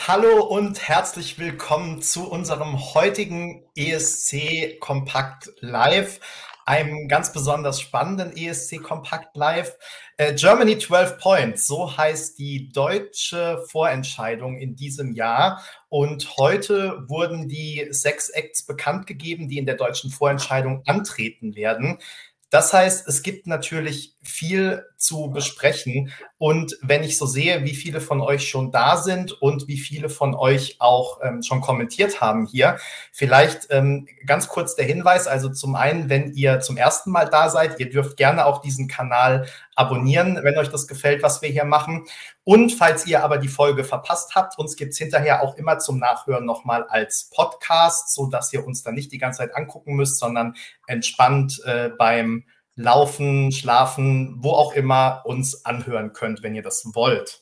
Hallo und herzlich willkommen zu unserem heutigen ESC Kompakt Live, einem ganz besonders spannenden ESC Kompakt Live. Germany 12 Points, so heißt die deutsche Vorentscheidung in diesem Jahr. Und heute wurden die 6 Acts bekannt gegeben, die in der deutschen Vorentscheidung antreten werden. Das heißt, es gibt natürlich viel zu besprechen. Und wenn ich so sehe, wie viele von euch schon da sind und wie viele von euch auch schon kommentiert haben hier, vielleicht ganz kurz der Hinweis. Also zum einen, wenn ihr zum ersten Mal da seid, ihr dürft gerne auch diesen Kanal abonnieren, wenn euch das gefällt, was wir hier machen. Und falls ihr aber die Folge verpasst habt, uns gibt es hinterher auch immer zum Nachhören nochmal als Podcast, sodass ihr uns dann nicht die ganze Zeit angucken müsst, sondern entspannt beim Laufen, Schlafen, wo auch immer uns anhören könnt, wenn ihr das wollt.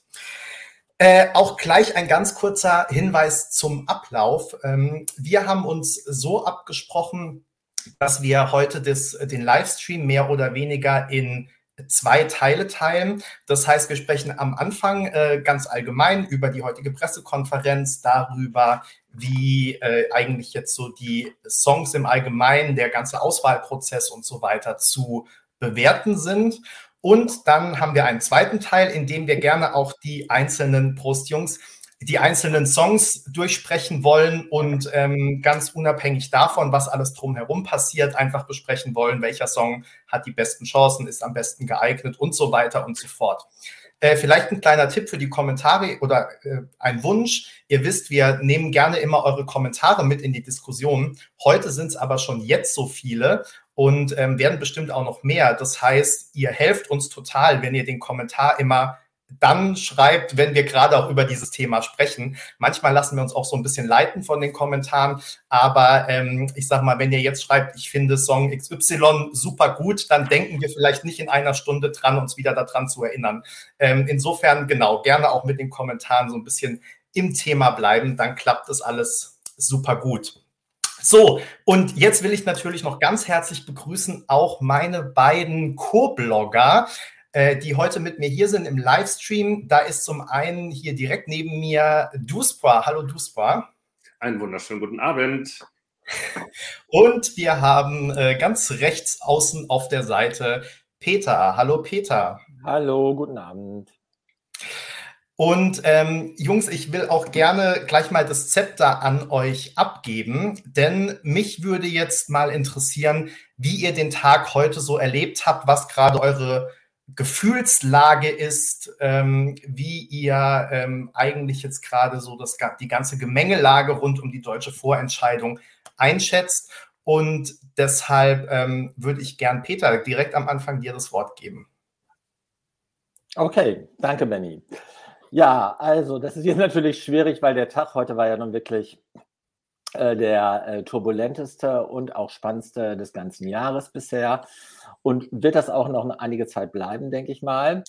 Auch gleich ein ganz kurzer Hinweis zum Ablauf. Wir haben uns so abgesprochen, dass wir heute den Livestream mehr oder weniger in 2 Teile teilen. Das heißt, wir sprechen am Anfang ganz allgemein über die heutige Pressekonferenz, darüber, wie eigentlich jetzt so die Songs im Allgemeinen, der ganze Auswahlprozess und so weiter zu bewerten sind. Und dann haben wir einen zweiten Teil, in dem wir gerne auch die einzelnen, Prost Jungs, die einzelnen Songs durchsprechen wollen und ganz unabhängig davon, was alles drumherum passiert, einfach besprechen wollen, welcher Song hat die besten Chancen, ist am besten geeignet und so weiter und so fort. Vielleicht ein kleiner Tipp für die Kommentare oder ein Wunsch. Ihr wisst, wir nehmen gerne immer eure Kommentare mit in die Diskussion. Heute sind es aber schon jetzt so viele und werden bestimmt auch noch mehr. Das heißt, ihr helft uns total, wenn ihr den Kommentar immer dann schreibt, wenn wir gerade auch über dieses Thema sprechen. Manchmal lassen wir uns auch so ein bisschen leiten von den Kommentaren, aber ich sag mal, wenn ihr jetzt schreibt, ich finde Song XY super gut, dann denken wir vielleicht nicht in einer Stunde dran, uns wieder daran zu erinnern. Insofern, genau, gerne auch mit den Kommentaren so ein bisschen im Thema bleiben, dann klappt das alles super gut. So, und jetzt will ich natürlich noch ganz herzlich begrüßen auch meine beiden Co-Blogger, die heute mit mir hier sind im Livestream. Da ist zum einen hier direkt neben mir Duspra. Hallo Duspra. Einen wunderschönen guten Abend. Und wir haben ganz rechts außen auf der Seite Peter. Hallo Peter. Hallo, guten Abend. Und Jungs, ich will auch gerne gleich mal das Zepter an euch abgeben, denn mich würde jetzt mal interessieren, wie ihr den Tag heute so erlebt habt, was gerade eure Gefühlslage ist, wie ihr eigentlich jetzt gerade so die ganze Gemengelage rund um die deutsche Vorentscheidung einschätzt. Und deshalb würde ich gern Peter direkt am Anfang dir das Wort geben. Okay, danke, Benny. Ja, also das ist jetzt natürlich schwierig, weil der Tag heute war ja nun wirklich der turbulenteste und auch spannendste des ganzen Jahres bisher und wird das auch noch einige Zeit bleiben, denke ich mal.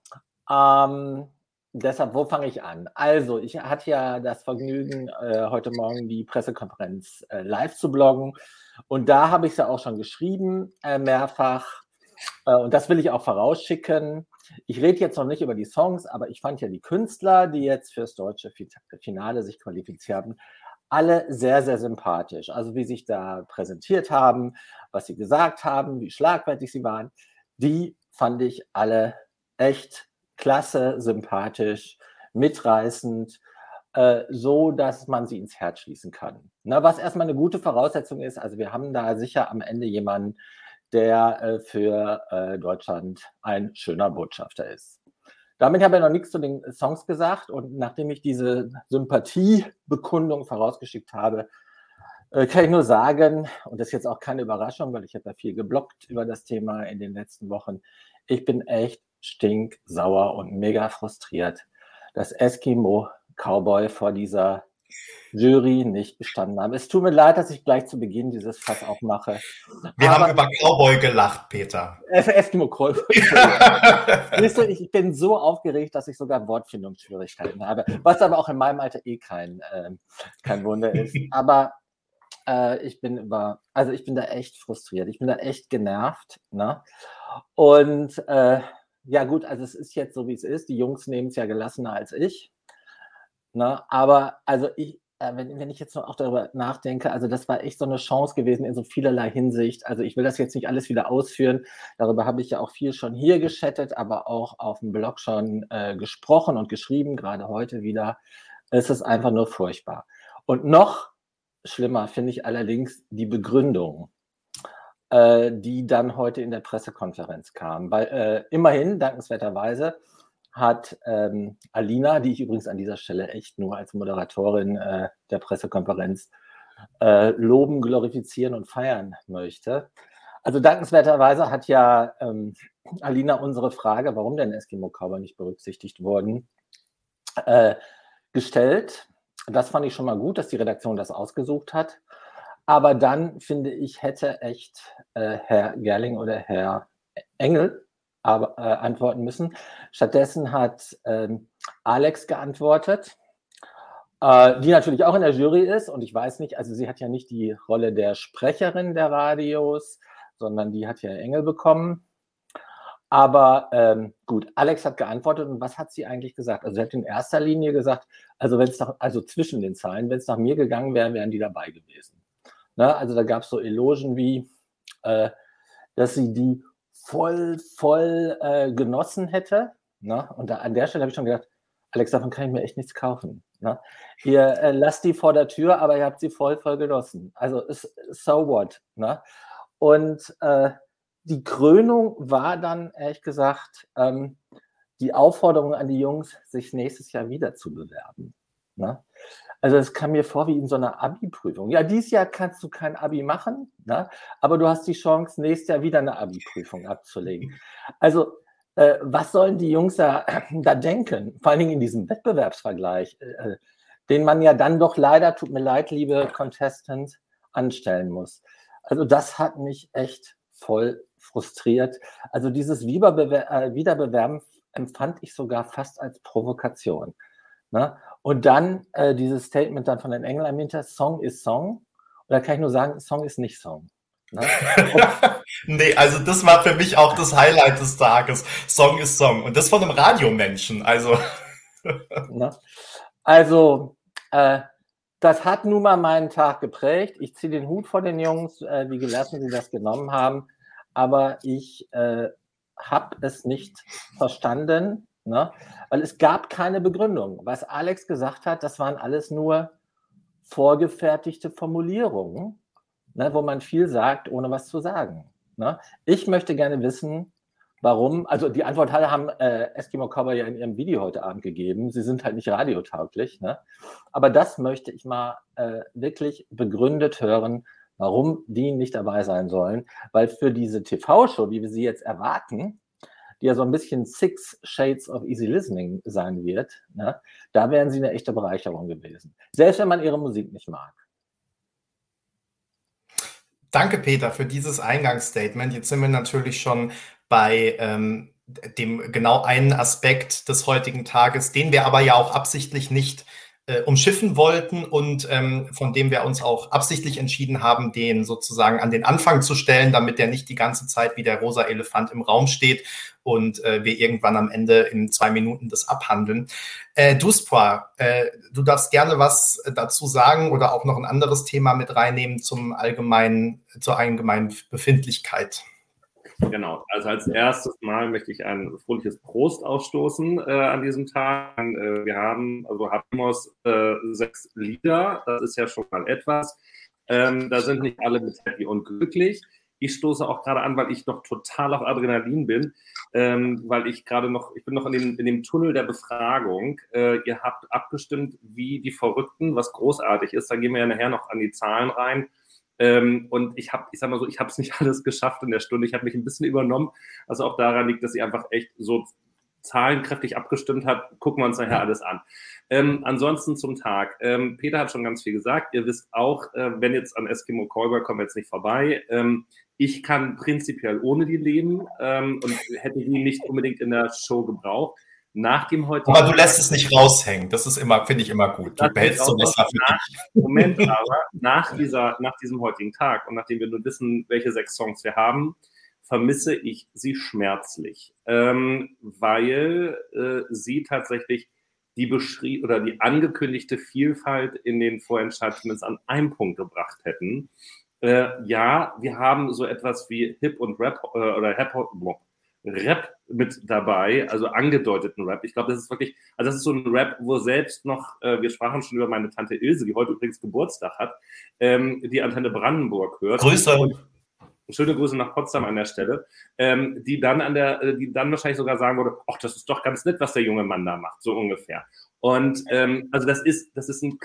Deshalb, wo fange ich an? Also, ich hatte ja das Vergnügen, heute Morgen die Pressekonferenz live zu bloggen und da habe ich es ja auch schon geschrieben, mehrfach. Und das will ich auch vorausschicken. Ich rede jetzt noch nicht über die Songs, aber ich fand ja die Künstler, die jetzt fürs deutsche Finale sich qualifiziert haben, alle sehr, sehr sympathisch. Also wie sich da präsentiert haben, was sie gesagt haben, wie schlagfertig sie waren, die fand ich alle echt klasse, sympathisch, mitreißend, so, dass man sie ins Herz schließen kann. Na, was erstmal eine gute Voraussetzung ist, also wir haben da sicher am Ende jemanden, der für Deutschland ein schöner Botschafter ist. Damit habe ich noch nichts zu den Songs gesagt und nachdem ich diese Sympathiebekundung vorausgeschickt habe, kann ich nur sagen, und das ist jetzt auch keine Überraschung, weil ich habe ja viel gebloggt über das Thema in den letzten Wochen, ich bin echt stinksauer und mega frustriert, dass Eskimo Cowboy vor dieser Jury nicht bestanden haben. Es tut mir leid, dass ich gleich zu Beginn dieses Fass aufmache. Wir haben über Cowboy gelacht, Peter. Eskimo Cowboy. Siehst du, ich bin so aufgeregt, dass ich sogar Wortfindungsschwierigkeiten habe, was aber auch in meinem Alter kein Wunder ist. Aber ich bin da echt frustriert. Ich bin da echt genervt. Ne? Und ja gut, also es ist jetzt so, wie es ist. Die Jungs nehmen es ja gelassener als ich. Ne? Aber also wenn ich jetzt noch auch darüber nachdenke, also das war echt so eine Chance gewesen in so vielerlei Hinsicht. Also ich will das jetzt nicht alles wieder ausführen. Darüber habe ich ja auch viel schon hier geschattet, aber auch auf dem Blog schon gesprochen und geschrieben, gerade heute wieder. Es ist einfach nur furchtbar. Und noch schlimmer finde ich allerdings die Begründung, die dann heute in der Pressekonferenz kam. Weil immerhin, dankenswerterweise, hat Alina, die ich übrigens an dieser Stelle echt nur als Moderatorin der Pressekonferenz loben, glorifizieren und feiern möchte. Also dankenswerterweise hat ja Alina unsere Frage, warum denn Eskimo Cowboy nicht berücksichtigt wurden, gestellt. Das fand ich schon mal gut, dass die Redaktion das ausgesucht hat. Aber dann, finde ich, hätte echt Herr Gerling oder Herr Engel antworten müssen. Stattdessen hat Alex geantwortet, die natürlich auch in der Jury ist. Und ich weiß nicht, also sie hat ja nicht die Rolle der Sprecherin der Radios, sondern die hat ja Engel bekommen. Aber gut, Alex hat geantwortet. Und was hat sie eigentlich gesagt? Also sie hat in erster Linie gesagt, also zwischen den Zeilen, wenn es nach mir gegangen wäre, wären die dabei gewesen. Ne? Also da gab es so Elogen wie, dass sie die voll genossen hätte. Ne? Und an der Stelle habe ich schon gedacht, Alex, davon kann ich mir echt nichts kaufen. Ne? Ihr lasst die vor der Tür, aber ihr habt sie voll genossen. Also so what. Ne? Und die Krönung war dann, ehrlich gesagt, die Aufforderung an die Jungs, sich nächstes Jahr wieder zu bewerben. Ne? Also es kam mir vor wie in so einer Abi-Prüfung. Ja, dieses Jahr kannst du kein Abi machen, ne? Aber du hast die Chance, nächstes Jahr wieder eine Abi-Prüfung abzulegen. Also was sollen die Jungs da denken? Vor allen Dingen in diesem Wettbewerbsvergleich, den man ja dann doch leider, tut mir leid, liebe Contestants, anstellen muss. Also das hat mich echt voll frustriert. Also dieses Wiederbewerben empfand ich sogar fast als Provokation. Ne? Und dann dieses Statement dann von den Engeln am Hinter, Song ist Song. Und da kann ich nur sagen, Song ist nicht Song. Ne? Nee, also das war für mich auch das Highlight des Tages. Song ist Song. Und das von einem Radiomenschen. Also. Ne? Also, das hat nun mal meinen Tag geprägt. Ich ziehe den Hut vor den Jungs, wie gelassen sie das genommen haben. Aber ich habe es nicht verstanden, ne? Weil es gab keine Begründung. Was Alex gesagt hat, das waren alles nur vorgefertigte Formulierungen, ne, wo man viel sagt, ohne was zu sagen. Ne? Ich möchte gerne wissen, warum, also die Antwort haben Eskimo Cowboy ja in ihrem Video heute Abend gegeben. Sie sind halt nicht radiotauglich. Ne? Aber das möchte ich mal wirklich begründet hören, warum die nicht dabei sein sollen. Weil für diese TV-Show, wie wir sie jetzt erwarten, die ja so ein bisschen Six Shades of Easy Listening sein wird, ne, da wären sie eine echte Bereicherung gewesen. Selbst wenn man ihre Musik nicht mag. Danke, Peter, für dieses Eingangsstatement. Jetzt sind wir natürlich schon bei dem genau einen Aspekt des heutigen Tages, den wir aber ja auch absichtlich nicht umschiffen wollten und von dem wir uns auch absichtlich entschieden haben, den sozusagen an den Anfang zu stellen, damit der nicht die ganze Zeit wie der rosa Elefant im Raum steht und wir irgendwann am Ende in 2 Minuten das abhandeln. Duspoir, du darfst gerne was dazu sagen oder auch noch ein anderes Thema mit reinnehmen zur allgemeinen Befindlichkeit. Genau, also als erstes Mal möchte ich ein fröhliches Prost ausstoßen an diesem Tag. Wir haben, also Hatmos 6 Lieder, das ist ja schon mal etwas. Da sind nicht alle mit happy und glücklich. Ich stoße auch gerade an, weil ich noch total auf Adrenalin bin, weil ich bin noch in dem Tunnel der Befragung. Ihr habt abgestimmt wie die Verrückten, was großartig ist. Da gehen wir ja nachher noch an die Zahlen rein. Und ich habe es nicht alles geschafft in der Stunde. Ich habe mich ein bisschen übernommen, was auch daran liegt, dass sie einfach echt so zahlenkräftig abgestimmt hat. Gucken wir uns nachher alles an. Ansonsten zum Tag. Peter hat schon ganz viel gesagt. Ihr wisst auch, wenn jetzt an Eskimo Cowboy kommen wir jetzt nicht vorbei. Ich kann prinzipiell ohne die leben und hätte die nicht unbedingt in der Show gebraucht. Nach dem heutigen Aber du lässt es nicht raushängen. Das ist immer, finde ich immer gut. Du behältst so was für dich. Moment, aber nach diesem heutigen Tag und nachdem wir nur wissen, welche 6 Songs wir haben, vermisse ich sie schmerzlich, weil sie tatsächlich die die angekündigte Vielfalt in den Vorentscheid zumindest an einem Punkt gebracht hätten. Ja, wir haben so etwas wie Hip und Rap oder Rap mit dabei, also angedeuteten Rap. Ich glaube, das ist wirklich, also das ist so ein Rap, wo selbst noch, wir sprachen schon über meine Tante Ilse, die heute übrigens Geburtstag hat, die Antenne Brandenburg hört. Grüße. Schöne Grüße nach Potsdam an der Stelle, die dann wahrscheinlich sogar sagen würde, ach, das ist doch ganz nett, was der junge Mann da macht, so ungefähr. Und also das ist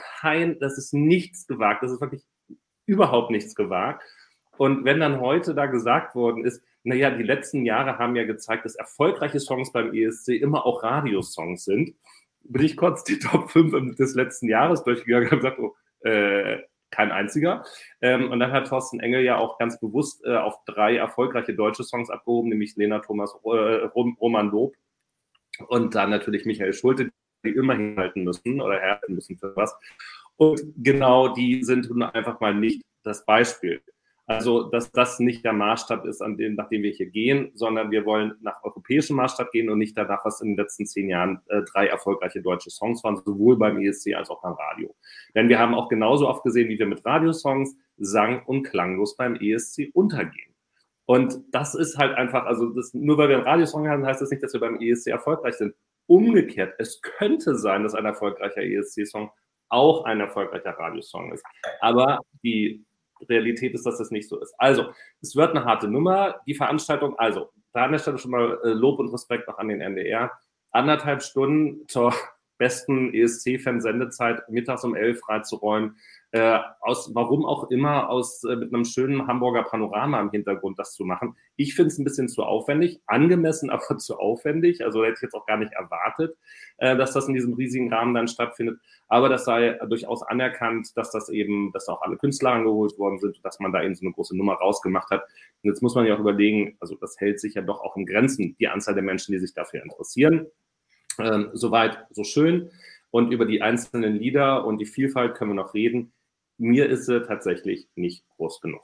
nichts gewagt, das ist wirklich überhaupt nichts gewagt. Und wenn dann heute da gesagt worden ist, naja, die letzten Jahre haben ja gezeigt, dass erfolgreiche Songs beim ESC immer auch Radiosongs sind, bin ich kurz die Top 5 des letzten Jahres durchgegangen und gesagt, kein einziger. Und dann hat Thorsten Engel ja auch ganz bewusst auf 3 erfolgreiche deutsche Songs abgehoben, nämlich Lena Thomas, Roman Lob und dann natürlich Michael Schulte, die immer hinhalten müssen oder herhalten müssen für was. Und genau die sind nun einfach mal nicht das Beispiel. Also, dass das nicht der Maßstab ist, nach dem wir hier gehen, sondern wir wollen nach europäischem Maßstab gehen und nicht danach, was in den letzten 10 Jahren 3 erfolgreiche deutsche Songs waren, sowohl beim ESC als auch beim Radio. Denn wir haben auch genauso oft gesehen, wie wir mit Radiosongs sang- und klanglos beim ESC untergehen. Und das ist halt einfach, also nur weil wir einen Radiosong haben, heißt das nicht, dass wir beim ESC erfolgreich sind. Umgekehrt, es könnte sein, dass ein erfolgreicher ESC-Song auch ein erfolgreicher Radiosong ist. Aber die Realität ist, dass das nicht so ist. Also, es wird eine harte Nummer. Die Veranstaltung, also, da an der Stelle schon mal Lob und Respekt noch an den NDR. 1,5 Stunden zur besten ESC-Fan-Sendezeit mittags um 11 freizuräumen. Warum auch immer, mit einem schönen Hamburger Panorama im Hintergrund das zu machen. Ich finde es ein bisschen zu aufwendig, angemessen, aber zu aufwendig. Also hätte ich jetzt auch gar nicht erwartet, dass das in diesem riesigen Rahmen dann stattfindet. Aber das sei durchaus anerkannt, dass da auch alle Künstler angeholt worden sind, dass man da eben so eine große Nummer rausgemacht hat. Und jetzt muss man ja auch überlegen, also das hält sich ja doch auch in Grenzen, die Anzahl der Menschen, die sich dafür interessieren. Soweit, so schön. Und über die einzelnen Lieder und die Vielfalt können wir noch reden. Mir ist sie tatsächlich nicht groß genug.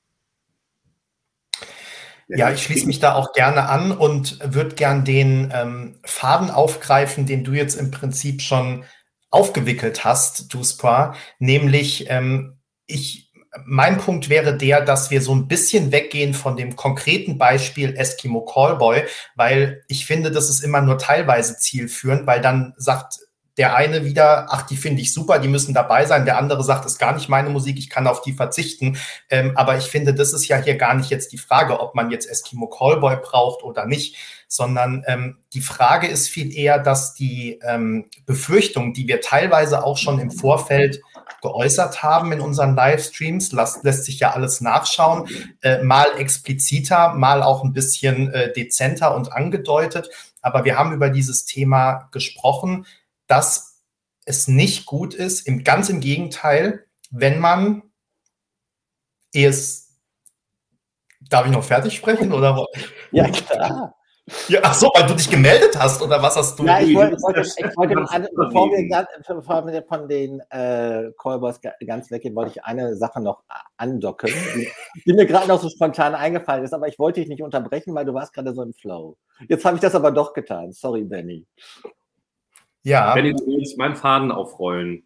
Ja, ich schließe mich da auch gerne an und würde gern den Faden aufgreifen, den du jetzt im Prinzip schon aufgewickelt hast, Duspa, nämlich mein Punkt wäre der, dass wir so ein bisschen weggehen von dem konkreten Beispiel Eskimo Callboy, weil ich finde, das ist immer nur teilweise zielführend, weil dann sagt der eine wieder, ach, die finde ich super, die müssen dabei sein. Der andere sagt, ist gar nicht meine Musik, ich kann auf die verzichten. Aber ich finde, das ist ja hier gar nicht jetzt die Frage, ob man jetzt Eskimo Callboy braucht oder nicht, sondern die Frage ist viel eher, dass die Befürchtung, die wir teilweise auch schon im Vorfeld geäußert haben in unseren Livestreams, lässt sich ja alles nachschauen, mal expliziter, mal auch ein bisschen dezenter und angedeutet. Aber wir haben über dieses Thema gesprochen, dass es nicht gut ist, ganz im Gegenteil, wenn man Darf ich noch fertig sprechen? Oder? Ja, klar. Ja, ach so, weil du dich gemeldet hast, oder was hast du? Ja, ich wollte bevor wir von den Callboys ganz weggehen, wollte ich eine Sache noch andocken, die mir gerade noch so spontan eingefallen ist, aber ich wollte dich nicht unterbrechen, weil du warst gerade so im Flow. Jetzt habe ich das aber doch getan. Sorry, Benny. Ja. Benny, du willst meinen Faden aufrollen.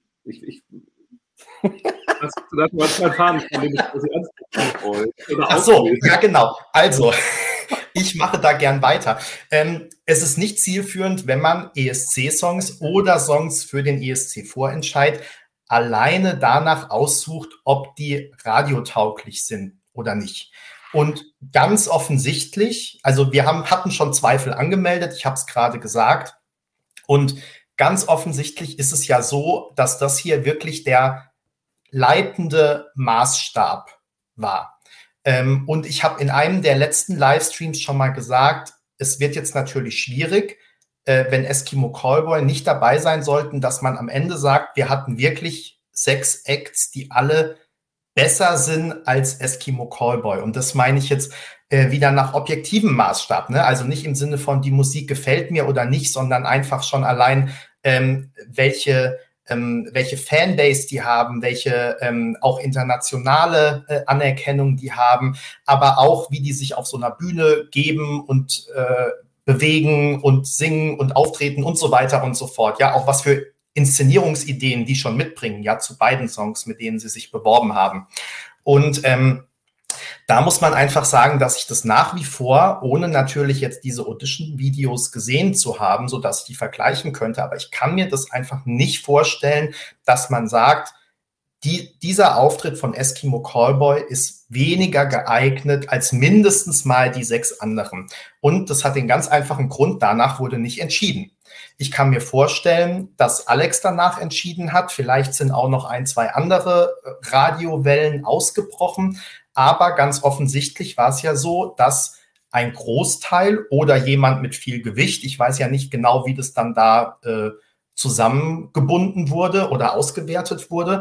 Das mein Faden, von dem ich aufrollen. Ach so, ja genau. Also, ich mache da gern weiter. Es ist nicht zielführend, wenn man ESC-Songs oder Songs für den ESC-Vorentscheid alleine danach aussucht, ob die radiotauglich sind oder nicht. Und ganz offensichtlich, also wir hatten schon Zweifel angemeldet, ich habe es gerade gesagt, und ganz offensichtlich ist es ja so, dass das hier wirklich der leitende Maßstab war. Und ich habe in einem der letzten Livestreams schon mal gesagt, es wird jetzt natürlich schwierig, wenn Eskimo Callboy nicht dabei sein sollten, dass man am Ende sagt, wir hatten wirklich 6 Acts, die alle besser sind als Eskimo Callboy. Und das meine ich jetzt wieder nach objektivem Maßstab, ne? Also nicht im Sinne von, die Musik gefällt mir oder nicht, sondern einfach schon allein, welche Fanbase die haben, welche auch internationale Anerkennung die haben, aber auch, wie die sich auf so einer Bühne geben und bewegen und singen und auftreten und so weiter und so fort. Ja, auch was für Inszenierungsideen die schon mitbringen, ja, zu beiden Songs, mit denen sie sich beworben haben. Und da muss man einfach sagen, dass ich das nach wie vor, ohne natürlich jetzt diese Audition-Videos gesehen zu haben, sodass ich die vergleichen könnte, aber ich kann mir das einfach nicht vorstellen, dass man sagt, dieser Auftritt von Eskimo Callboy ist weniger geeignet als mindestens mal die 6 anderen. Und das hat den ganz einfachen Grund, danach wurde nicht entschieden. Ich kann mir vorstellen, dass Alex danach entschieden hat. Vielleicht sind auch noch 1, 2 andere Radiowellen ausgebrochen. Aber ganz offensichtlich war es ja so, dass ein Großteil oder jemand mit viel Gewicht, ich weiß ja nicht genau, wie das dann da zusammengebunden wurde oder ausgewertet wurde,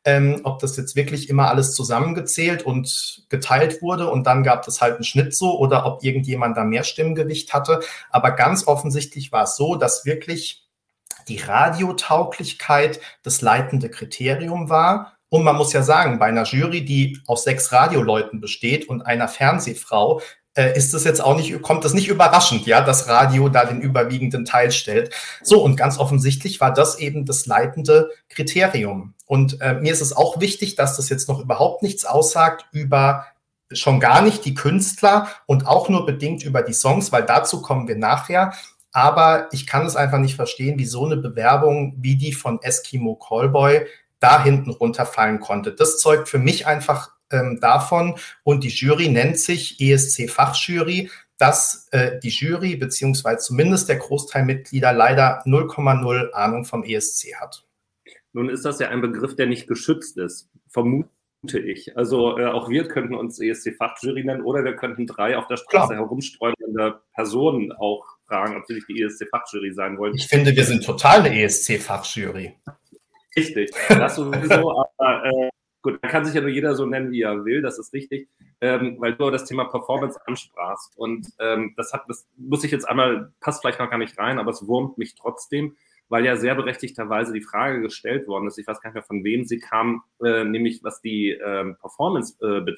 ob das jetzt wirklich immer alles zusammengezählt und geteilt wurde und dann gab es halt einen Schnitt so oder ob irgendjemand da mehr Stimmgewicht hatte. Aber ganz offensichtlich war es so, dass wirklich die Radiotauglichkeit das leitende Kriterium war. Und man muss ja sagen, bei einer Jury, die aus 6 Radioleuten besteht und einer Fernsehfrau, ist es jetzt auch nicht, kommt es nicht überraschend, ja, dass Radio da den überwiegenden Teil stellt. So, und ganz offensichtlich war das eben das leitende Kriterium. Und mir ist es auch wichtig, dass das jetzt noch überhaupt nichts aussagt über schon gar nicht die Künstler und auch nur bedingt über die Songs, weil dazu kommen wir nachher. Aber ich kann es einfach nicht verstehen, wie so eine Bewerbung wie die von Eskimo Callboy da hinten runterfallen konnte. Das zeugt für mich einfach davon, und die Jury nennt sich ESC-Fachjury, dass die Jury beziehungsweise zumindest der Großteil Mitglieder leider 0,0 Ahnung vom ESC hat. Nun ist das ja ein Begriff, der nicht geschützt ist, vermute ich. Also auch wir könnten uns ESC-Fachjury nennen oder wir könnten 3 auf der Straße herumstreunende Personen auch fragen, ob sie nicht die ESC-Fachjury sein wollen. Ich finde, wir sind total eine ESC-Fachjury. Richtig, das sowieso, aber gut, da kann sich ja nur jeder so nennen, wie er will, das ist richtig, weil du das Thema Performance ansprachst und das muss ich jetzt einmal, passt vielleicht noch gar nicht rein, aber es wurmt mich trotzdem, weil ja sehr berechtigterweise die Frage gestellt worden ist, ich weiß gar nicht mehr, von wem sie kam, nämlich was die Performance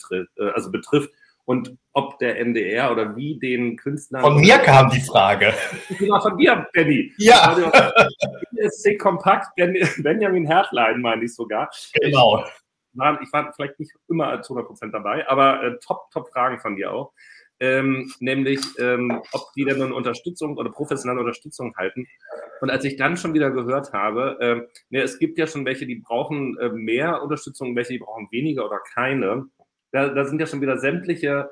betrifft und ob der NDR oder wie den Künstlern... Von mir kam die Frage. Genau, von dir, Benny. Ja. ESC Kompakt, Benjamin Hertlein, meine ich sogar. Genau. Ich war vielleicht nicht immer zu 100% dabei, aber Top-Fragen von dir auch. Nämlich, ob die denn eine Unterstützung oder professionelle Unterstützung halten. Und als ich dann schon wieder gehört habe, es gibt ja schon welche, die brauchen mehr Unterstützung, welche, die brauchen weniger oder keine. Da sind ja schon wieder sämtliche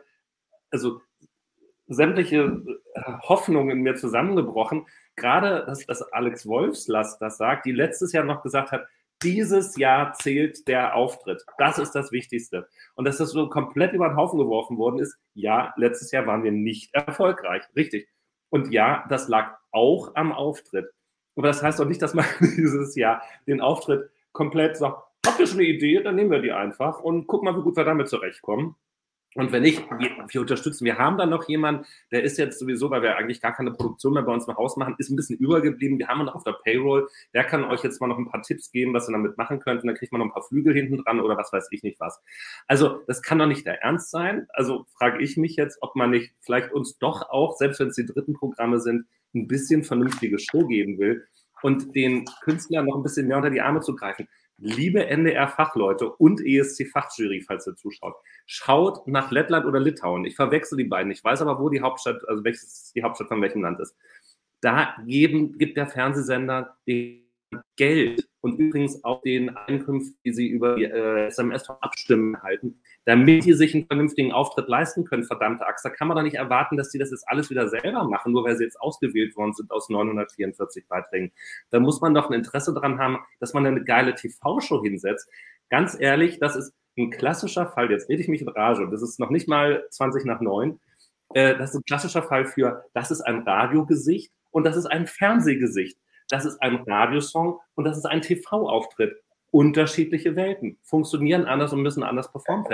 Hoffnungen in mir zusammengebrochen. Gerade, dass Alex Wolfslast das sagt, die letztes Jahr noch gesagt hat, dieses Jahr zählt der Auftritt. Das ist das Wichtigste. Und dass das so komplett über den Haufen geworfen worden ist, ja, letztes Jahr waren wir nicht erfolgreich. Richtig. Und ja, das lag auch am Auftritt. Aber das heißt doch nicht, dass man dieses Jahr den Auftritt komplett sagt, habt ihr schon eine Idee? Dann nehmen wir die einfach und gucken mal, wie gut wir damit zurechtkommen. Und wenn nicht, wir unterstützen. Wir haben dann noch jemanden, der ist jetzt sowieso, weil wir eigentlich gar keine Produktion mehr bei uns im Haus machen, ist ein bisschen übergeblieben. Wir haben ihn noch auf der Payroll. Der kann euch jetzt mal noch ein paar Tipps geben, was ihr damit machen könnt. Und dann kriegt man noch ein paar Flügel hinten dran oder was weiß ich nicht was. Also das kann doch nicht der Ernst sein. Also frage ich mich jetzt, ob man nicht vielleicht uns doch auch, selbst wenn es die dritten Programme sind, ein bisschen vernünftige Show geben will und den Künstlern noch ein bisschen mehr unter die Arme zu greifen. Liebe NDR-Fachleute und ESC-Fachjury, falls ihr zuschaut, schaut nach Lettland oder Litauen. Ich verwechsel die beiden. Ich weiß aber, wo die Hauptstadt, also welches die Hauptstadt von welchem Land ist. Da gibt der Fernsehsender den Geld und übrigens auch den Einkünften, die sie über die SMS vom Abstimmen erhalten, damit die sich einen vernünftigen Auftritt leisten können, verdammte Axt. Da kann man doch nicht erwarten, dass die das jetzt alles wieder selber machen, nur weil sie jetzt ausgewählt worden sind aus 944 Beiträgen. Da muss man doch ein Interesse dran haben, dass man eine geile TV-Show hinsetzt. Ganz ehrlich, das ist ein klassischer Fall, jetzt rede ich mich in Rage, das ist noch nicht mal 20 nach 9, das ist ein klassischer Fall für, das ist ein Radiogesicht und das ist ein Fernsehgesicht. Das ist ein Radiosong und das ist ein TV-Auftritt. Unterschiedliche Welten, funktionieren anders und müssen anders performt werden.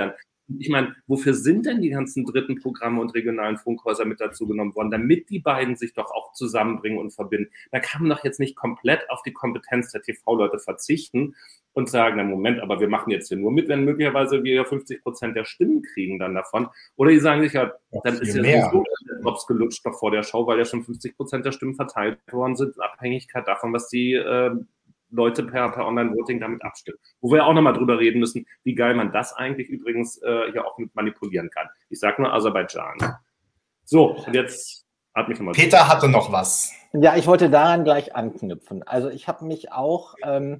Ich meine, wofür sind denn die ganzen dritten Programme und regionalen Funkhäuser mit dazu genommen worden? Damit die beiden sich doch auch zusammenbringen und verbinden. Da kann man doch jetzt nicht komplett auf die Kompetenz der TV-Leute verzichten und sagen, na Moment, aber wir machen jetzt hier nur mit, wenn möglicherweise wir 50% der Stimmen kriegen dann davon. Oder die sagen sich ja, dann ist ja so Drops gelutscht noch vor der Show, weil ja schon 50% der Stimmen verteilt worden sind, in Abhängigkeit davon, was die Leute per Online-Voting damit abstimmen. Wo wir auch nochmal drüber reden müssen, wie geil man das eigentlich übrigens hier auch mit manipulieren kann. Ich sage nur Aserbaidschan. So, und jetzt hat mich nochmal... Peter hatte noch was. Ja, ich wollte daran gleich anknüpfen. Also ich habe mich auch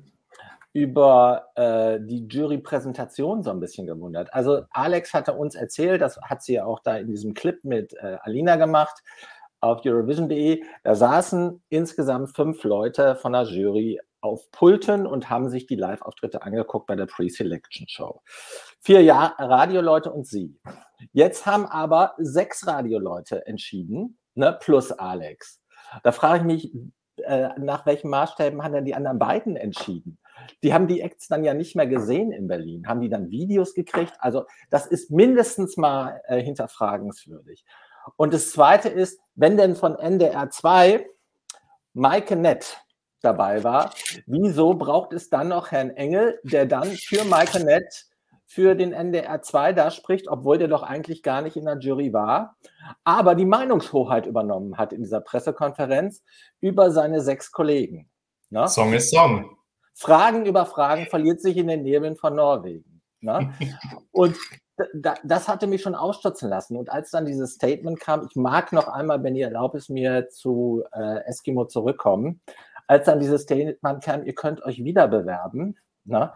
über die Jury-Präsentation so ein bisschen gewundert. Also Alex hatte uns erzählt, das hat sie ja auch da in diesem Clip mit Alina gemacht, auf Eurovision.de, da saßen insgesamt 5 Leute von der Jury auf Pulten und haben sich die Live-Auftritte angeguckt bei der Pre-Selection-Show. 4 Radioleute und sie. Jetzt haben aber 6 Radioleute entschieden, ne, plus Alex. Da frage ich mich, nach welchen Maßstäben haben denn die anderen beiden entschieden? Die haben die Acts dann ja nicht mehr gesehen in Berlin. Haben die dann Videos gekriegt? Also das ist mindestens mal hinterfragenswürdig. Und das Zweite ist, wenn denn von NDR 2 Maike Nett dabei war, wieso braucht es dann noch Herrn Engel, der dann für Maike Nett für den NDR 2 da spricht, obwohl der doch eigentlich gar nicht in der Jury war, aber die Meinungshoheit übernommen hat in dieser Pressekonferenz über seine 6 Kollegen. Ne? Song ist Song. Fragen über Fragen verliert sich in den Nebeln von Norwegen. Ne? Und das hatte mich schon ausstutzen lassen. Und als dann dieses Statement kam, ich mag noch einmal, wenn ihr erlaubt es mir, zu Eskimo zurückkommen, als dann dieses Statement kam, ihr könnt euch wieder bewerben, ne?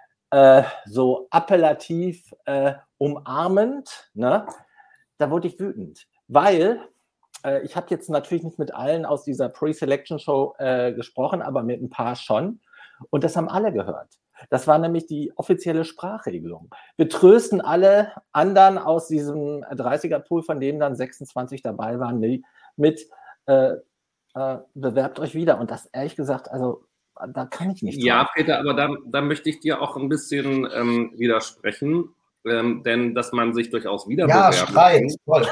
So appellativ umarmend, ne? Da wurde ich wütend, weil ich habe jetzt natürlich nicht mit allen aus dieser Pre-Selection-Show gesprochen, aber mit ein paar schon. Und das haben alle gehört. Das war nämlich die offizielle Sprachregelung. Wir trösten alle anderen aus diesem 30er-Pool, von denen dann 26 dabei waren, mit bewerbt euch wieder. Und das ehrlich gesagt, also da kann ich nicht. Ja, Peter, aber da möchte ich dir auch ein bisschen widersprechen. Denn dass man sich durchaus wieder ja, bewerben Streit, voll.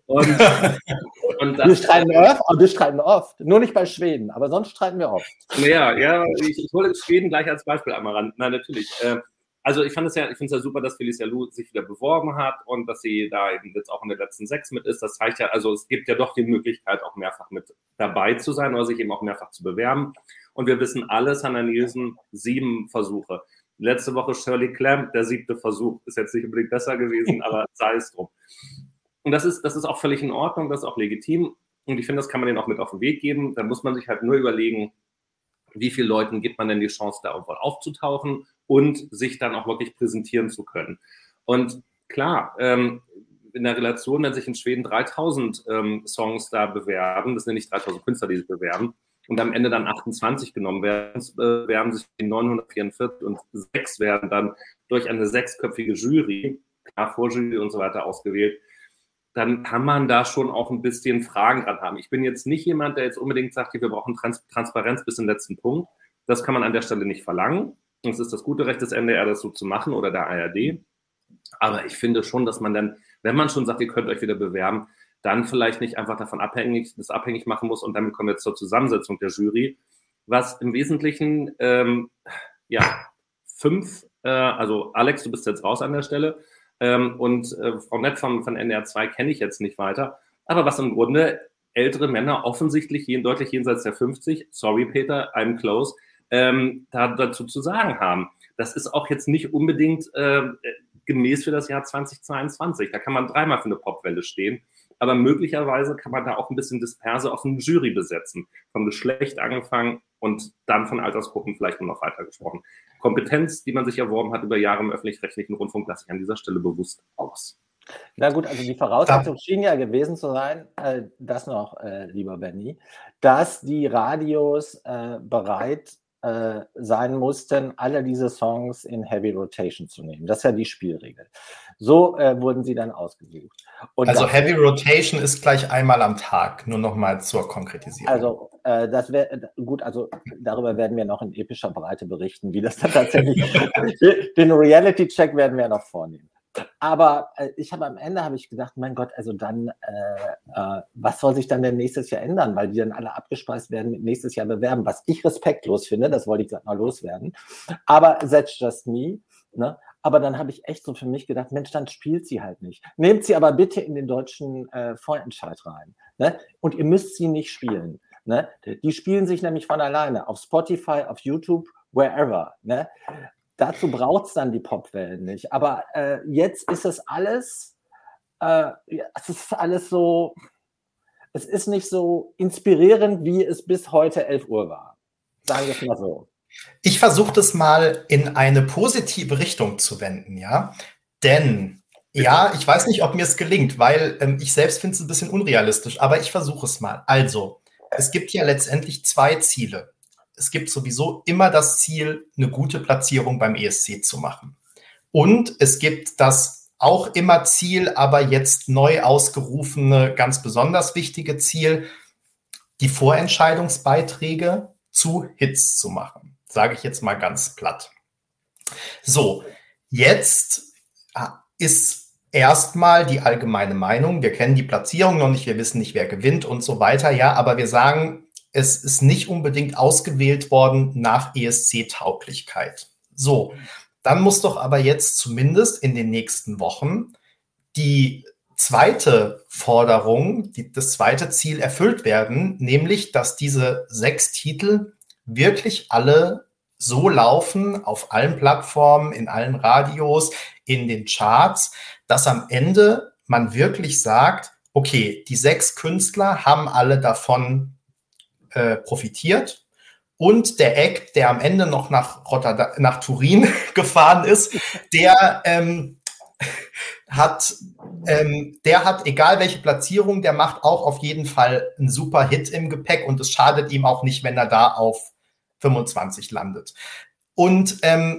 Und wir streiten oft, nur nicht bei Schweden, aber sonst streiten wir oft. Ja, ich hole Schweden gleich als Beispiel einmal ran. Nein, natürlich. Also ich finde es ja super, dass Felicia Lu sich wieder beworben hat und dass sie da eben jetzt auch in den letzten 6 mit ist. Das zeigt ja, also es gibt ja doch die Möglichkeit, auch mehrfach mit dabei zu sein oder sich eben auch mehrfach zu bewerben. Und wir wissen alle, Sanna Nielsen, 7 Versuche. Letzte Woche Shirley Clamp, der 7. Versuch. Ist jetzt nicht unbedingt besser gewesen, aber sei es drum. Und das ist auch völlig in Ordnung, das ist auch legitim. Und ich finde, das kann man denen auch mit auf den Weg geben. Da muss man sich halt nur überlegen, wie vielen Leuten gibt man denn die Chance, da irgendwo aufzutauchen und sich dann auch wirklich präsentieren zu können. Und klar, in der Relation, wenn sich in Schweden 3000 Songs da bewerben, das sind nicht 3000 Künstler, die sich bewerben, und am Ende dann 28 genommen werden, bewerben sich die 944 und 6 werden dann durch eine 6-köpfige Jury, klar, Vorjury und so weiter ausgewählt, dann kann man da schon auch ein bisschen Fragen dran haben. Ich bin jetzt nicht jemand, der jetzt unbedingt sagt, wir brauchen Transparenz bis zum letzten Punkt. Das kann man an der Stelle nicht verlangen. Es ist das gute Recht des NDR, das so zu machen oder der ARD. Aber ich finde schon, dass man dann, wenn man schon sagt, ihr könnt euch wieder bewerben, dann vielleicht nicht einfach davon abhängig machen muss. Und damit kommen wir jetzt zur Zusammensetzung der Jury, was im Wesentlichen 5, also Alex, du bist jetzt raus an der Stelle, und Frau Nett von NDR 2 kenne ich jetzt nicht weiter, aber was im Grunde ältere Männer offensichtlich deutlich jenseits der 50, sorry Peter, I'm close, dazu zu sagen haben. Das ist auch jetzt nicht unbedingt gemäß für das Jahr 2022. Da kann man 3-mal für eine Popwelle stehen. Aber möglicherweise kann man da auch ein bisschen Disperse auf eine Jury besetzen. Vom Geschlecht angefangen und dann von Altersgruppen vielleicht nur noch weiter gesprochen. Kompetenz, die man sich erworben hat über Jahre im öffentlich-rechtlichen Rundfunk, lasse ich an dieser Stelle bewusst aus. Na gut, also die Voraussetzung schien ja gewesen zu sein, das noch, lieber Benny, dass die Radios bereit sein mussten, alle diese Songs in Heavy Rotation zu nehmen. Das ist ja die Spielregel. So wurden sie dann ausgesucht. Und also Heavy Rotation ist gleich einmal am Tag, nur nochmal zur Konkretisierung. Also das wäre gut, also darüber werden wir noch in epischer Breite berichten, wie das dann tatsächlich, den Reality-Check werden wir noch vornehmen. Aber ich habe am Ende gedacht, mein Gott, also dann, was soll sich dann denn nächstes Jahr ändern? Weil die dann alle abgespeist werden, mit nächstes Jahr bewerben, was ich respektlos finde, das wollte ich gerade mal loswerden. Aber that's just me. Ne? Aber dann habe ich echt so für mich gedacht, Mensch, dann spielt sie halt nicht. Nehmt sie aber bitte in den deutschen Vorentscheid rein. Ne? Und ihr müsst sie nicht spielen. Ne? Die spielen sich nämlich von alleine auf Spotify, auf YouTube, wherever. Ne? Dazu braucht es dann die Popwellen nicht. Aber jetzt ist es alles so, es ist nicht so inspirierend, wie es bis heute 11 Uhr war. Sagen wir es mal so. Ich versuche das mal in eine positive Richtung zu wenden, ja. Denn, ja, ich weiß nicht, ob mir es gelingt, weil ich selbst finde es ein bisschen unrealistisch, aber ich versuche es mal. Also, es gibt ja letztendlich 2 Ziele. Es gibt sowieso immer das Ziel, eine gute Platzierung beim ESC zu machen. Und es gibt das auch immer Ziel, aber jetzt neu ausgerufene, ganz besonders wichtige Ziel, die Vorentscheidungsbeiträge zu Hits zu machen. Sage ich jetzt mal ganz platt. So, jetzt ist erstmal die allgemeine Meinung, wir kennen die Platzierung noch nicht, wir wissen nicht, wer gewinnt und so weiter, ja, aber wir sagen, es ist nicht unbedingt ausgewählt worden nach ESC-Tauglichkeit. So, dann muss doch aber jetzt zumindest in den nächsten Wochen die zweite Forderung, das zweite Ziel erfüllt werden, nämlich, dass diese 6 Titel wirklich alle so laufen, auf allen Plattformen, in allen Radios, in den Charts, dass am Ende man wirklich sagt, okay, die 6 Künstler haben alle davon profitiert und der Act, der am Ende noch nach Turin gefahren ist, der hat, egal welche Platzierung, der macht auch auf jeden Fall einen super Hit im Gepäck und es schadet ihm auch nicht, wenn er da auf 25 landet. Und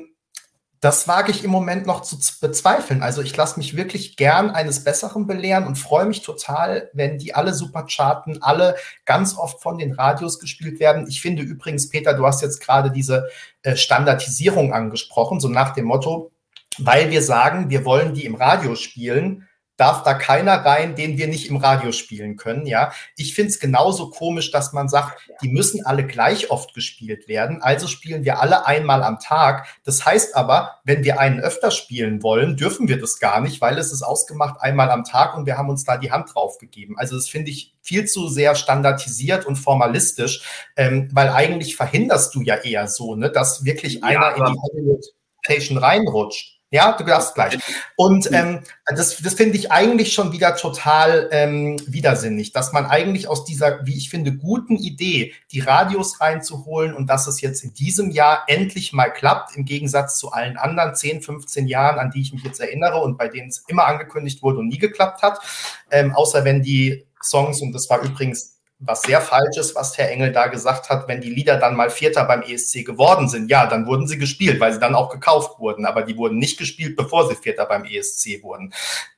das wage ich im Moment noch zu bezweifeln. Also ich lasse mich wirklich gern eines Besseren belehren und freue mich total, wenn die alle super charten, alle ganz oft von den Radios gespielt werden. Ich finde übrigens, Peter, du hast jetzt gerade diese Standardisierung angesprochen, so nach dem Motto, weil wir sagen, wir wollen die im Radio spielen, darf da keiner rein, den wir nicht im Radio spielen können, ja. Ich finde es genauso komisch, dass man sagt, die müssen alle gleich oft gespielt werden, also spielen wir alle einmal am Tag. Das heißt aber, wenn wir einen öfter spielen wollen, dürfen wir das gar nicht, weil es ist ausgemacht einmal am Tag und wir haben uns da die Hand drauf gegeben. Also das finde ich viel zu sehr standardisiert und formalistisch, weil eigentlich verhinderst du ja eher so, ne, dass wirklich einer in die Rotation reinrutscht. Ja, du darfst gleich. Und das finde ich eigentlich schon wieder total widersinnig, dass man eigentlich aus dieser, wie ich finde, guten Idee, die Radios reinzuholen und dass es jetzt in diesem Jahr endlich mal klappt, im Gegensatz zu allen anderen 10, 15 Jahren, an die ich mich jetzt erinnere und bei denen es immer angekündigt wurde und nie geklappt hat, außer wenn die Songs, und das war übrigens was sehr Falsches, was Herr Engel da gesagt hat, wenn die Lieder dann mal Vierter beim ESC geworden sind, ja, dann wurden sie gespielt, weil sie dann auch gekauft wurden, aber die wurden nicht gespielt, bevor sie Vierter beim ESC wurden.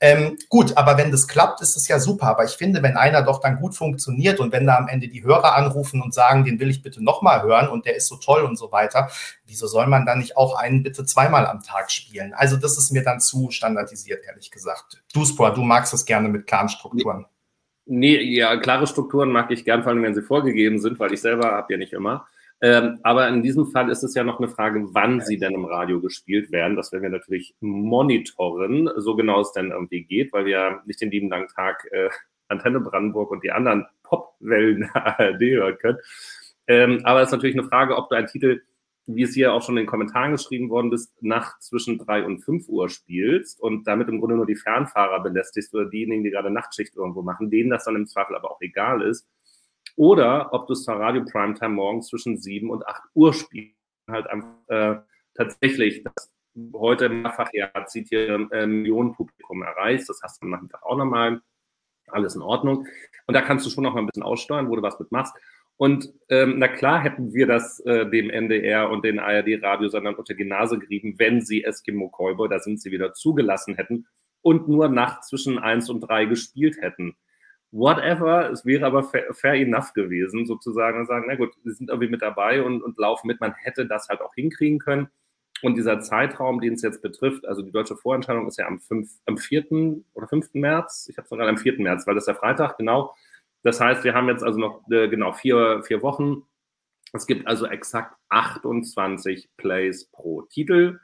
Gut, aber wenn das klappt, ist es ja super, aber ich finde, wenn einer doch dann gut funktioniert und wenn da am Ende die Hörer anrufen und sagen, den will ich bitte nochmal hören und der ist so toll und so weiter, wieso soll man dann nicht auch einen bitte zweimal am Tag spielen? Also das ist mir dann zu standardisiert, ehrlich gesagt. Du magst es gerne mit klaren Strukturen. Nee, ja, klare Strukturen mag ich gern, vor allem wenn sie vorgegeben sind, weil ich selber habe ja nicht immer. Aber in diesem Fall ist es ja noch eine Frage, wann sie denn im Radio gespielt werden. Das werden wir natürlich monitoren, so genau es denn irgendwie geht, weil wir ja nicht den lieben langen Tag Antenne Brandenburg und die anderen Popwellen der ARD hören können. Aber es ist natürlich eine Frage, ob du einen Titel, wie es hier auch schon in den Kommentaren geschrieben worden ist, nachts zwischen 3 und 5 Uhr spielst und damit im Grunde nur die Fernfahrer belästigst oder diejenigen, die gerade Nachtschicht irgendwo machen, denen das dann im Zweifel aber auch egal ist. Oder ob du es zur Radio Primetime morgens zwischen 7 und 8 Uhr spielst. Halt einfach tatsächlich das heute mehrfach zieht hier Millionenpublikum erreicht. Das hast du am Nachmittag auch nochmal. Alles in Ordnung. Und da kannst du schon noch mal ein bisschen aussteuern, wo du was mit machst. Und na klar hätten wir das dem NDR und den ARD-Radiosendern unter die Nase gerieben, wenn sie Eskimo Callboy, da sind sie wieder, zugelassen hätten und nur nachts zwischen 1 und 3 gespielt hätten. Whatever, es wäre aber fair enough gewesen, sozusagen, und sagen, na gut, wir sind irgendwie mit dabei und laufen mit. Man hätte das halt auch hinkriegen können. Und dieser Zeitraum, den es jetzt betrifft, also die deutsche Vorentscheidung ist ja am 4. oder 5. März, ich habe es noch gerade am 4. März, weil das ist der Freitag, genau. Das heißt, wir haben jetzt also noch genau 4 Wochen. Es gibt also exakt 28 Plays pro Titel.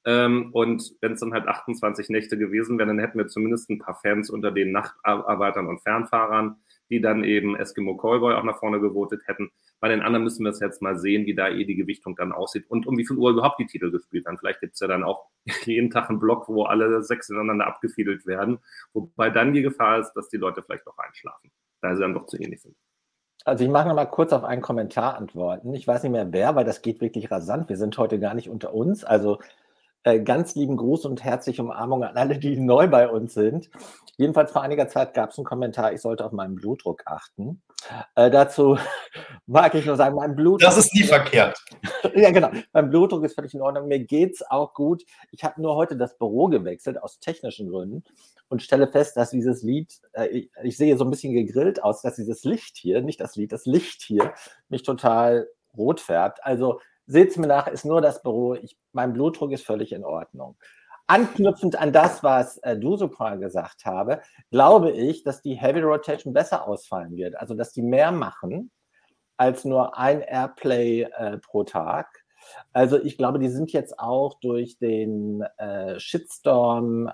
Und wenn es dann halt 28 Nächte gewesen wären, dann hätten wir zumindest ein paar Fans unter den Nachtarbeitern und Fernfahrern, die dann eben Eskimo Callboy auch nach vorne gewotet hätten. Bei den anderen müssen wir es jetzt mal sehen, wie da die Gewichtung dann aussieht und um wie viel Uhr überhaupt die Titel gespielt werden. Vielleicht gibt es ja dann auch jeden Tag einen Block, wo alle 6 ineinander abgefiedelt werden, wobei dann die Gefahr ist, dass die Leute vielleicht auch einschlafen, da sie dann doch zu ähnlich sind. Also ich mache noch mal kurz auf einen Kommentar antworten. Ich weiß nicht mehr wer, weil das geht wirklich rasant. Wir sind heute gar nicht unter uns. Also ganz lieben Gruß und herzliche Umarmung an alle, die neu bei uns sind. Jedenfalls vor einiger Zeit gab es einen Kommentar, ich sollte auf meinen Blutdruck achten. Dazu mag ich nur sagen, mein Blutdruck... Das ist nie verkehrt. Ja, genau. Mein Blutdruck ist völlig in Ordnung. Mir geht's auch gut. Ich habe nur heute das Büro gewechselt, aus technischen Gründen, und stelle fest, dass dieses Lied, ich sehe so ein bisschen gegrillt aus, dass dieses Licht hier, nicht das Lied, das Licht hier, mich total rot färbt. Also seht es mir nach, ist nur das Büro. Mein Blutdruck ist völlig in Ordnung. Anknüpfend an das, was du so vorher gesagt habe, glaube ich, dass die Heavy Rotation besser ausfallen wird. Also, dass die mehr machen als nur ein Airplay pro Tag. Also, ich glaube, die sind jetzt auch durch den Shitstorm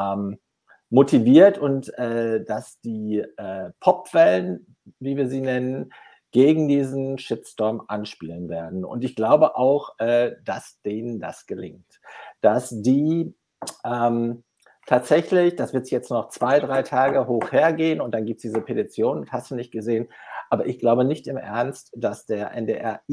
motiviert und dass die Popwellen, wie wir sie nennen, gegen diesen Shitstorm anspielen werden. Und ich glaube auch, dass denen das gelingt. Dass die tatsächlich, das wird jetzt noch 2-3 Tage hoch hergehen und dann gibt es diese Petition, das hast du nicht gesehen, aber ich glaube nicht im Ernst, dass der NDR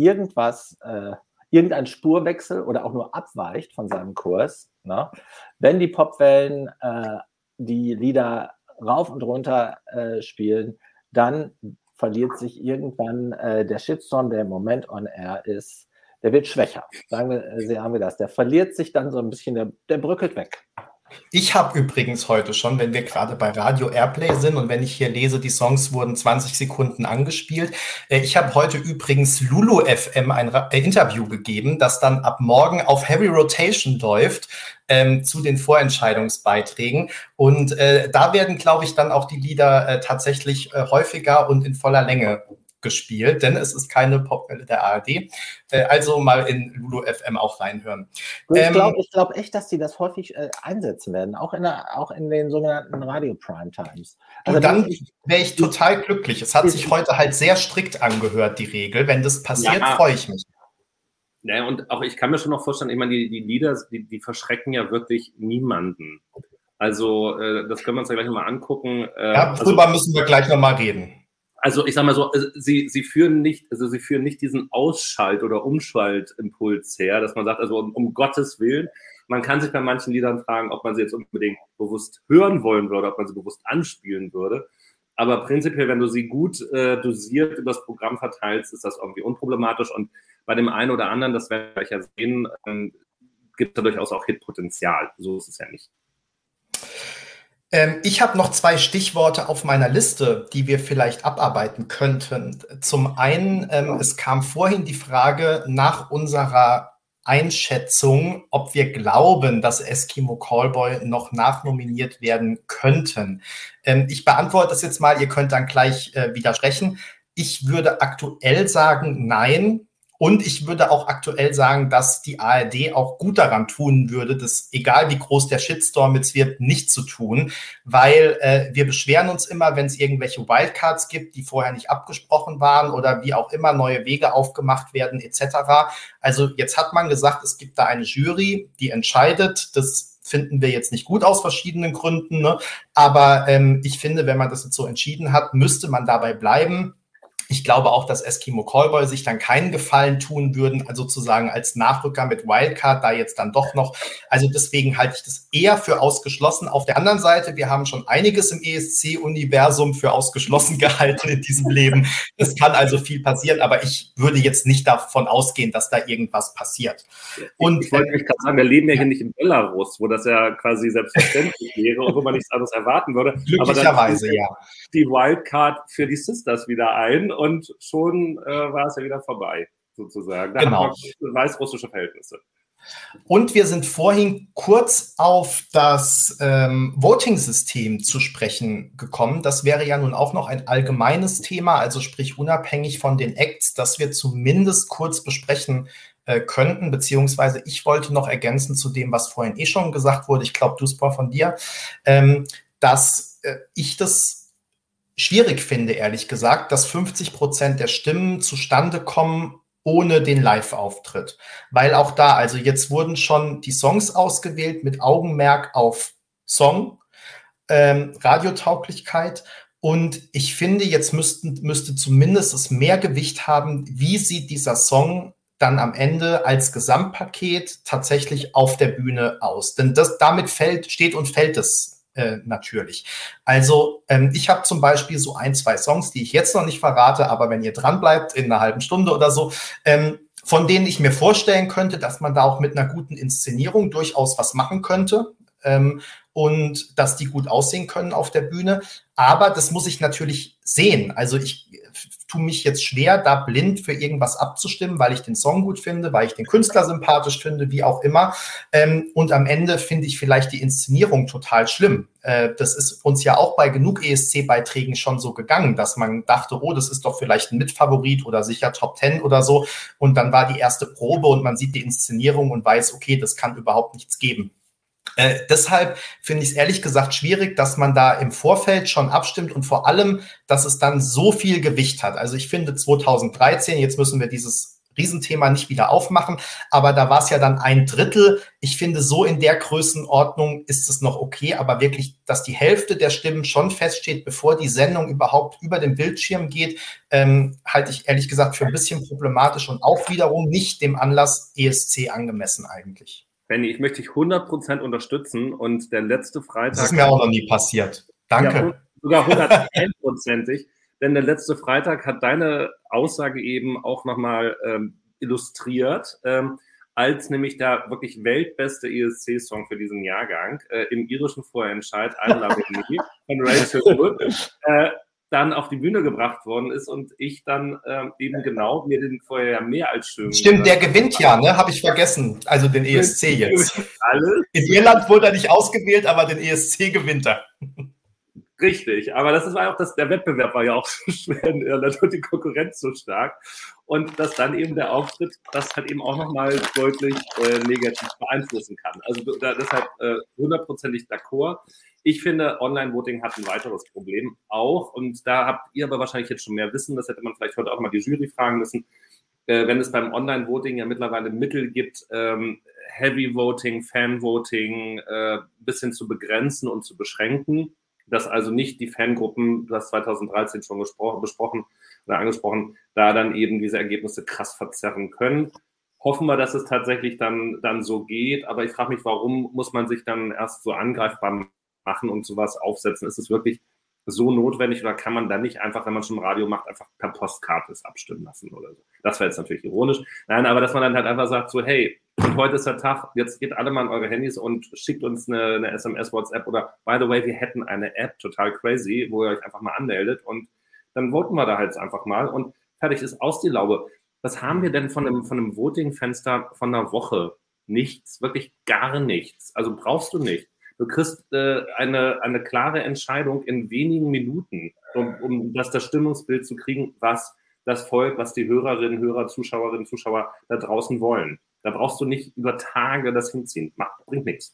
irgendein Spurwechsel oder auch nur abweicht von seinem Kurs. Ne? Wenn die Popwellen die Lieder rauf und runter spielen, dann verliert sich irgendwann der Shitstorm, der im Moment on air ist, der wird schwächer. Sagen wir das. Der verliert sich dann so ein bisschen, der bröckelt weg. Ich habe übrigens heute schon, wenn wir gerade bei Radio Airplay sind und wenn ich hier lese, die Songs wurden 20 Sekunden angespielt. Ich habe heute übrigens Lulu FM ein Interview gegeben, das dann ab morgen auf Heavy Rotation läuft, zu den Vorentscheidungsbeiträgen. Und da werden, glaube ich, dann auch die Lieder tatsächlich häufiger und in voller Länge gespielt, denn es ist keine Popwelle der ARD. Also mal in Lulu FM auch reinhören. Ich glaube echt, dass die das häufig einsetzen werden, auch in den sogenannten Radio Prime Times. Also und dann wäre ich total glücklich. Es hat sich heute halt sehr strikt angehört, die Regel. Wenn das passiert, freue ich mich. Ja, und auch ich kann mir schon noch vorstellen, ich meine, die Lieder, die verschrecken ja wirklich niemanden. Also das können wir uns ja gleich mal angucken. Ja, darüber müssen wir gleich nochmal reden. Also ich sag mal so, sie führen nicht diesen Ausschalt- oder Umschaltimpuls her, dass man sagt, also um Gottes Willen, man kann sich bei manchen Liedern fragen, ob man sie jetzt unbedingt bewusst hören wollen würde, ob man sie bewusst anspielen würde. Aber prinzipiell, wenn du sie gut dosiert über das Programm verteilst, ist das irgendwie unproblematisch. Und bei dem einen oder anderen, das werden wir ja sehen, gibt es da durchaus auch Hitpotenzial. So ist es ja nicht. Ich habe noch 2 Stichworte auf meiner Liste, die wir vielleicht abarbeiten könnten. Zum einen, es kam vorhin die Frage nach unserer Einschätzung, ob wir glauben, dass Eskimo Callboy noch nachnominiert werden könnten. Ich beantworte das jetzt mal, ihr könnt dann gleich widersprechen. Ich würde aktuell sagen, nein. Und ich würde auch aktuell sagen, dass die ARD auch gut daran tun würde, das, egal wie groß der Shitstorm jetzt wird, nicht zu tun, weil wir beschweren uns immer, wenn es irgendwelche Wildcards gibt, die vorher nicht abgesprochen waren oder wie auch immer neue Wege aufgemacht werden etc. Also jetzt hat man gesagt, es gibt da eine Jury, die entscheidet. Das finden wir jetzt nicht gut aus verschiedenen Gründen, ne? Aber ich finde, wenn man das jetzt so entschieden hat, müsste man dabei bleiben. Ich glaube auch, dass Eskimo Callboy sich dann keinen Gefallen tun würden, also sozusagen als Nachrücker mit Wildcard, da jetzt dann doch noch. Also deswegen halte ich das eher für ausgeschlossen. Auf der anderen Seite, wir haben schon einiges im ESC-Universum für ausgeschlossen gehalten in diesem Leben. Es kann also viel passieren, aber ich würde jetzt nicht davon ausgehen, dass da irgendwas passiert. Und ich wollte mich gerade sagen, wir leben ja hier nicht in Belarus, wo das ja quasi selbstverständlich wäre und wo man nichts anderes erwarten würde. Glücklicherweise, aber dann ja. Die Wildcard für die Sisters wieder ein und schon war es ja wieder vorbei, sozusagen. Da genau. hat man weißrussische Verhältnisse. Und wir sind vorhin kurz auf das Voting-System zu sprechen gekommen. Das wäre ja nun auch noch ein allgemeines Thema, also sprich unabhängig von den Acts, das wir zumindest kurz besprechen könnten, beziehungsweise ich wollte noch ergänzen zu dem, was vorhin schon gesagt wurde, ich glaube, Duspor von dir, dass ich das schwierig finde, ehrlich gesagt, dass 50% der Stimmen zustande kommen ohne den Live-Auftritt. Weil auch da, also jetzt wurden schon die Songs ausgewählt mit Augenmerk auf Song, Radiotauglichkeit. Und ich finde, jetzt müsste zumindest es mehr Gewicht haben, wie sieht dieser Song dann am Ende als Gesamtpaket tatsächlich auf der Bühne aus. Denn damit steht und fällt es natürlich. Also ich habe zum Beispiel so 1, 2 Songs, die ich jetzt noch nicht verrate, aber wenn ihr dran bleibt in einer halben Stunde oder so, von denen ich mir vorstellen könnte, dass man da auch mit einer guten Inszenierung durchaus was machen könnte und dass die gut aussehen können auf der Bühne. Aber das muss ich natürlich sehen. Also ich tue mich jetzt schwer, da blind für irgendwas abzustimmen, weil ich den Song gut finde, weil ich den Künstler sympathisch finde, wie auch immer. Und am Ende finde ich vielleicht die Inszenierung total schlimm. Das ist uns ja auch bei genug ESC-Beiträgen schon so gegangen, dass man dachte, oh, das ist doch vielleicht ein Mitfavorit oder sicher Top 10 oder so. Und dann war die erste Probe und man sieht die Inszenierung und weiß, okay, das kann überhaupt nichts geben. Deshalb finde ich es ehrlich gesagt schwierig, dass man da im Vorfeld schon abstimmt und vor allem, dass es dann so viel Gewicht hat. Also ich finde 2013, jetzt müssen wir dieses Riesenthema nicht wieder aufmachen, aber da war es ja dann 1/3. Ich finde, so in der Größenordnung ist es noch okay, aber wirklich, dass die Hälfte der Stimmen schon feststeht, bevor die Sendung überhaupt über den Bildschirm geht, halte ich ehrlich gesagt für ein bisschen problematisch und auch wiederum nicht dem Anlass ESC angemessen eigentlich. Benni, ich möchte dich 100% unterstützen und der letzte Freitag... Das ist mir auch noch nie passiert. Danke. Ja, sogar 110%. Denn der letzte Freitag hat deine Aussage eben auch nochmal illustriert, als nämlich der wirklich weltbeste ESC-Song für diesen Jahrgang im irischen Vorentscheid I Love Me von Rachel Wood dann auf die Bühne gebracht worden ist und ich dann eben genau mir den vorher ja mehr als schön... Stimmt, der gewinnt ja, ne? Habe ich vergessen. Also den ESC jetzt. Alles. In Irland wurde er nicht ausgewählt, aber den ESC gewinnt er. Richtig, aber das war auch der Wettbewerb war ja auch so schwer in Irland und die Konkurrenz so stark. Und dass dann eben der Auftritt das halt eben auch nochmal deutlich negativ beeinflussen kann. Also deshalb 100%ig d'accord. Ich finde, Online-Voting hat ein weiteres Problem auch. Und da habt ihr aber wahrscheinlich jetzt schon mehr Wissen. Das hätte man vielleicht heute auch mal die Jury fragen müssen. Wenn es beim Online-Voting ja mittlerweile Mittel gibt, Heavy Voting, Fan-Voting ein bisschen zu begrenzen und zu beschränken, dass also nicht die Fangruppen, das 2013 schon besprochen oder angesprochen, da dann eben diese Ergebnisse krass verzerren können. Hoffen wir, dass es tatsächlich dann so geht. Aber ich frage mich, warum muss man sich dann erst so angreifbar machen und sowas aufsetzen? Ist es wirklich so notwendig oder kann man da nicht einfach, wenn man schon Radio macht, einfach per Postkarte abstimmen lassen oder so? Das wäre jetzt natürlich ironisch. Nein, aber dass man dann halt einfach sagt so, hey, heute ist der Tag, jetzt geht alle mal an eure Handys und schickt uns eine SMS, WhatsApp oder by the way, wir hätten eine App, total crazy, wo ihr euch einfach mal anmeldet und dann voten wir da halt einfach mal und fertig ist aus die Laube. Was haben wir denn von einem Voting-Fenster von einer Woche? Nichts, wirklich gar nichts. Also brauchst du nicht. Du kriegst eine klare Entscheidung in wenigen Minuten, um das Stimmungsbild zu kriegen, was das Volk, was die Hörerinnen, Hörer, Zuschauerinnen, Zuschauer da draußen wollen. Da brauchst du nicht über Tage das hinziehen. Bringt nichts.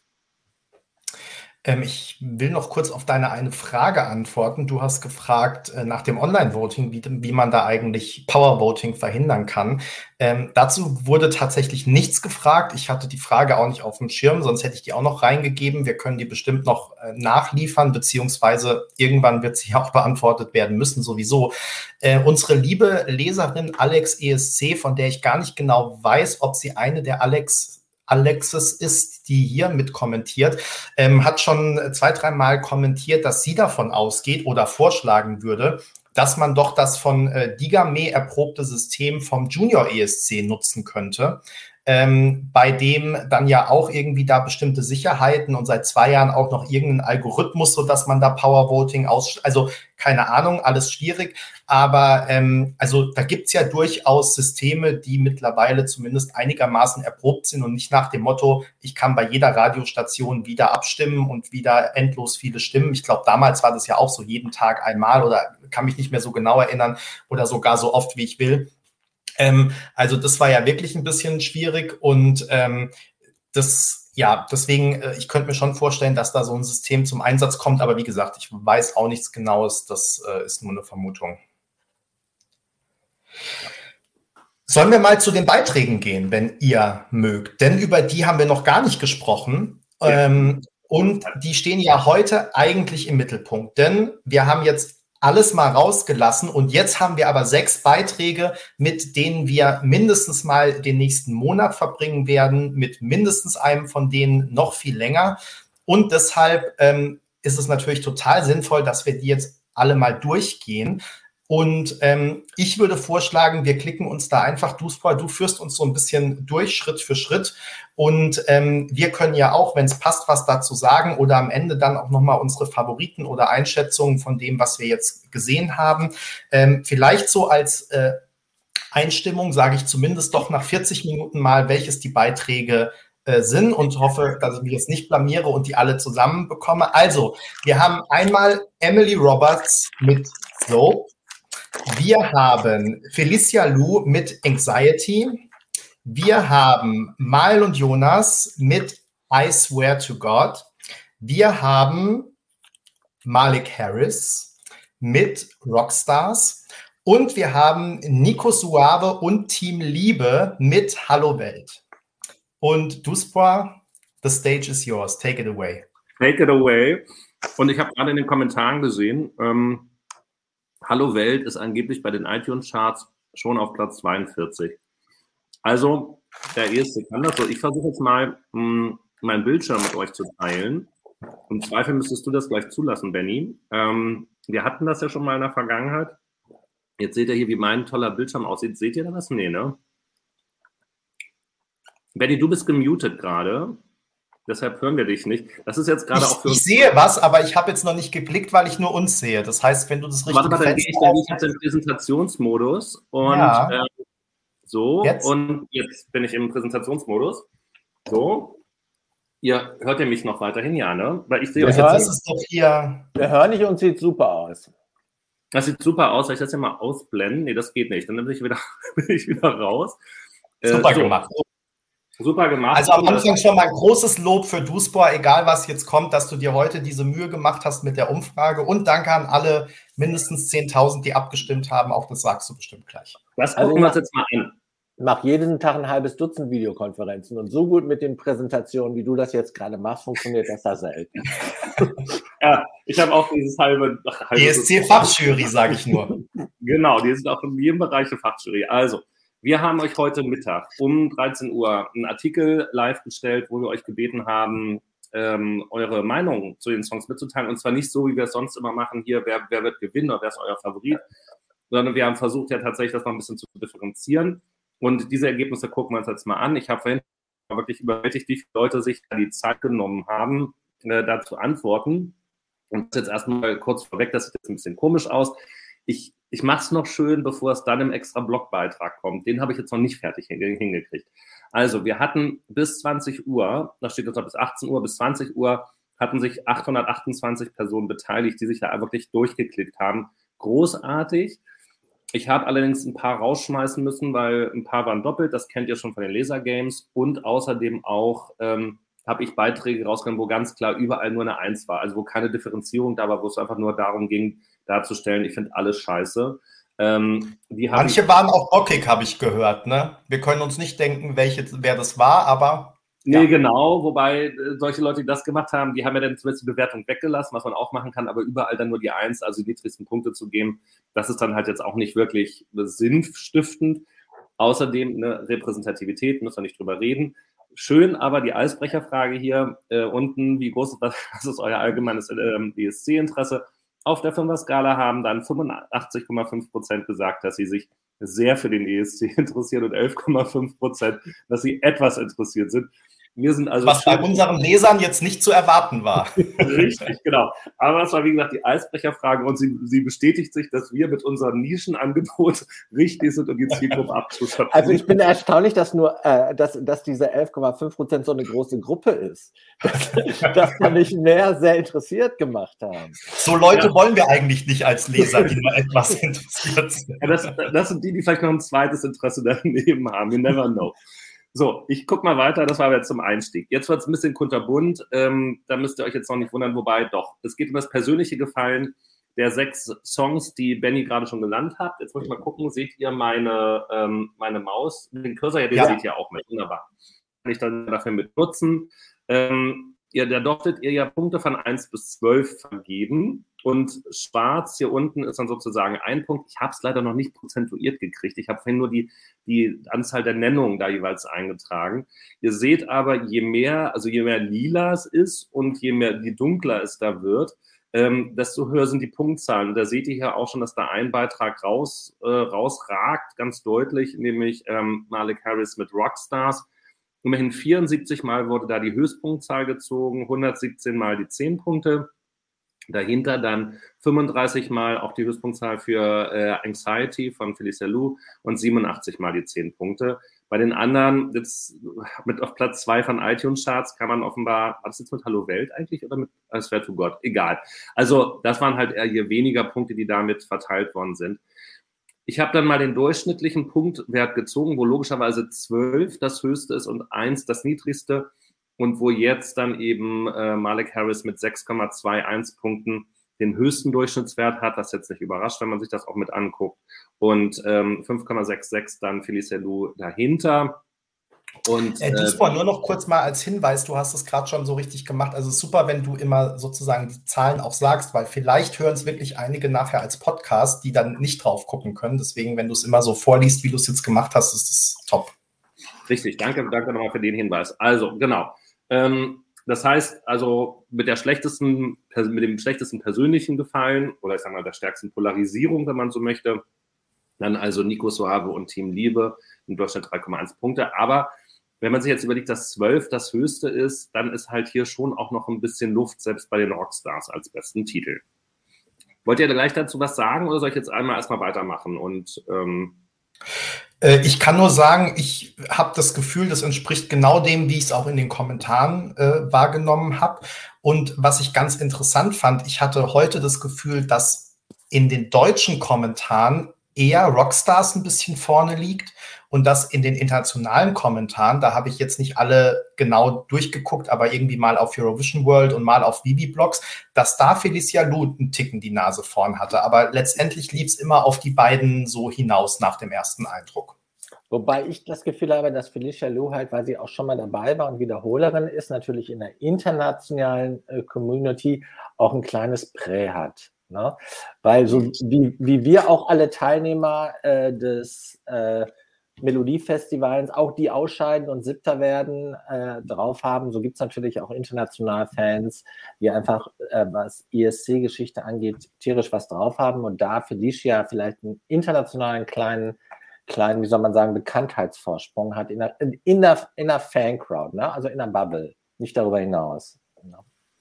Ich will noch kurz auf deine eine Frage antworten. Du hast gefragt nach dem Online-Voting, wie man da eigentlich Power-Voting verhindern kann. Dazu wurde tatsächlich nichts gefragt. Ich hatte die Frage auch nicht auf dem Schirm, sonst hätte ich die auch noch reingegeben. Wir können die bestimmt noch nachliefern, beziehungsweise irgendwann wird sie auch beantwortet werden müssen, sowieso. Unsere liebe Leserin Alex ESC, von der ich gar nicht genau weiß, ob sie eine der Alexis ist, die hier mit kommentiert, hat schon 2, 3 Mal kommentiert, dass sie davon ausgeht oder vorschlagen würde, dass man doch das von Digame erprobte System vom Junior ESC nutzen könnte. bei dem dann ja auch irgendwie da bestimmte Sicherheiten und seit 2 Jahren auch noch irgendein Algorithmus, sodass man da Powervoting also keine Ahnung, alles schwierig. Aber also da gibt's ja durchaus Systeme, die mittlerweile zumindest einigermaßen erprobt sind und nicht nach dem Motto, ich kann bei jeder Radiostation wieder abstimmen und wieder endlos viele Stimmen. Ich glaube, damals war das ja auch so jeden Tag einmal oder kann mich nicht mehr so genau erinnern oder sogar so oft, wie ich will. Also das war ja wirklich ein bisschen schwierig und deswegen, ich könnte mir schon vorstellen, dass da so ein System zum Einsatz kommt, aber wie gesagt, ich weiß auch nichts Genaues, das ist nur eine Vermutung. Sollen wir mal zu den Beiträgen gehen, wenn ihr mögt? Denn über die haben wir noch gar nicht gesprochen. Ja. Und die stehen ja heute eigentlich im Mittelpunkt. Denn wir haben jetzt alles mal rausgelassen und jetzt haben wir aber 6 Beiträge, mit denen wir mindestens mal den nächsten Monat verbringen werden, mit mindestens einem von denen noch viel länger. Und deshalb ist es natürlich total sinnvoll, dass wir die jetzt alle mal durchgehen. Und ich würde vorschlagen, wir klicken uns da einfach, du führst uns so ein bisschen durch, Schritt für Schritt. Und wir können ja auch, wenn es passt, was dazu sagen oder am Ende dann auch nochmal unsere Favoriten oder Einschätzungen von dem, was wir jetzt gesehen haben. Vielleicht so als Einstimmung sage ich zumindest doch nach 40 Minuten mal, welches die Beiträge sind und hoffe, dass ich mich jetzt nicht blamiere und die alle zusammen bekomme. Also, wir haben einmal Emily Roberts mit Slope. Wir haben Felicia Lu mit Anxiety. Wir haben Mal und Jonas mit I Swear to God. Wir haben Malik Harris mit Rockstars. Und wir haben Nico Suave und Team Liebe mit Hallo Welt. Und Duspra, the stage is yours. Take it away. Take it away. Und ich habe gerade in den Kommentaren gesehen, Hallo Welt ist angeblich bei den iTunes-Charts schon auf Platz 42. Also, der erste kann das so. Ich versuche jetzt mal, meinen Bildschirm mit euch zu teilen. Im Zweifel müsstest du das gleich zulassen, Benny. Wir hatten das ja schon mal in der Vergangenheit. Jetzt seht ihr hier, wie mein toller Bildschirm aussieht. Seht ihr das? Nee, ne? Benny, du bist gemutet gerade. Deshalb hören wir dich nicht. Das ist jetzt gerade auch für uns. Ich sehe was, aber ich habe jetzt noch nicht geklickt, weil ich nur uns sehe. Das heißt, wenn du das richtig dann gehe ich jetzt im Präsentationsmodus und ja. So. Jetzt? Und jetzt bin ich im Präsentationsmodus. So. Hört ihr mich noch weiterhin? Ja, ne? Weil ich sehe euch jetzt. Ist doch hier. Wir hören dich und sieht super aus. Das sieht super aus. Soll ich das hier mal ausblenden? Nee, das geht nicht. Dann bin ich wieder raus. Super gemacht. Super gemacht. Also am Anfang schon mal ein großes Lob für Duspor, egal was jetzt kommt, dass du dir heute diese Mühe gemacht hast mit der Umfrage. Und danke an alle mindestens 10.000, die abgestimmt haben. Auch das sagst du bestimmt gleich. Das gucken wir uns jetzt mal an. Ich mache jeden Tag ein halbes Dutzend Videokonferenzen. Und so gut mit den Präsentationen, wie du das jetzt gerade machst, funktioniert das da selten. Ja, ich habe auch dieses halbe ESC-Fachjury, sage ich nur. Genau, die sind auch in jedem Bereich eine Fachjury. Also, wir haben euch heute Mittag um 13 Uhr einen Artikel live gestellt, wo wir euch gebeten haben, eure Meinung zu den Songs mitzuteilen. Und zwar nicht so, wie wir es sonst immer machen, hier, wer wird gewinnen oder wer ist euer Favorit, sondern wir haben versucht, ja tatsächlich das noch ein bisschen zu differenzieren. Und diese Ergebnisse gucken wir uns jetzt mal an. Ich habe vorhin wirklich überwältigt, wie viele Leute sich da die Zeit genommen haben, da zu antworten. Und das jetzt erstmal kurz vorweg, das sieht jetzt ein bisschen komisch aus. Ich mache es noch schön, bevor es dann im extra Blogbeitrag kommt. Den habe ich jetzt noch nicht fertig hingekriegt. Also, wir hatten bis 20 Uhr, da steht jetzt noch bis 18 Uhr, bis 20 Uhr hatten sich 828 Personen beteiligt, die sich da wirklich durchgeklickt haben. Großartig. Ich habe allerdings ein paar rausschmeißen müssen, weil ein paar waren doppelt. Das kennt ihr schon von den Laser-Games. Und außerdem auch habe ich Beiträge rausgenommen, wo ganz klar überall nur eine 1 war. Also wo keine Differenzierung da war, wo es einfach nur darum ging, darzustellen, ich finde alles scheiße. Manche waren auch bockig, habe ich gehört. Ne? Wir können uns nicht denken, wer das war, aber... Nee, ja. Genau, wobei solche Leute, die das gemacht haben, die haben ja dann zumindest die Bewertung weggelassen, was man auch machen kann, aber überall dann nur die 1, also die niedrigsten Punkte zu geben, das ist dann halt jetzt auch nicht wirklich sinnstiftend. Außerdem eine Repräsentativität, müssen wir nicht drüber reden. Schön, aber die Eisbrecherfrage hier unten, wie groß ist was ist euer allgemeines ESC-Interesse? Auf der 5er-Skala haben dann 85,5% gesagt, dass sie sich sehr für den ESC interessiert und 11,5%, dass sie etwas interessiert sind. Wir sind also was bei unseren Lesern jetzt nicht zu erwarten war. Richtig, genau. Aber es war, wie gesagt, die Eisbrecherfrage und sie bestätigt sich, dass wir mit unserem Nischenangebot richtig sind, um die Zielgruppe abzuschöpfen. Also ich bin erstaunlich, dass diese 11,5% so eine große Gruppe ist. Dass da nicht mehr sehr interessiert gemacht haben. So Leute wollen wir eigentlich nicht als Leser, die nur etwas interessiert sind. Ja, das sind die vielleicht noch ein zweites Interesse daneben haben. You never know. So, ich gucke mal weiter, das war aber jetzt zum Einstieg. Jetzt wird es ein bisschen kunterbunt, da müsst ihr euch jetzt noch nicht wundern, wobei doch. Es geht um das persönliche Gefallen der 6 Songs, die Benny gerade schon genannt hat. Jetzt muss ich mal gucken, seht ihr meine Maus? Den Cursor, ja, den seht ihr auch mit, wunderbar. Kann ich dann dafür mit nutzen. Da durftet ihr ja Punkte von 1 bis 12 vergeben. Und schwarz hier unten ist dann sozusagen ein Punkt. Ich habe es leider noch nicht prozentuiert gekriegt. Ich habe vorhin nur die Anzahl der Nennungen da jeweils eingetragen. Ihr seht aber, je mehr lila es ist und je dunkler es da wird, desto höher sind die Punktzahlen. Und da seht ihr hier auch schon, dass da ein Beitrag rausragt, ganz deutlich, nämlich Malik Harris mit Rockstars. Immerhin 74 Mal wurde da die Höchstpunktzahl gezogen, 117 Mal die 10 Punkte. Dahinter dann 35 Mal auch die Höchstpunktzahl für Anxiety von Felicia Lou und 87 Mal die 10 Punkte. Bei den anderen, jetzt mit auf Platz 2 von iTunes-Charts kann man offenbar, war das jetzt mit Hallo Welt eigentlich oder mit I Swear to God? Egal. Also das waren halt eher hier weniger Punkte, die damit verteilt worden sind. Ich habe dann mal den durchschnittlichen Punktwert gezogen, wo logischerweise 12 das höchste ist und 1 das niedrigste. Und wo jetzt dann eben Malik Harris mit 6,21 Punkten den höchsten Durchschnittswert hat, was jetzt nicht überrascht, wenn man sich das auch mit anguckt. Und 5,66 dann Felicia Lou dahinter. Und diesmal nur noch kurz mal als Hinweis, du hast es gerade schon so richtig gemacht. Also super, wenn du immer sozusagen die Zahlen auch sagst, weil vielleicht hören es wirklich einige nachher als Podcast, die dann nicht drauf gucken können. Deswegen, wenn du es immer so vorliest, wie du es jetzt gemacht hast, ist es top. Richtig, danke nochmal für den Hinweis. Also, genau. Das heißt, also mit dem schlechtesten persönlichen Gefallen oder ich sage mal der stärksten Polarisierung, wenn man so möchte, dann also Nico Suave und Team Liebe im Durchschnitt 3,1 Punkte. Aber wenn man sich jetzt überlegt, dass 12 das höchste ist, dann ist halt hier schon auch noch ein bisschen Luft, selbst bei den Rockstars als besten Titel. Wollt ihr gleich dazu was sagen oder soll ich jetzt erstmal weitermachen? Und ich kann nur sagen, ich habe das Gefühl, das entspricht genau dem, wie ich es auch in den Kommentaren wahrgenommen habe. Und was ich ganz interessant fand, ich hatte heute das Gefühl, dass in den deutschen Kommentaren eher Rockstars ein bisschen vorne liegt und dass in den internationalen Kommentaren, da habe ich jetzt nicht alle genau durchgeguckt, aber irgendwie mal auf Eurovision World und mal auf Vivi-Blogs, dass da Felicia Lou einen Ticken die Nase vorn hatte. Aber letztendlich lief es immer auf die beiden so hinaus nach dem ersten Eindruck. Wobei ich das Gefühl habe, dass Felicia Lou halt, weil sie auch schon mal dabei war und Wiederholerin ist, natürlich in der internationalen Community auch ein kleines Prä hat. Ne? Weil so wie wir auch alle Teilnehmer des Melodiefestivals, auch die ausscheiden und Siebter werden, drauf haben, so gibt es natürlich auch international Fans, die einfach, was ESC-Geschichte angeht, tierisch was drauf haben und da Felicia vielleicht einen internationalen kleinen, wie soll man sagen, Bekanntheitsvorsprung hat in der Fancrowd, ne? Also in der Bubble, nicht darüber hinaus. Ne?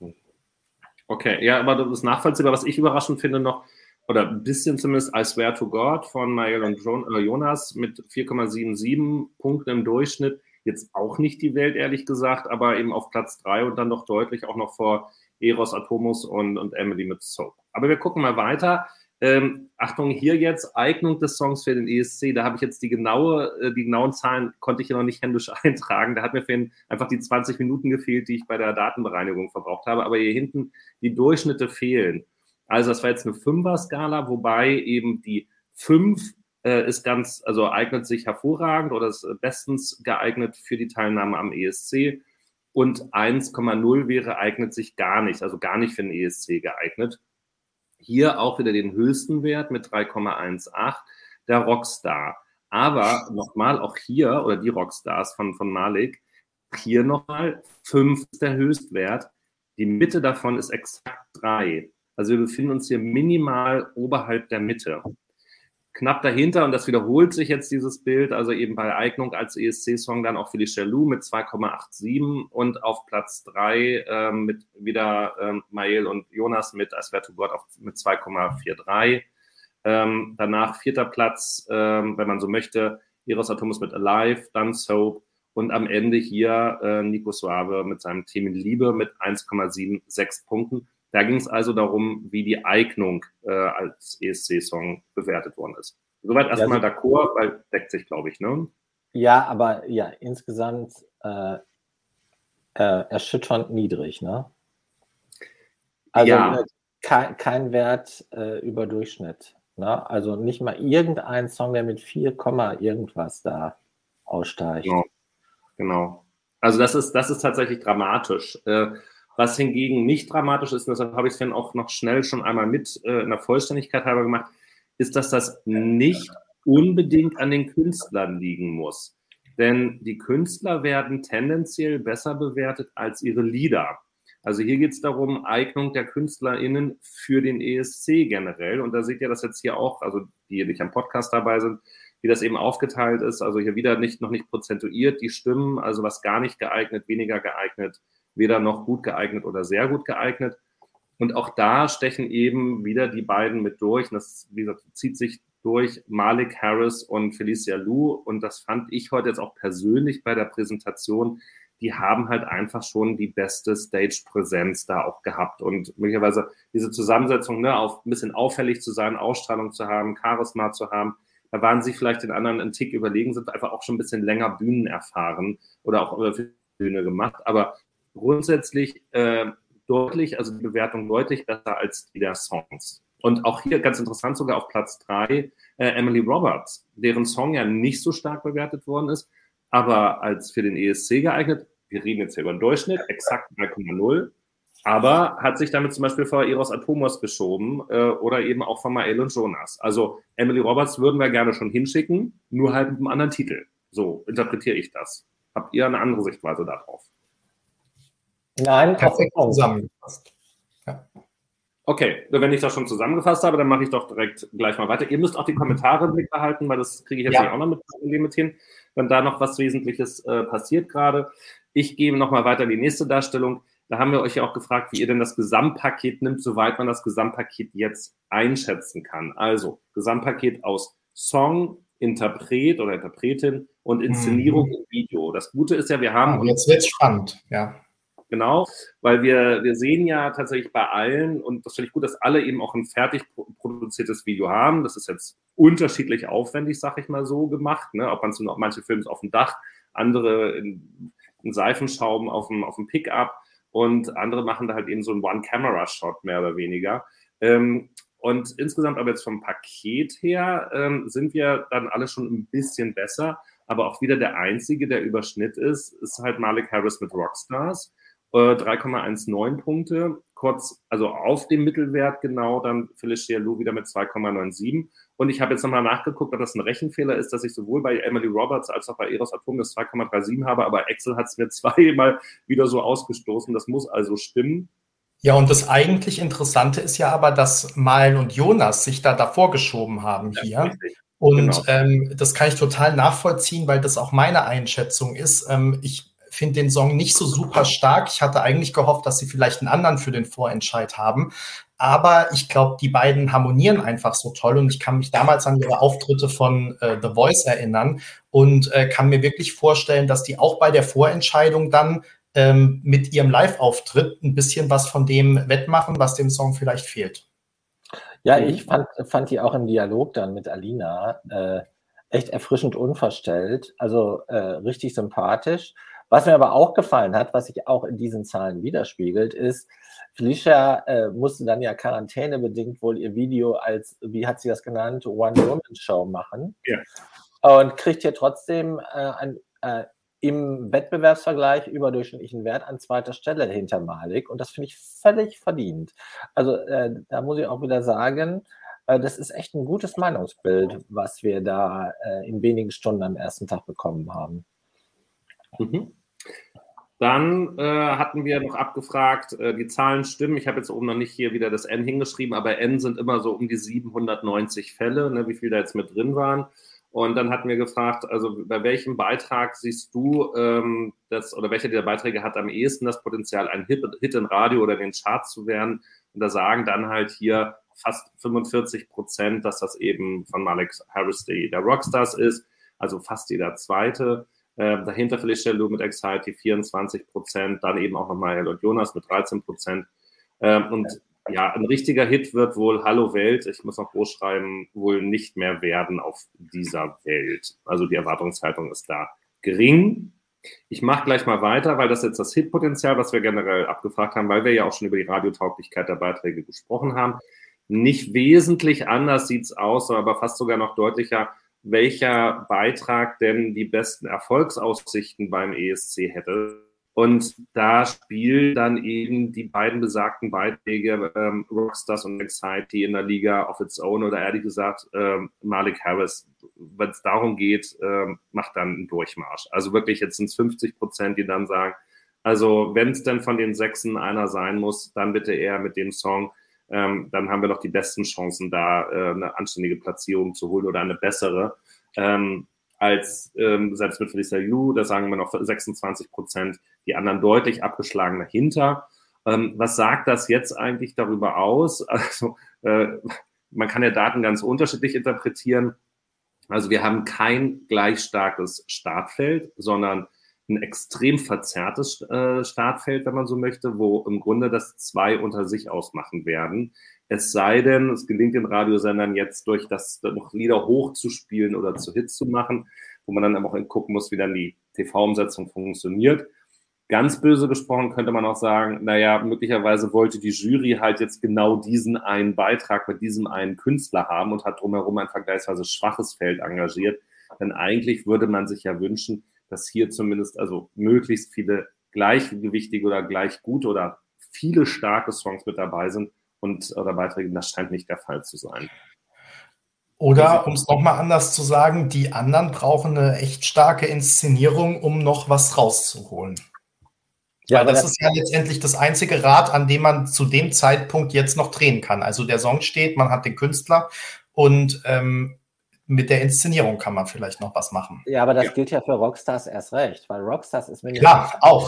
Okay, ja, aber das ist nachvollziehbar. Was ich überraschend finde noch, oder ein bisschen zumindest, I Swear to God von Mael und Jonas mit 4,77 Punkten im Durchschnitt. Jetzt auch nicht die Welt, ehrlich gesagt, aber eben auf Platz 3 und dann noch deutlich auch noch vor Eros Atomos und Emily mit Soap. Aber wir gucken mal weiter. Achtung, hier jetzt Eignung des Songs für den ESC. Da habe ich jetzt die genauen Zahlen, konnte ich hier noch nicht händisch eintragen. Da hat mir vorhin einfach die 20 Minuten gefehlt, die ich bei der Datenbereinigung verbraucht habe. Aber hier hinten die Durchschnitte fehlen. Also das war jetzt eine 5er-Skala, wobei eben die 5 eignet sich hervorragend oder ist bestens geeignet für die Teilnahme am ESC. Und 1,0 eignet sich gar nicht, also gar nicht für den ESC geeignet. Hier auch wieder den höchsten Wert mit 3,18, der Rockstar. Aber nochmal auch hier, oder die Rockstars von Malik, hier nochmal 5 ist der Höchstwert. Die Mitte davon ist exakt 3. Also wir befinden uns hier minimal oberhalb der Mitte. Knapp dahinter, und das wiederholt sich jetzt dieses Bild, also eben bei Eignung als ESC-Song dann auch Felicia Lou mit 2,87 und auf Platz 3 mit wieder Mael und Jonas mit I Swear to God mit 2,43. Danach 4. Platz, wenn man so möchte, Eros Atomus mit Alive, dann Soap und am Ende hier Nico Suave mit seinem Themen Liebe mit 1,76 Punkten. Da ging es also darum, wie die Eignung als ESC-Song bewertet worden ist. Soweit erstmal d'accord, weil deckt sich, glaube ich, ne? Ja, aber ja, insgesamt erschütternd niedrig, ne? Also ja. Kein Wert über Durchschnitt. Ne? Also nicht mal irgendein Song, der mit 4, irgendwas da aussteigt. Genau. Also das ist tatsächlich dramatisch. Was hingegen nicht dramatisch ist, und deshalb habe ich es dann auch noch schnell schon einmal mit in der Vollständigkeit halber gemacht, ist, dass das nicht unbedingt an den Künstlern liegen muss. Denn die Künstler werden tendenziell besser bewertet als ihre Lieder. Also hier geht es darum, Eignung der KünstlerInnen für den ESC generell. Und da seht ihr das jetzt hier auch, also die nicht am Podcast dabei sind, wie das eben aufgeteilt ist. Also hier wieder noch nicht prozentuiert die Stimmen, also was gar nicht geeignet, weniger geeignet, weder noch gut geeignet oder sehr gut geeignet. Und auch da stechen eben wieder die beiden mit durch. Und das, wie gesagt, zieht sich durch Malik Harris und Felicia Lou. Und das fand ich heute jetzt auch persönlich bei der Präsentation. Die haben halt einfach schon die beste Stage-Präsenz da auch gehabt. Und möglicherweise diese Zusammensetzung, ne, auf ein bisschen auffällig zu sein, Ausstrahlung zu haben, Charisma zu haben, da waren sie vielleicht den anderen einen Tick überlegen, sind einfach auch schon ein bisschen länger Bühnen erfahren oder auch über Bühne gemacht. Aber grundsätzlich deutlich, also die Bewertung deutlich besser als die der Songs. Und auch hier ganz interessant, sogar auf Platz 3, Emily Roberts, deren Song ja nicht so stark bewertet worden ist, aber als für den ESC geeignet. Wir reden jetzt hier über den Durchschnitt, exakt 3,0, aber hat sich damit zum Beispiel vor Eros Atomos geschoben oder eben auch von Mael und Jonas. Also Emily Roberts würden wir gerne schon hinschicken, nur halt mit einem anderen Titel. So interpretiere ich das. Habt ihr eine andere Sichtweise darauf? Nein, perfekt zusammengefasst. Ja. Okay, wenn ich das schon zusammengefasst habe, dann mache ich doch direkt gleich mal weiter. Ihr müsst auch die Kommentare im Blick behalten, weil das kriege ich jetzt nicht auch noch mit hin, wenn da noch was Wesentliches passiert gerade. Ich gebe nochmal weiter in die nächste Darstellung. Da haben wir euch ja auch gefragt, wie ihr denn das Gesamtpaket nimmt, soweit man das Gesamtpaket jetzt einschätzen kann. Also Gesamtpaket aus Song, Interpret oder Interpretin und Inszenierung im Video. Das Gute ist ja, wir haben... jetzt wird es spannend, ja. Genau, weil wir sehen ja tatsächlich bei allen, und das finde ich gut, dass alle eben auch ein fertig produziertes Video haben. Das ist jetzt unterschiedlich aufwendig, sag ich mal so, gemacht. Ne? Ob man es noch manche Filme auf dem Dach, andere in Seifenschrauben auf dem Pickup und andere machen da halt eben so einen One-Camera-Shot mehr oder weniger. Und insgesamt aber jetzt vom Paket her sind wir dann alle schon ein bisschen besser. Aber auch wieder der Einzige, der Überschnitt ist halt Malik Harris mit Rockstars. 3,19 Punkte, kurz, also auf dem Mittelwert genau, dann Felicia Lou wieder mit 2,97. Und ich habe jetzt nochmal nachgeguckt, ob das ein Rechenfehler ist, dass ich sowohl bei Emily Roberts als auch bei Eros Atomus 2,37 habe, aber Excel hat es mir zweimal wieder so ausgestoßen. Das muss also stimmen. Ja, und das eigentlich Interessante ist ja aber, dass Mael und Jonas sich da davor geschoben haben hier. Richtig. Und genau. Das kann ich total nachvollziehen, weil das auch meine Einschätzung ist. Ich finde den Song nicht so super stark. Ich hatte eigentlich gehofft, dass sie vielleicht einen anderen für den Vorentscheid haben. Aber ich glaube, die beiden harmonieren einfach so toll. Und ich kann mich damals an ihre Auftritte von The Voice erinnern und kann mir wirklich vorstellen, dass die auch bei der Vorentscheidung dann mit ihrem Live-Auftritt ein bisschen was von dem wettmachen, was dem Song vielleicht fehlt. Ja, ich fand die auch im Dialog dann mit Alina echt erfrischend unverstellt, also richtig sympathisch. Was mir aber auch gefallen hat, was sich auch in diesen Zahlen widerspiegelt, ist, Felicia musste dann ja quarantänebedingt wohl ihr Video als, wie hat sie das genannt, One-Woman-Show machen. Ja. Und kriegt hier trotzdem im Wettbewerbsvergleich überdurchschnittlichen Wert an zweiter Stelle hinter Malik. Und das finde ich völlig verdient. Also da muss ich auch wieder sagen, das ist echt ein gutes Meinungsbild, was wir da in wenigen Stunden am ersten Tag bekommen haben. Mhm. Dann hatten wir noch abgefragt, die Zahlen stimmen. Ich habe jetzt oben noch nicht hier wieder das N hingeschrieben, aber N sind immer so um die 790 Fälle, ne, wie viel da jetzt mit drin waren. Und dann hatten wir gefragt, also bei welchem Beitrag siehst du oder welcher dieser Beiträge hat am ehesten das Potenzial, ein Hit im Radio oder in den Charts zu werden? Und da sagen dann halt hier fast 45%, dass das eben von Malik Harris der Rockstars ist, also fast jeder Zweite. Dahinter Felicia Lou mit Excite 24%, dann eben auch nochmal Elliot Jonas mit 13%. Und ja, ein richtiger Hit wird wohl Hallo Welt, ich muss noch groß schreiben, wohl nicht mehr werden auf dieser Welt. Also die Erwartungshaltung ist da gering. Ich mache gleich mal weiter, weil das jetzt das Hitpotenzial, was wir generell abgefragt haben, weil wir ja auch schon über die Radiotauglichkeit der Beiträge gesprochen haben, nicht wesentlich anders sieht es aus, aber fast sogar noch deutlicher, welcher Beitrag denn die besten Erfolgsaussichten beim ESC hätte. Und da spielen dann eben die beiden besagten Beiträge Rockstars und Excite, die in der Liga of its own oder ehrlich gesagt Malik Harris, wenn es darum geht, macht dann einen Durchmarsch. Also wirklich jetzt sind es 50%, die dann sagen, also wenn es denn von den Sechsen einer sein muss, dann bitte eher mit dem Song. Dann haben wir doch die besten Chancen, da eine anständige Platzierung zu holen oder eine bessere, als selbst mit Felicia Lou, da sagen wir noch 26%, die anderen deutlich abgeschlagen dahinter. Was sagt das jetzt eigentlich darüber aus? Also man kann ja Daten ganz unterschiedlich interpretieren. Also wir haben kein gleich starkes Startfeld, sondern ein extrem verzerrtes Startfeld, wenn man so möchte, wo im Grunde das zwei unter sich ausmachen werden. Es sei denn, es gelingt den Radiosendern jetzt durch das noch Lieder hochzuspielen oder zu Hits zu machen, wo man dann auch gucken muss, wie dann die TV-Umsetzung funktioniert. Ganz böse gesprochen könnte man auch sagen, naja, möglicherweise wollte die Jury halt jetzt genau diesen einen Beitrag mit diesem einen Künstler haben und hat drumherum ein vergleichsweise schwaches Feld engagiert. Denn eigentlich würde man sich ja wünschen, dass hier zumindest also möglichst viele gleichgewichtige oder gleich gute oder viele starke Songs mit dabei sind oder Beiträge. Das scheint nicht der Fall zu sein. Oder, um es nochmal anders zu sagen, die anderen brauchen eine echt starke Inszenierung, um noch was rauszuholen. Ja, weil das ist ja letztendlich das einzige Rad, an dem man zu dem Zeitpunkt jetzt noch drehen kann. Also der Song steht, man hat den Künstler und mit der Inszenierung kann man vielleicht noch was machen. Ja, aber das gilt ja für Rockstars erst recht, weil Rockstars ist wenigstens... Klar, auch.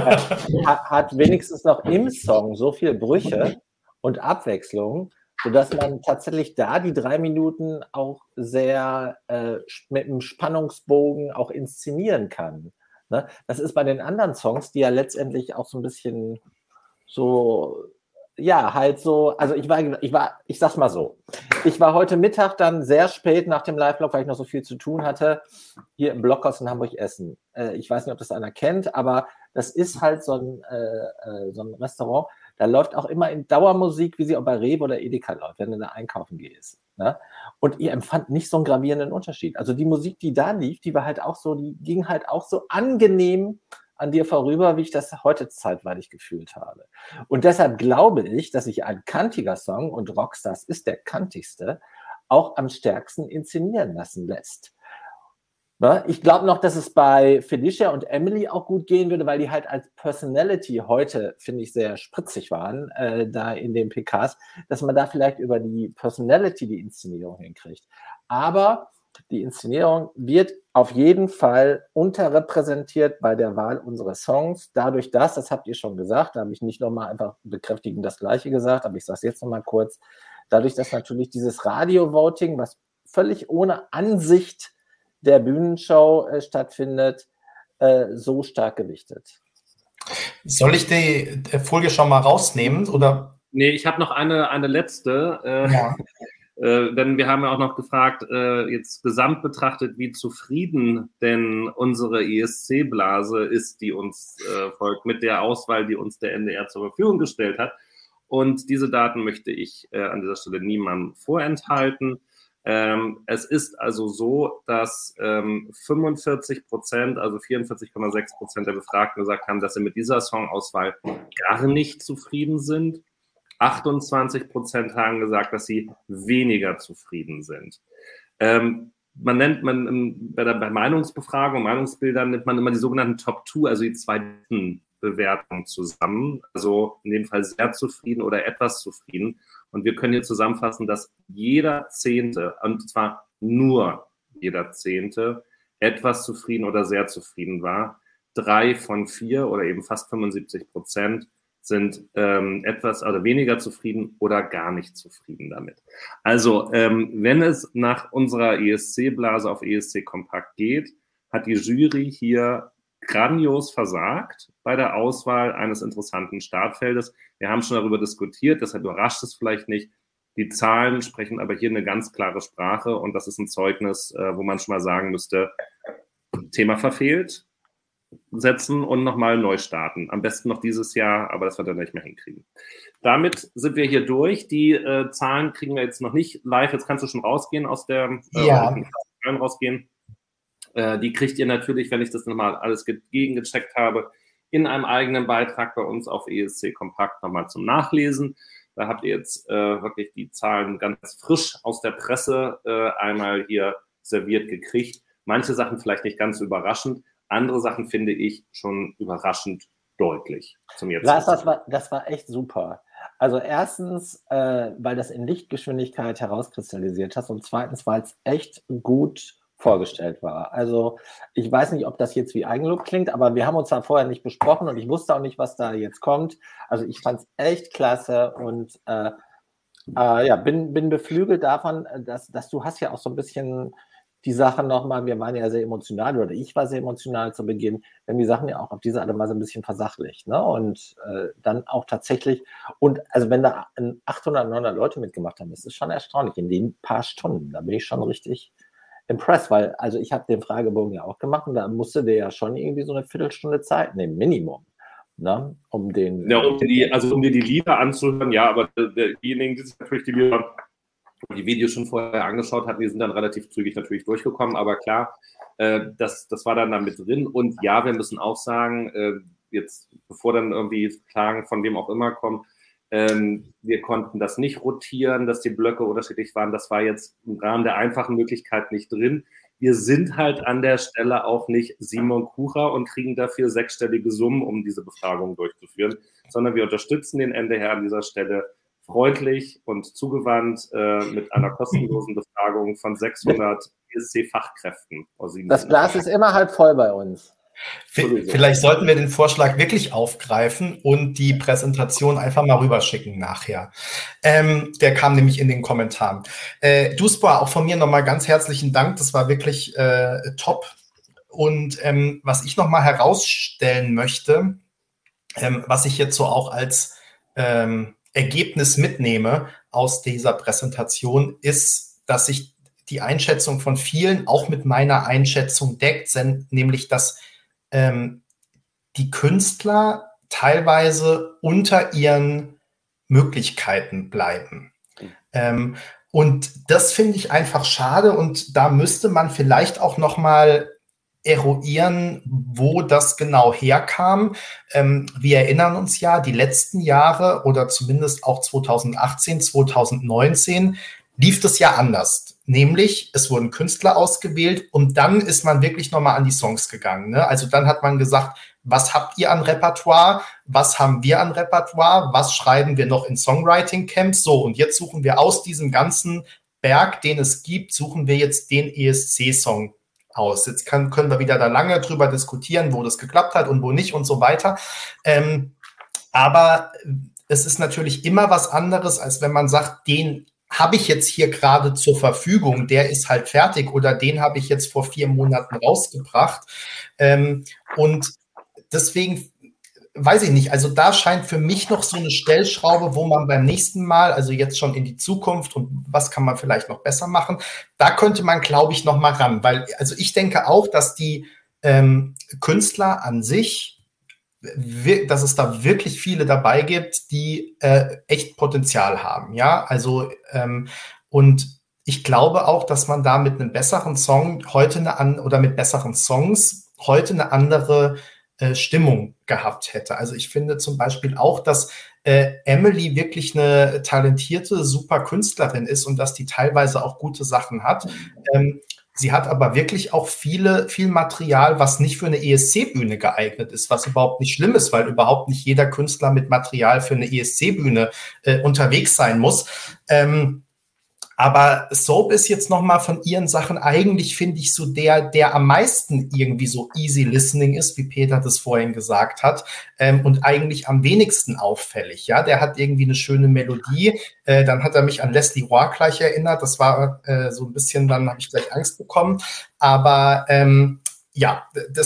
hat wenigstens noch im Song so viel Brüche und Abwechslung, sodass man tatsächlich da die 3 Minuten auch sehr mit einem Spannungsbogen auch inszenieren kann. Ne? Das ist bei den anderen Songs, die ja letztendlich auch so ein bisschen so... Ja, halt so, also ich sag's mal so, ich war heute Mittag dann sehr spät nach dem Live-Blog, weil ich noch so viel zu tun hatte, hier im Blockhaus in Hamburg essen. Ich weiß nicht, ob das einer kennt, aber das ist halt so ein Restaurant, da läuft auch immer in Dauermusik, wie sie auch bei Rewe oder Edeka läuft, wenn du da einkaufen gehst. Ne? Und ihr empfand nicht so einen gravierenden Unterschied. Also die Musik, die da lief, die war halt auch so, die ging halt auch so angenehm an dir vorüber, wie ich das heute zeitweilig gefühlt habe. Und deshalb glaube ich, dass sich ein kantiger Song, und Rockstars ist der kantigste, auch am stärksten inszenieren lassen lässt. Ich glaube noch, dass es bei Felicia und Emily auch gut gehen würde, weil die halt als Personality heute, finde ich, sehr spritzig waren, da in den PKs, dass man da vielleicht über die Personality die Inszenierung hinkriegt. Aber die Inszenierung wird auf jeden Fall unterrepräsentiert bei der Wahl unserer Songs. Dadurch, das habt ihr schon gesagt, da habe ich nicht nochmal einfach bekräftigend das Gleiche gesagt, aber ich sage es jetzt nochmal kurz, dadurch, dass natürlich dieses Radio-Voting, was völlig ohne Ansicht der Bühnenshow stattfindet, so stark gewichtet. Soll ich die Folie schon mal rausnehmen? Oder? Nee, ich habe noch eine letzte. Ja. Denn wir haben ja auch noch gefragt, jetzt gesamt betrachtet, wie zufrieden denn unsere ESC-Blase ist, die uns folgt, mit der Auswahl, die uns der NDR zur Verfügung gestellt hat. Und diese Daten möchte ich an dieser Stelle niemandem vorenthalten. Es ist also so, dass 45%, also 44,6% der Befragten gesagt haben, dass sie mit dieser Songauswahl gar nicht zufrieden sind. 28% haben gesagt, dass sie weniger zufrieden sind. bei Meinungsbefragung, Meinungsbildern nennt man immer die sogenannten Top 2, also die zwei Bewertungen zusammen. Also in dem Fall sehr zufrieden oder etwas zufrieden. Und wir können hier zusammenfassen, dass jeder Zehnte, und zwar nur jeder Zehnte, etwas zufrieden oder sehr zufrieden war. 3 von 4 oder eben fast 75% sind etwas oder weniger zufrieden oder gar nicht zufrieden damit. Also wenn es nach unserer ESC-Blase auf ESC Kompakt geht, hat die Jury hier grandios versagt bei der Auswahl eines interessanten Startfeldes. Wir haben schon darüber diskutiert, deshalb überrascht es vielleicht nicht. Die Zahlen sprechen aber hier eine ganz klare Sprache und das ist ein Zeugnis, wo man schon mal sagen müsste, Thema verfehlt, setzen und nochmal neu starten. Am besten noch dieses Jahr, aber das wird er nicht mehr hinkriegen. Damit sind wir hier durch. Die Zahlen kriegen wir jetzt noch nicht live. Jetzt kannst du schon rausgehen aus der rausgehen. Die kriegt ihr natürlich, wenn ich das nochmal alles gegengecheckt habe, in einem eigenen Beitrag bei uns auf ESC Kompakt nochmal zum Nachlesen. Da habt ihr jetzt wirklich die Zahlen ganz frisch aus der Presse einmal hier serviert gekriegt. Manche Sachen vielleicht nicht ganz überraschend, andere Sachen finde ich schon überraschend deutlich zum jetzt. Das war echt super. Also erstens, weil das in Lichtgeschwindigkeit herauskristallisiert hast und zweitens, weil es echt gut vorgestellt war. Also ich weiß nicht, ob das jetzt wie Eigenlob klingt, aber wir haben uns da vorher nicht besprochen und ich wusste auch nicht, was da jetzt kommt. Also ich fand es echt klasse und bin beflügelt davon, dass du hast ja auch so ein bisschen die Sachen nochmal, wir waren ja sehr emotional oder ich war sehr emotional zu Beginn, wenn die Sachen ja auch auf diese Art und Weise ein bisschen versachlicht, ne? Und dann auch tatsächlich, und also wenn da 800, 900 Leute mitgemacht haben, das ist schon erstaunlich in den paar Stunden, da bin ich schon richtig impressed, weil, also ich habe den Fragebogen ja auch gemacht und da musste der ja schon irgendwie so eine Viertelstunde Zeit nehmen, Minimum, ne? Um dir die Lieder anzuhören, ja, aber diejenigen, die sich natürlich die Lieder die Videos schon vorher angeschaut hatten, die sind dann relativ zügig natürlich durchgekommen, aber klar, das war dann da mit drin und ja, wir müssen auch sagen, jetzt, bevor dann irgendwie Klagen von wem auch immer kommen, wir konnten das nicht rotieren, dass die Blöcke unterschiedlich waren, das war jetzt im Rahmen der einfachen Möglichkeit nicht drin. Wir sind halt an der Stelle auch nicht Simon Kucher und kriegen dafür 6-stellige Summen, um diese Befragung durchzuführen, sondern wir unterstützen den NDR an dieser Stelle freundlich und zugewandt mit einer kostenlosen Befragung von 600 ESC-Fachkräften. Das Glas ist immer halb voll bei uns. Vielleicht sollten wir den Vorschlag wirklich aufgreifen und die Präsentation einfach mal rüberschicken nachher. Der kam nämlich in den Kommentaren. Duspa, auch von mir nochmal ganz herzlichen Dank. Das war wirklich top. Und was ich nochmal herausstellen möchte, was ich jetzt so auch als Ergebnis mitnehme aus dieser Präsentation, ist, dass sich die Einschätzung von vielen auch mit meiner Einschätzung deckt, nämlich dass die Künstler teilweise unter ihren Möglichkeiten bleiben. Und das finde ich einfach schade und da müsste man vielleicht auch noch mal eruieren, wo das genau herkam. Wir erinnern uns ja, die letzten Jahre oder zumindest auch 2018, 2019 lief das ja anders. Nämlich, es wurden Künstler ausgewählt und dann ist man wirklich nochmal an die Songs gegangen. Ne? Also dann hat man gesagt, was habt ihr an Repertoire? Was haben wir an Repertoire? Was schreiben wir noch in Songwriting-Camps? So, und jetzt suchen wir aus diesem ganzen Berg, den es gibt, suchen wir jetzt den ESC-Song aus. Jetzt können wir wieder da lange drüber diskutieren, wo das geklappt hat und wo nicht und so weiter. Aber es ist natürlich immer was anderes, als wenn man sagt, den habe ich jetzt hier gerade zur Verfügung, der ist halt fertig oder den habe ich jetzt vor 4 Monaten rausgebracht. Und deswegen weiß ich nicht, also da scheint für mich noch so eine Stellschraube, wo man beim nächsten Mal, also jetzt schon in die Zukunft und was kann man vielleicht noch besser machen, da könnte man, glaube ich, noch mal ran, weil, also ich denke auch, dass die Künstler an sich, dass es da wirklich viele dabei gibt, die echt Potenzial haben, ja, also und ich glaube auch, dass man da mit einem besseren Song heute mit besseren Songs heute eine andere Stimmung gehabt hätte. Also ich finde zum Beispiel auch, dass Emily wirklich eine talentierte, super Künstlerin ist und dass die teilweise auch gute Sachen hat. Sie hat aber wirklich auch viel Material, was nicht für eine ESC-Bühne geeignet ist, was überhaupt nicht schlimm ist, weil überhaupt nicht jeder Künstler mit Material für eine ESC-Bühne unterwegs sein muss. Aber Soap ist jetzt nochmal von ihren Sachen eigentlich, finde ich, so der am meisten irgendwie so easy listening ist, wie Peter das vorhin gesagt hat, und eigentlich am wenigsten auffällig. Ja, der hat irgendwie eine schöne Melodie. Dann hat er mich an Leslie Roy gleich erinnert. Das war so ein bisschen, dann habe ich gleich Angst bekommen. Aber ja,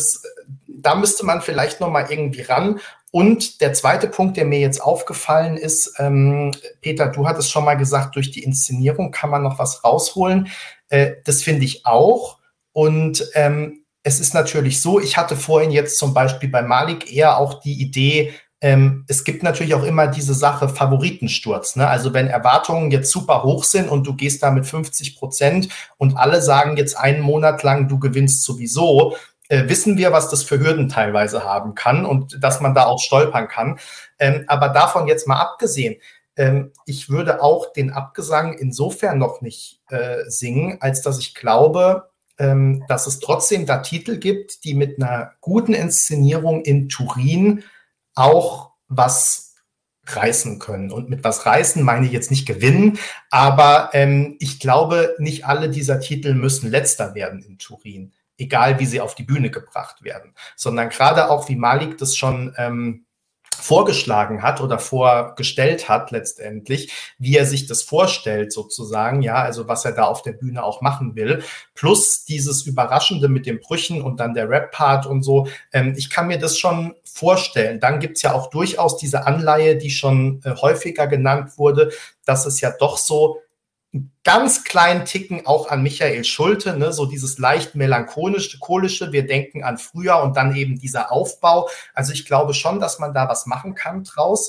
da müsste man vielleicht nochmal irgendwie ran. Und der zweite Punkt, der mir jetzt aufgefallen ist, Peter, du hattest schon mal gesagt, durch die Inszenierung kann man noch was rausholen. Das finde ich auch. Und es ist natürlich so, ich hatte vorhin jetzt zum Beispiel bei Malik eher auch die Idee, es gibt natürlich auch immer diese Sache Favoritensturz. Ne? Also wenn Erwartungen jetzt super hoch sind und du gehst da mit 50% und alle sagen jetzt einen Monat lang, du gewinnst sowieso, wissen wir, was das für Hürden teilweise haben kann und dass man da auch stolpern kann. Aber davon jetzt mal abgesehen, ich würde auch den Abgesang insofern noch nicht singen, als dass ich glaube, dass es trotzdem da Titel gibt, die mit einer guten Inszenierung in Turin auch was reißen können. Und mit was reißen meine ich jetzt nicht gewinnen, aber ich glaube, nicht alle dieser Titel müssen letzter werden in Turin, egal wie sie auf die Bühne gebracht werden, sondern gerade auch, wie Malik das schon vorgeschlagen hat oder vorgestellt hat letztendlich, wie er sich das vorstellt sozusagen, ja, also was er da auf der Bühne auch machen will, plus dieses Überraschende mit den Brüchen und dann der Rap-Part und so, ich kann mir das schon vorstellen. Dann gibt's ja auch durchaus diese Anleihe, die schon häufiger genannt wurde, dass es ja doch so ganz kleinen Ticken auch an Michael Schulte, ne, so dieses leicht melancholische, wir denken an früher und dann eben dieser Aufbau. Also ich glaube schon, dass man da was machen kann draus.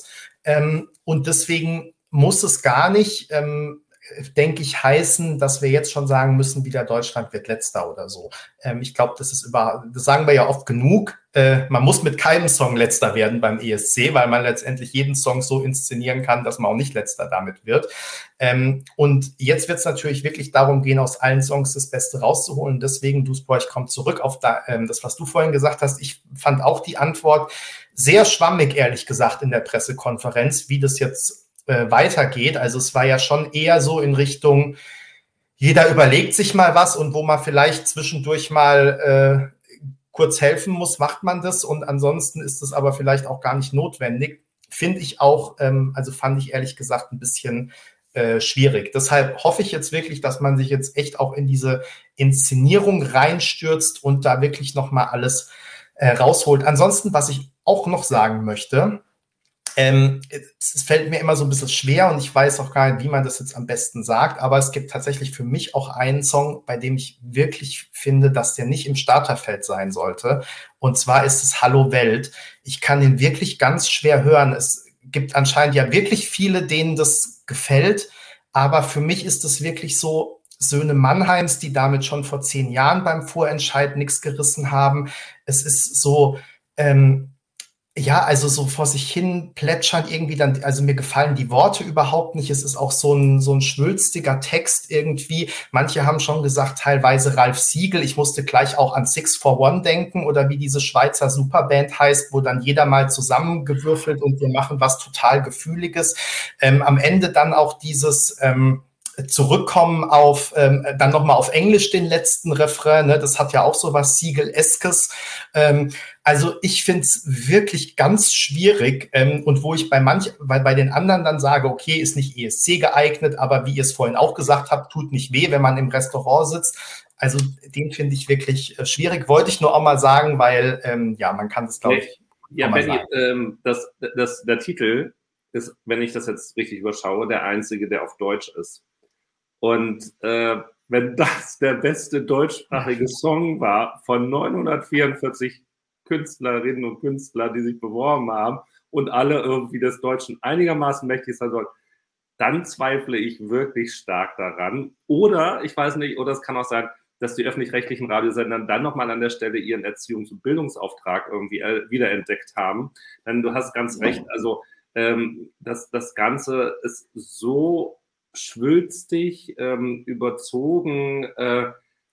Und deswegen muss es gar nicht, denke ich, heißen, dass wir jetzt schon sagen müssen, wieder Deutschland wird Letzter oder so. Ich glaube, das sagen wir ja oft genug. Man muss mit keinem Song Letzter werden beim ESC, weil man letztendlich jeden Song so inszenieren kann, dass man auch nicht Letzter damit wird. Und jetzt wird es natürlich wirklich darum gehen, aus allen Songs das Beste rauszuholen. Deswegen, Duisburg, ich komme zurück auf das, was du vorhin gesagt hast. Ich fand auch die Antwort sehr schwammig, ehrlich gesagt, in der Pressekonferenz, wie das jetzt weitergeht. Also es war ja schon eher so in Richtung, jeder überlegt sich mal was und wo man vielleicht zwischendurch mal kurz helfen muss, macht man das und ansonsten ist es aber vielleicht auch gar nicht notwendig. Finde ich auch, also fand ich ehrlich gesagt ein bisschen schwierig. Deshalb hoffe ich jetzt wirklich, dass man sich jetzt echt auch in diese Inszenierung reinstürzt und da wirklich nochmal alles rausholt. Ansonsten, was ich auch noch sagen möchte, es fällt mir immer so ein bisschen schwer und ich weiß auch gar nicht, wie man das jetzt am besten sagt, aber es gibt tatsächlich für mich auch einen Song, bei dem ich wirklich finde, dass der nicht im Starterfeld sein sollte. Und zwar ist es Hallo Welt. Ich kann den wirklich ganz schwer hören. Es gibt anscheinend ja wirklich viele, denen das gefällt, aber für mich ist es wirklich so Söhne Mannheims, die damit schon vor 10 Jahren beim Vorentscheid nichts gerissen haben. Es ist so, ja, also so vor sich hin plätschern irgendwie dann, also mir gefallen die Worte überhaupt nicht. Es ist auch so ein schwülstiger Text irgendwie. Manche haben schon gesagt, teilweise Ralf Siegel. Ich musste gleich auch an Six for One denken oder wie diese Schweizer Superband heißt, wo dann jeder mal zusammengewürfelt und wir machen was total Gefühliges. Am Ende dann auch dieses zurückkommen auf, dann nochmal auf Englisch den letzten Refrain, ne? Das hat ja auch so was Siegel-eskes. Also ich finde es wirklich ganz schwierig und wo ich bei den anderen dann sage, okay, ist nicht ESC geeignet, aber wie ihr es vorhin auch gesagt habt, tut nicht weh, wenn man im Restaurant sitzt. Also den finde ich wirklich schwierig. Wollte ich nur auch mal sagen, weil ja, man kann das, glaube ich, ja, Benny, der Titel ist, wenn ich das jetzt richtig überschaue, der einzige, der auf Deutsch ist. Und wenn das der beste deutschsprachige Song war von 944 Künstlerinnen und Künstlern, die sich beworben haben und alle irgendwie des Deutschen einigermaßen mächtig sein sollen, dann zweifle ich wirklich stark daran. Oder, ich weiß nicht, oder es kann auch sein, dass die öffentlich-rechtlichen Radiosender dann nochmal an der Stelle ihren Erziehungs- und Bildungsauftrag irgendwie wiederentdeckt haben. Denn du hast ganz recht, also das Ganze ist so schwülstig, überzogen,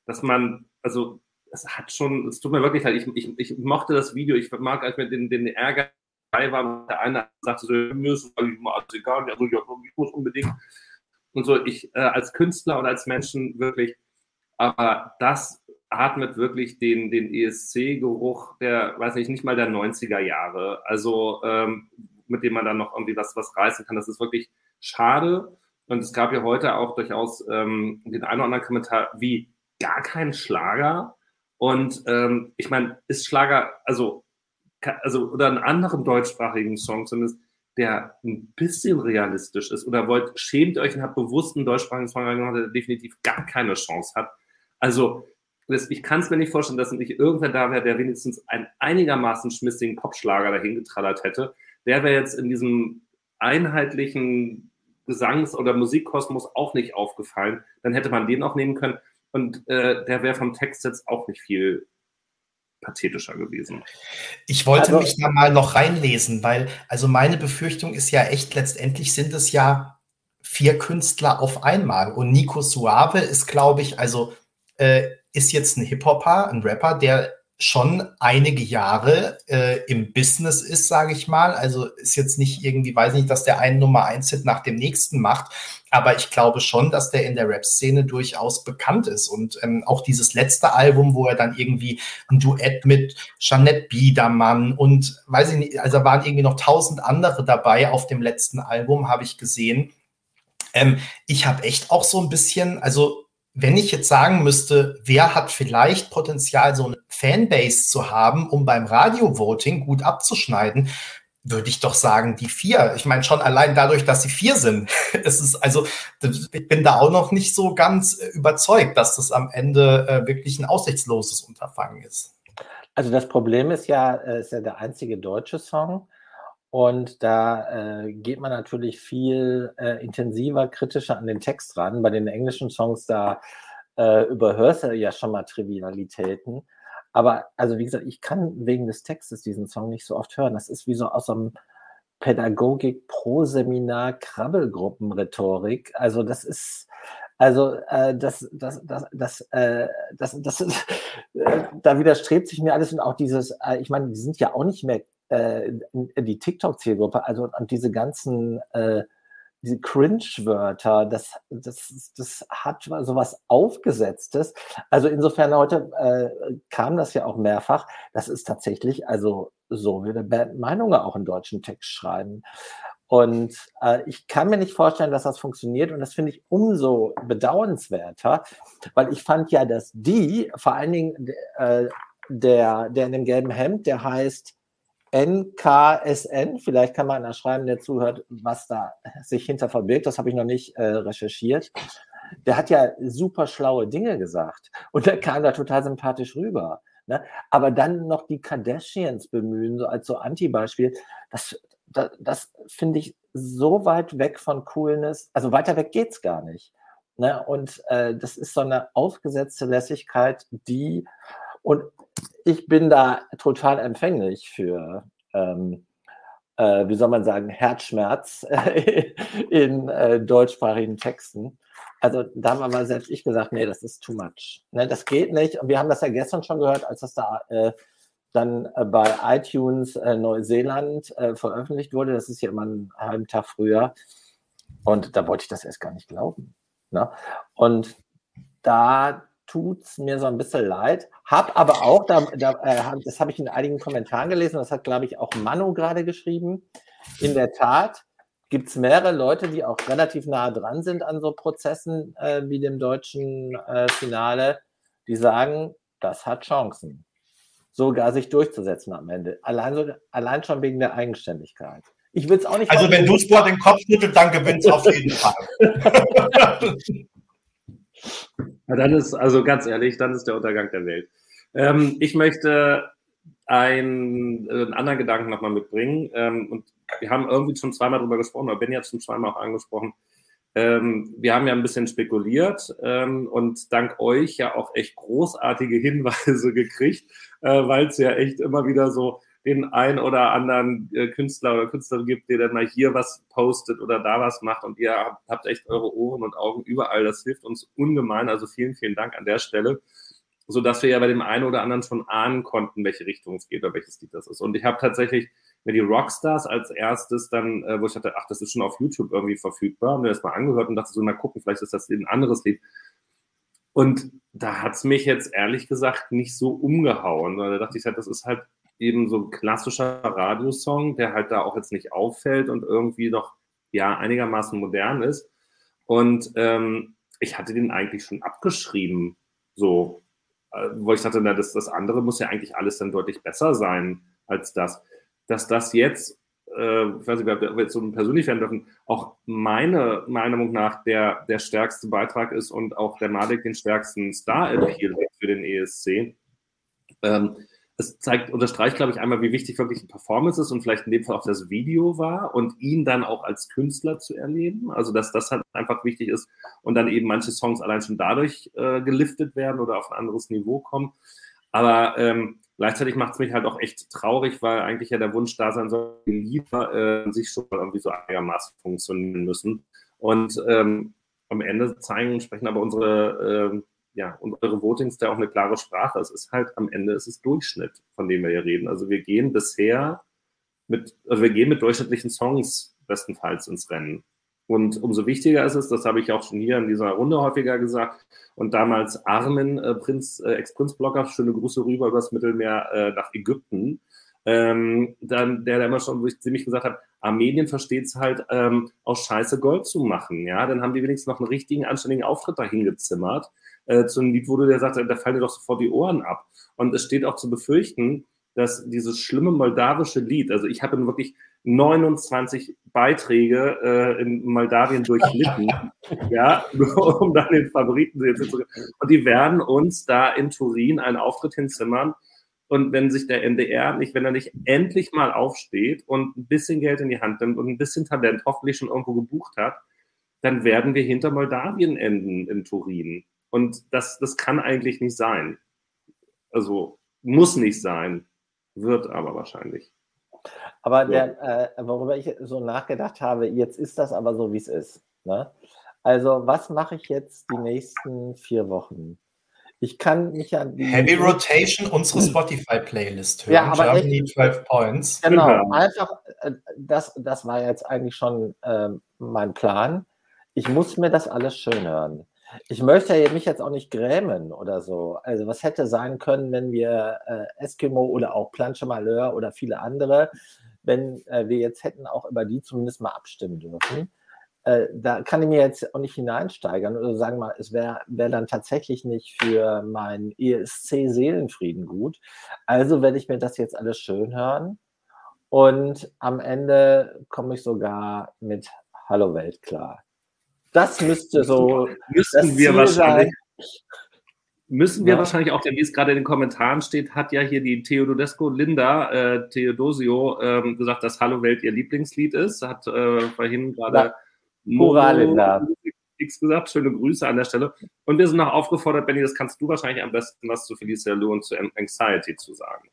dass man, also es tut mir wirklich leid, ich mochte das Video, ich mag, als wir den Ärger war, der eine sagte so, mir ist eigentlich mal alles egal, also ich muss unbedingt und so, ich als Künstler und als Menschen wirklich, aber das atmet wirklich den ESC-Geruch der, weiß nicht mal der 90er Jahre, also mit dem man dann noch irgendwie was reißen kann, das ist wirklich schade und es gab ja heute auch durchaus den einen oder anderen Kommentar, wie gar kein Schlager und ich meine, ist Schlager, also oder einen anderen deutschsprachigen Song zumindest, der ein bisschen realistisch ist oder schämt euch und habt bewusst einen deutschsprachigen Song gemacht, der definitiv gar keine Chance hat. Also ich kann es mir nicht vorstellen, dass nicht irgendwer da wäre, der wenigstens einen einigermaßen schmissigen Popschlager dahin getrallert hätte. Der wäre jetzt in diesem einheitlichen Gesangs- oder Musikkosmos auch nicht aufgefallen. Dann hätte man den auch nehmen können. Und der wäre vom Text jetzt auch nicht viel pathetischer gewesen. Ich wollte mich da mal noch reinlesen, weil also meine Befürchtung ist ja echt, letztendlich sind es ja 4 Künstler auf einmal. Und Nico Suave ist, glaube ich, also ist jetzt ein Hip-Hopper, ein Rapper, der schon einige Jahre im Business ist, sage ich mal. Also ist jetzt nicht irgendwie, weiß nicht, dass der einen Nummer-1-Hit nach dem nächsten macht, aber ich glaube schon, dass der in der Rap-Szene durchaus bekannt ist. Und auch dieses letzte Album, wo er dann irgendwie ein Duett mit Jeanette Biedermann und weiß ich nicht, also waren irgendwie noch 1000 andere dabei auf dem letzten Album, habe ich gesehen. Ich habe echt auch so ein bisschen, also wenn ich jetzt sagen müsste, wer hat vielleicht Potenzial, so eine Fanbase zu haben, um beim Radio-Voting gut abzuschneiden, würde ich doch sagen, die 4. Ich meine, schon allein dadurch, dass sie 4 sind. Es ist also, ich bin da auch noch nicht so ganz überzeugt, dass das am Ende wirklich ein aussichtsloses Unterfangen ist. Also das Problem ist ja der einzige deutsche Song. Und da geht man natürlich viel intensiver, kritischer an den Text ran. Bei den englischen Songs, da überhörst du ja schon mal Trivialitäten. Aber also wie gesagt, ich kann wegen des Textes diesen Song nicht so oft hören. Das ist wie so aus einem Pädagogik-Pro-Seminar Krabbelgruppen-Rhetorik. Also das ist, also da widerstrebt sich mir alles und auch dieses, ich meine, die sind ja auch nicht mehr die TikTok-Zielgruppe, also und diese ganzen diese Cringe-Wörter, das hat so was Aufgesetztes. Also insofern heute kam das ja auch mehrfach. Das ist tatsächlich, also so würde Band Meinungen auch in deutschen Text schreiben. Und ich kann mir nicht vorstellen, dass das funktioniert. Und das finde ich umso bedauernswerter, weil ich fand ja, dass vor allen Dingen der in dem gelben Hemd, der heißt NKSN, vielleicht kann man da schreiben, der zuhört, was da sich hinter verbirgt, das habe ich noch nicht recherchiert. Der hat ja super schlaue Dinge gesagt und der kam da total sympathisch rüber. Ne? Aber dann noch die Kardashians bemühen, so als so Anti-Beispiel, das finde ich so weit weg von Coolness, also weiter weg geht's gar nicht. Ne? Und das ist so eine aufgesetzte Lässigkeit, und ich bin da total empfänglich für, wie soll man sagen, Herzschmerz in deutschsprachigen Texten. Also da haben aber selbst ich gesagt, nee, das ist too much. Ne, das geht nicht. Und wir haben das ja gestern schon gehört, als das da dann bei iTunes Neuseeland veröffentlicht wurde. Das ist ja immer einen halben Tag früher. Und da wollte ich das erst gar nicht glauben. Ne? Und da tut es mir so ein bisschen leid. Hab aber auch, das habe ich in einigen Kommentaren gelesen, das hat, glaube ich, auch Manu gerade geschrieben. In der Tat gibt es mehrere Leute, die auch relativ nah dran sind an so Prozessen wie dem deutschen Finale, die sagen, das hat Chancen, sogar sich durchzusetzen am Ende. Allein schon wegen der Eigenständigkeit. Ich will es auch nicht. Also wenn du Sport den Kopf schüttelst, dann gewinnst du auf jeden Fall. Ja, dann ist, also ganz ehrlich, dann ist der Untergang der Welt. Ich möchte einen anderen Gedanken nochmal mitbringen. Und wir haben irgendwie schon zweimal drüber gesprochen, oder Ben hat schon zweimal auch angesprochen. Wir haben ja ein bisschen spekuliert und dank euch ja auch echt großartige Hinweise gekriegt, weil es ja echt immer wieder so den ein oder anderen Künstler oder Künstlerin gibt, der dann mal hier was postet oder da was macht und ihr habt echt eure Ohren und Augen überall. Das hilft uns ungemein. Also vielen, vielen Dank an der Stelle, sodass wir ja bei dem einen oder anderen schon ahnen konnten, welche Richtung es geht oder welches Lied das ist. Und ich habe tatsächlich mir die Rockstars als erstes dann, wo ich dachte, ach, das ist schon auf YouTube irgendwie verfügbar, mir das mal angehört und dachte so, mal gucken, vielleicht ist das ein anderes Lied. Und da hat es mich jetzt ehrlich gesagt nicht so umgehauen. Da dachte ich halt, das ist halt eben so ein klassischer Radiosong, der halt da auch jetzt nicht auffällt und irgendwie doch ja einigermaßen modern ist. Und ich hatte den eigentlich schon abgeschrieben, so, wo ich dachte, na, das andere muss ja eigentlich alles dann deutlich besser sein als das. Dass das jetzt, ich weiß nicht, ob wir jetzt so persönlich werden dürfen, auch meiner Meinung nach der stärkste Beitrag ist und auch der Malik den stärksten Star-Appeal für den ESC. Es unterstreicht, glaube ich, einmal, wie wichtig wirklich die Performance ist und vielleicht in dem Fall auch das Video war und ihn dann auch als Künstler zu erleben. Also, dass das halt einfach wichtig ist und dann eben manche Songs allein schon dadurch geliftet werden oder auf ein anderes Niveau kommen. Aber gleichzeitig macht es mich halt auch echt traurig, weil eigentlich ja der Wunsch da sein soll, die Lieder sich schon irgendwie so einigermaßen funktionieren müssen. Und am Ende sprechen aber unsere Votings da auch eine klare Sprache. Es ist halt am Ende ist es Durchschnitt, von dem wir hier reden. Also wir gehen mit durchschnittlichen Songs bestenfalls ins Rennen. Und umso wichtiger ist es, das habe ich auch schon hier in dieser Runde häufiger gesagt, und damals Armin, Ex-Prinz-Blogger, schöne Grüße rüber übers Mittelmeer nach Ägypten, der immer schon ziemlich gesagt hat, Armenien versteht es halt, aus Scheiße Gold zu machen. Ja? Dann haben die wenigstens noch einen richtigen, anständigen Auftritt dahin gezimmert, zu einem Lied, wo der sagt, da fallen dir doch sofort die Ohren ab. Und es steht auch zu befürchten, dass dieses schlimme moldawische Lied, also ich habe wirklich 29 Beiträge in Moldawien durchlitten, ja, nur um dann den Favoriten zu gehen. Und die werden uns da in Turin einen Auftritt hinzimmern. Und wenn sich der NDR wenn er nicht endlich mal aufsteht und ein bisschen Geld in die Hand nimmt und ein bisschen Talent hoffentlich schon irgendwo gebucht hat, dann werden wir hinter Moldawien enden in Turin. Und das kann eigentlich nicht sein. Also muss nicht sein, wird aber wahrscheinlich. Aber worüber ich so nachgedacht habe, jetzt ist das aber so, wie es ist. Ne? Also was mache ich jetzt die nächsten 4 Wochen? Ich kann mich an die Heavy Rotation, unsere Spotify-Playlist hören. Ja, aber Germany echt, 12 Points. Genau, einfach, das war jetzt eigentlich schon mein Plan. Ich muss mir das alles schön hören. Ich möchte mich jetzt auch nicht grämen oder so. Also was hätte sein können, wenn wir Eskimo oder auch Planche Malheur oder viele andere, wenn wir jetzt hätten auch über die zumindest mal abstimmen dürfen. Da kann ich mir jetzt auch nicht hineinsteigern oder sagen mal, es wäre dann tatsächlich nicht für meinen ESC-Seelenfrieden gut. Also werde ich mir das jetzt alles schön hören und am Ende komme ich sogar mit Hallo Welt klar. Das müsste so Müssen wir wahrscheinlich auch, denn wie es gerade in den Kommentaren steht, hat ja hier die Teodosio Linda Theodosio gesagt, dass Hallo Welt ihr Lieblingslied ist. Hat vorhin gerade Linda X gesagt. Schöne Grüße an der Stelle. Und wir sind noch aufgefordert, Benni, das kannst du wahrscheinlich am besten was zu Felicia Lou und zu Anxiety zu sagen.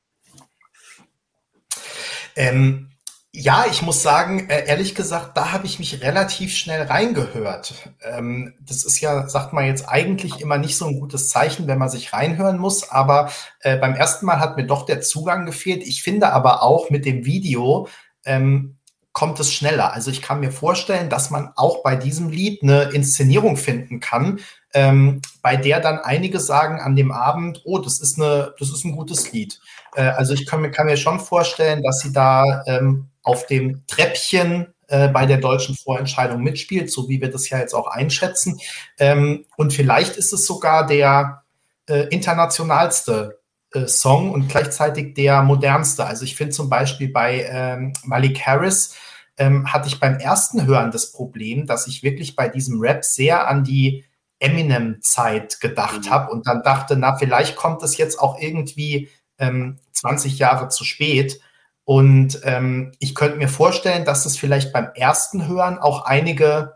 Ja, ich muss sagen, ehrlich gesagt, da habe ich mich relativ schnell reingehört. Das ist ja, sagt man jetzt eigentlich immer nicht so ein gutes Zeichen, wenn man sich reinhören muss, aber beim ersten Mal hat mir doch der Zugang gefehlt. Ich finde aber auch mit dem Video kommt es schneller. Also ich kann mir vorstellen, dass man auch bei diesem Lied eine Inszenierung finden kann, bei der dann einige sagen an dem Abend, oh, das ist ein gutes Lied. Also ich kann mir schon vorstellen, dass sie da auf dem Treppchen bei der deutschen Vorentscheidung mitspielt, so wie wir das ja jetzt auch einschätzen. Und vielleicht ist es sogar der internationalste Song und gleichzeitig der modernste. Also ich finde zum Beispiel bei Malik Harris hatte ich beim ersten Hören das Problem, dass ich wirklich bei diesem Rap sehr an die Eminem-Zeit gedacht habe und dann dachte, na, vielleicht kommt es jetzt auch irgendwie 20 Jahre zu spät. Und ich könnte mir vorstellen, dass es vielleicht beim ersten Hören auch einige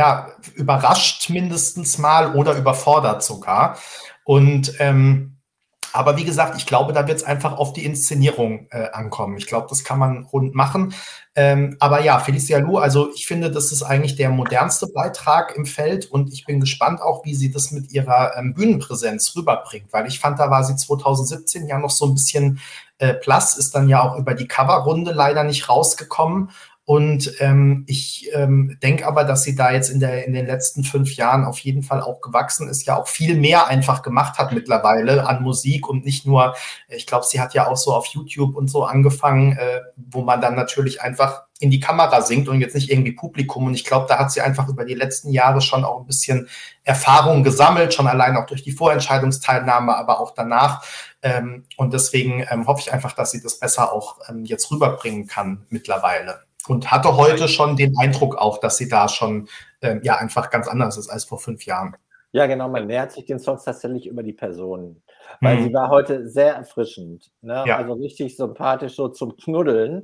überrascht mindestens mal oder überfordert sogar. Und Aber wie gesagt, ich glaube, da wird es einfach auf die Inszenierung ankommen. Ich glaube, das kann man rund machen. Aber ja, Felicia Lu, also ich finde, das ist eigentlich der modernste Beitrag im Feld und ich bin gespannt auch, wie sie das mit ihrer Bühnenpräsenz rüberbringt, weil ich fand, da war sie 2017 ja noch so ein bisschen blass, ist dann ja auch über die Coverrunde leider nicht rausgekommen. Und ich denke aber, dass sie da jetzt in den letzten 5 Jahren auf jeden Fall auch gewachsen ist, ja auch viel mehr einfach gemacht hat mittlerweile an Musik und nicht nur, ich glaube, sie hat ja auch so auf YouTube und so angefangen, wo man dann natürlich einfach in die Kamera singt und jetzt nicht irgendwie Publikum. Und ich glaube, da hat sie einfach über die letzten Jahre schon auch ein bisschen Erfahrung gesammelt, schon allein auch durch die Vorentscheidungsteilnahme, aber auch danach. Und deswegen hoffe ich einfach, dass sie das besser auch jetzt rüberbringen kann mittlerweile. Und hatte heute schon den Eindruck auch, dass sie da schon ja einfach ganz anders ist als vor 5 Jahren. Ja, genau, man nähert sich den Songs tatsächlich über die Personen. Weil sie war heute sehr erfrischend. Ne? Ja. Also richtig sympathisch, so zum Knuddeln.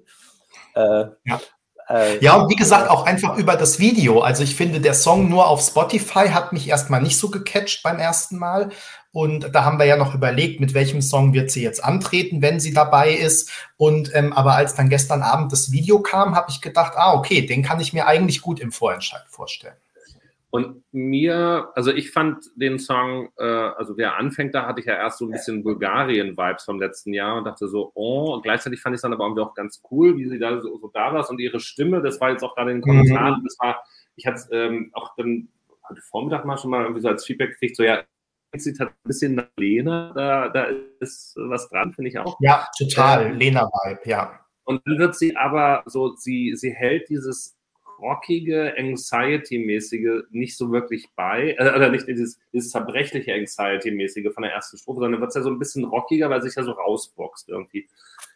Ja, und wie gesagt, auch einfach über das Video. Also ich finde, der Song nur auf Spotify hat mich erstmal nicht so gecatcht beim ersten Mal. Und da haben wir ja noch überlegt, mit welchem Song wird sie jetzt antreten, wenn sie dabei ist. Und aber als dann gestern Abend das Video kam, habe ich gedacht, okay, den kann ich mir eigentlich gut im Vorentscheid vorstellen. Und also ich fand den Song, also wer anfängt, da hatte ich ja erst so ein bisschen Bulgarien-Vibes vom letzten Jahr und dachte so, und gleichzeitig fand ich es dann aber irgendwie auch ganz cool, wie sie da so da war und ihre Stimme, das war jetzt auch gerade in den Kommentaren, ich hatte es auch dann heute Vormittag mal schon mal irgendwie so als Feedback gekriegt, so ja, sieht halt ein bisschen nach Lena, da ist was dran, finde ich auch. Ja, total, Lena-Vibe, ja. Und dann wird sie aber so, sie hält dieses rockige, Anxiety-mäßige nicht so wirklich bei, oder nicht dieses zerbrechliche Anxiety-mäßige von der ersten Strophe, sondern wird es ja so ein bisschen rockiger, weil sich ja so rausboxt irgendwie.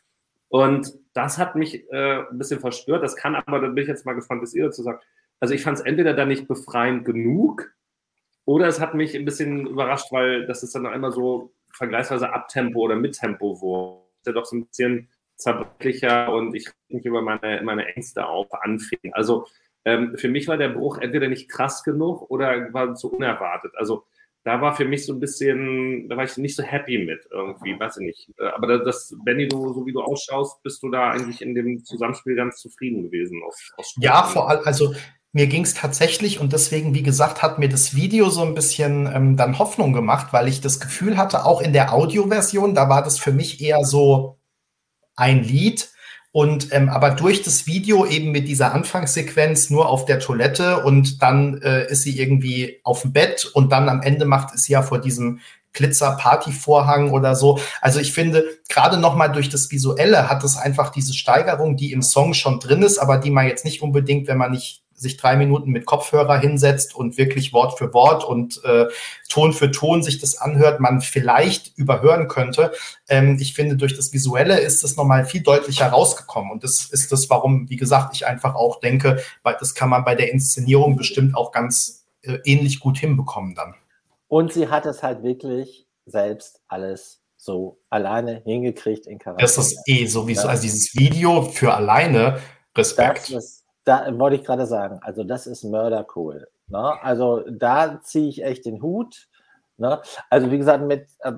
Und das hat mich ein bisschen verstört, das kann aber, da bin ich jetzt mal gespannt, was ihr dazu sagt. Also ich fand es entweder dann nicht befreiend genug, oder es hat mich ein bisschen überrascht, weil das ist dann immer so vergleichsweise Abtempo oder Mittempo wurde. Das ist ja doch so ein bisschen zerbrechlicher und ich reg mich über meine Ängste auf anfing. Also für mich war der Bruch entweder nicht krass genug oder war zu unerwartet. Also da war für mich so ein bisschen, da war ich nicht so happy mit irgendwie, weiß ich nicht. Aber Benny, so wie du ausschaust, bist du da eigentlich in dem Zusammenspiel ganz zufrieden gewesen? Ja, vor allem, also mir ging es tatsächlich und deswegen, wie gesagt, hat mir das Video so ein bisschen dann Hoffnung gemacht, weil ich das Gefühl hatte, auch in der Audioversion, da war das für mich eher so ein Lied und aber durch das Video eben mit dieser Anfangssequenz nur auf der Toilette und dann ist sie irgendwie auf dem Bett und dann am Ende macht es ja vor diesem Glitzer-Party-Vorhang oder so. Also ich finde, gerade nochmal durch das Visuelle hat es einfach diese Steigerung, die im Song schon drin ist, aber die man jetzt nicht unbedingt, wenn man nicht sich 3 Minuten mit Kopfhörer hinsetzt und wirklich Wort für Wort und Ton für Ton sich das anhört, man vielleicht überhören könnte. Ich finde, durch das Visuelle ist das nochmal viel deutlicher rausgekommen. Und das ist das, warum, wie gesagt, ich einfach auch denke, das kann man bei der Inszenierung bestimmt auch ganz ähnlich gut hinbekommen dann. Und sie hat es halt wirklich selbst alles so alleine hingekriegt in Charakter. Das ist sowieso, also dieses Video für alleine, Respekt. Da wollte ich gerade sagen, also das ist mördercool. Ne? Also da ziehe ich echt den Hut. Ne? Also wie gesagt,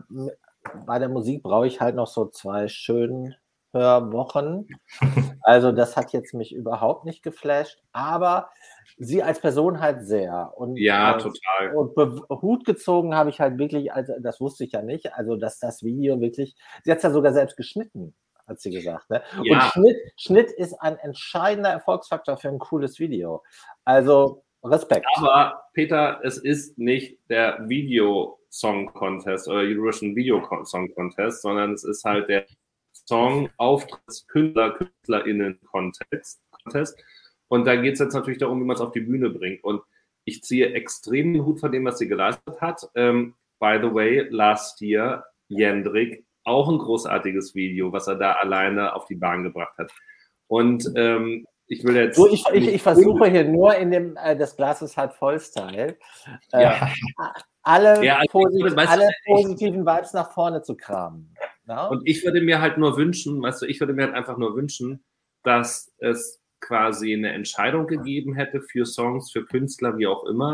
bei der Musik brauche ich halt noch so 2 schönen Hörwochen. Also das hat jetzt mich überhaupt nicht geflasht, aber sie als Person halt sehr. Und, ja, total. Und Hut gezogen habe ich halt wirklich, also das wusste ich ja nicht, also dass das Video wirklich, sie hat es ja sogar selbst geschnitten, hat sie gesagt. Ne? Ja. Und Schnitt ist ein entscheidender Erfolgsfaktor für ein cooles Video. Also Respekt. Aber Peter, es ist nicht der Video-Song-Contest oder Eurovision Video-Song-Contest, sondern es ist halt der Song-Auftrittskünstler-KünstlerInnen-Contest. Und da geht es jetzt natürlich darum, wie man es auf die Bühne bringt. Und ich ziehe extrem den Hut von dem, was sie geleistet hat. By the way, last year, Jendrik, auch ein großartiges Video, was er da alleine auf die Bahn gebracht hat. Und ich will jetzt... So, ich versuche hier nur in dem das Glas ist halb voll Style alle positiven Vibes nach vorne zu kramen. Ja? Und ich würde mir halt nur wünschen, einfach nur wünschen, dass es quasi eine Entscheidung gegeben hätte für Songs, für Künstler, wie auch immer,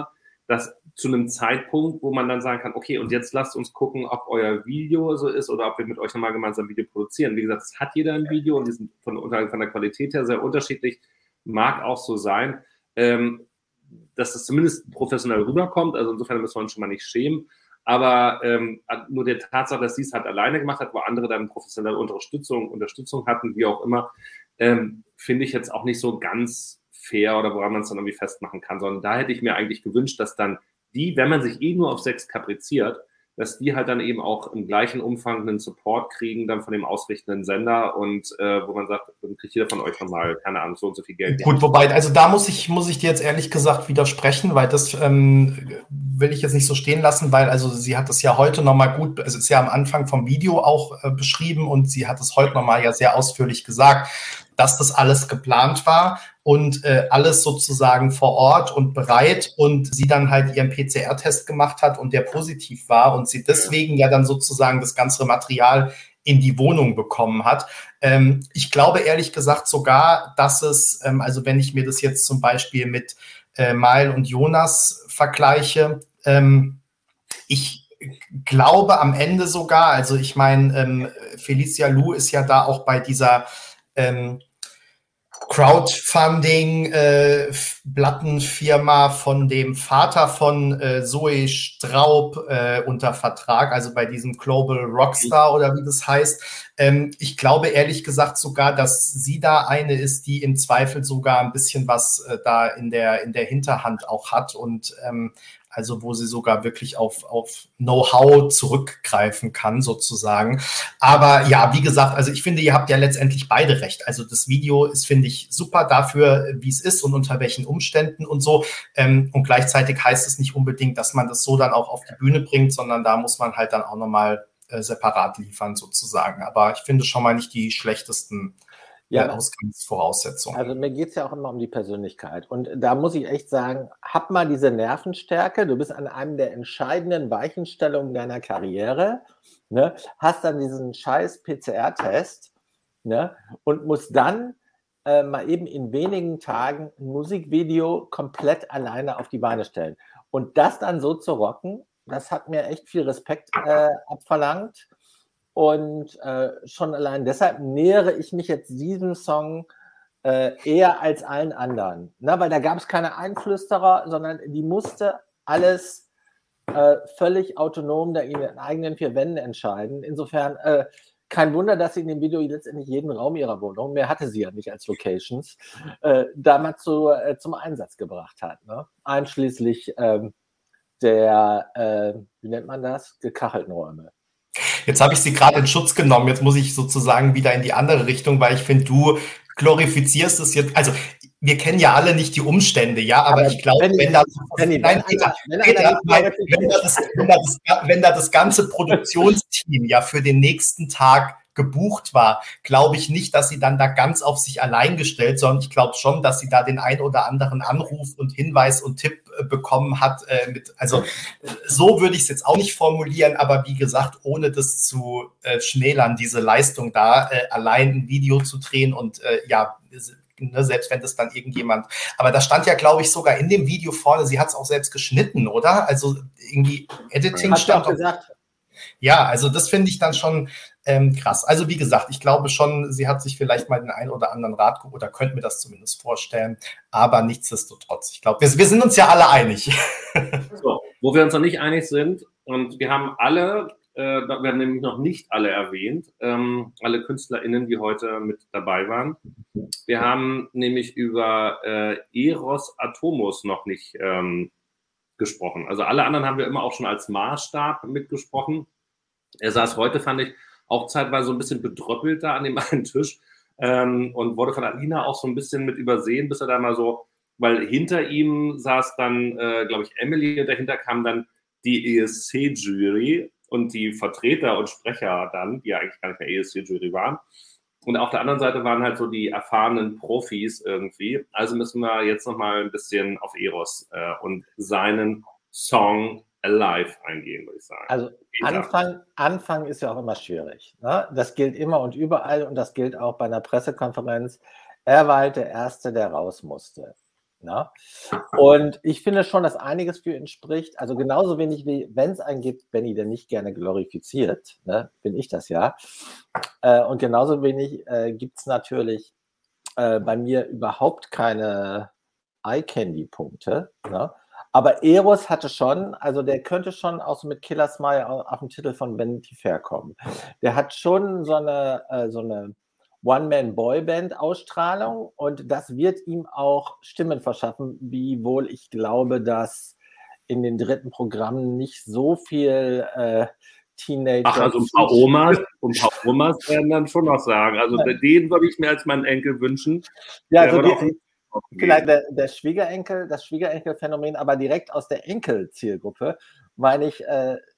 dass zu einem Zeitpunkt, wo man dann sagen kann, okay, und jetzt lasst uns gucken, ob euer Video so ist oder ob wir mit euch nochmal gemeinsam ein Video produzieren. Wie gesagt, es hat jeder ein Video und die sind von der Qualität her sehr unterschiedlich. Mag auch so sein, dass es zumindest professionell rüberkommt. Also insofern müssen wir uns schon mal nicht schämen. Aber nur der Tatsache, dass sie es halt alleine gemacht hat, wo andere dann professionelle Unterstützung hatten, wie auch immer, finde ich jetzt auch nicht so ganz fair oder woran man es dann irgendwie festmachen kann, sondern da hätte ich mir eigentlich gewünscht, dass dann die, wenn man sich nur auf 6 kapriziert, dass die halt dann eben auch im gleichen Umfang einen Support kriegen, dann von dem ausrichtenden Sender und wo man sagt, dann kriegt jeder von euch nochmal, keine Ahnung, so und so viel Geld. Gut, wobei, also da muss ich dir jetzt ehrlich gesagt widersprechen, weil das will ich jetzt nicht so stehen lassen, weil also sie hat das ja heute nochmal gut, also ist ja am Anfang vom Video auch beschrieben und sie hat es heute nochmal ja sehr ausführlich gesagt, dass das alles geplant war und alles sozusagen vor Ort und bereit und sie dann halt ihren PCR-Test gemacht hat und der positiv war und sie deswegen ja dann sozusagen das ganze Material in die Wohnung bekommen hat. Ich glaube ehrlich gesagt sogar, dass es, also wenn ich mir das jetzt zum Beispiel mit Mael und Jonas vergleiche, ich glaube am Ende sogar, also ich meine, Felicia Lu ist ja da auch bei dieser Crowdfunding-Plattenfirma von dem Vater von Zoe Straub unter Vertrag, also bei diesem Global Rockstar oder wie das heißt. Ich glaube ehrlich gesagt sogar, dass sie da eine ist, die im Zweifel sogar ein bisschen was da in der Hinterhand auch hat und also wo sie sogar wirklich auf Know-how zurückgreifen kann, sozusagen. Aber ja, wie gesagt, also ich finde, ihr habt ja letztendlich beide recht. Also das Video ist, finde ich, super dafür, wie es ist und unter welchen Umständen und so. Und gleichzeitig heißt es nicht unbedingt, dass man das so dann auch auf die Bühne bringt, sondern da muss man halt dann auch nochmal separat liefern, sozusagen. Aber ich finde schon mal nicht die schlechtesten Ausgangsvoraussetzungen. Also mir geht es ja auch immer um die Persönlichkeit. Und da muss ich echt sagen, hab mal diese Nervenstärke. Du bist an einem der entscheidenden Weichenstellungen deiner Karriere, ne? Hast dann diesen scheiß PCR-Test, ne? Und musst dann mal eben in wenigen Tagen ein Musikvideo komplett alleine auf die Beine stellen. Und das dann so zu rocken, das hat mir echt viel Respekt abverlangt. Und schon allein deshalb nähere ich mich jetzt diesem Song eher als allen anderen. Na, weil da gab es keine Einflüsterer, sondern die musste alles völlig autonom da in den eigenen 4 Wänden entscheiden. Insofern kein Wunder, dass sie in dem Video letztendlich jeden Raum ihrer Wohnung, mehr hatte sie ja nicht als Locations, damals zum Einsatz gebracht hat. Ne? Einschließlich der, wie nennt man das, gekachelten Räume. Jetzt habe ich sie gerade in Schutz genommen. Jetzt muss ich sozusagen wieder in die andere Richtung, weil ich finde, du glorifizierst es jetzt. Also wir kennen ja alle nicht die Umstände, ja, aber ich glaube, wenn da das ganze Produktionsteam ja für den nächsten Tag gebucht war, glaube ich nicht, dass sie dann da ganz auf sich allein gestellt, sondern ich glaube schon, dass sie da den ein oder anderen Anruf und Hinweis und Tipp bekommen hat. Also so würde ich es jetzt auch nicht formulieren, aber wie gesagt, ohne das zu schmälern, diese Leistung da, allein ein Video zu drehen und selbst wenn das dann irgendjemand, aber da stand ja, glaube ich, sogar in dem Video vorne, sie hat es auch selbst geschnitten, oder? Also irgendwie Editing stand auch gesagt. Ja, also das finde ich dann schon krass. Also wie gesagt, ich glaube schon, sie hat sich vielleicht mal den einen oder anderen Rat oder könnte mir das zumindest vorstellen, aber nichtsdestotrotz. Ich glaube, wir sind uns ja alle einig. So, wo wir uns noch nicht einig sind, und wir haben alle, wir haben nämlich noch nicht alle erwähnt, alle KünstlerInnen, die heute mit dabei waren. Wir haben nämlich über Eros Atomos noch nicht gesprochen. Also alle anderen haben wir immer auch schon als Maßstab mitgesprochen. Er saß heute, fand ich, auch zeitweise so ein bisschen bedröppelt da an dem einen Tisch und wurde von Alina auch so ein bisschen mit übersehen, bis er da mal so, weil hinter ihm saß dann, glaube ich, Emily und dahinter kam dann die ESC-Jury und die Vertreter und Sprecher dann, die ja eigentlich gar nicht mehr ESC-Jury waren. Und auf der anderen Seite waren halt so die erfahrenen Profis irgendwie. Also müssen wir jetzt nochmal ein bisschen auf Eros und seinen Song Alive eingehen, würde ich sagen. Also Anfang ist ja auch immer schwierig. Ne? Das gilt immer und überall und das gilt auch bei einer Pressekonferenz. Er war halt der Erste, der raus musste. Na? Und ich finde schon, dass einiges für ihn spricht. Also genauso wenig wie, wenn es einen gibt, Benny, der nicht gerne glorifiziert, ne, bin ich das ja. Und genauso wenig gibt es natürlich bei mir überhaupt keine Eye-Candy-Punkte. Ne? Aber Eros hatte schon, also der könnte schon auch so mit Killer Smile auf den Titel von Vanity Fair kommen. Der hat schon so eine One-Man-Boy-Band-Ausstrahlung und das wird ihm auch Stimmen verschaffen, wiewohl ich glaube, dass in den dritten Programmen nicht so viel Teenager... Ach, also ein paar Omas werden dann schon noch sagen. Also den würde ich mir als meinen Enkel wünschen. Ja, also vielleicht das Schwiegerenkel-Phänomen, aber direkt aus der Enkel-Zielgruppe, meine ich,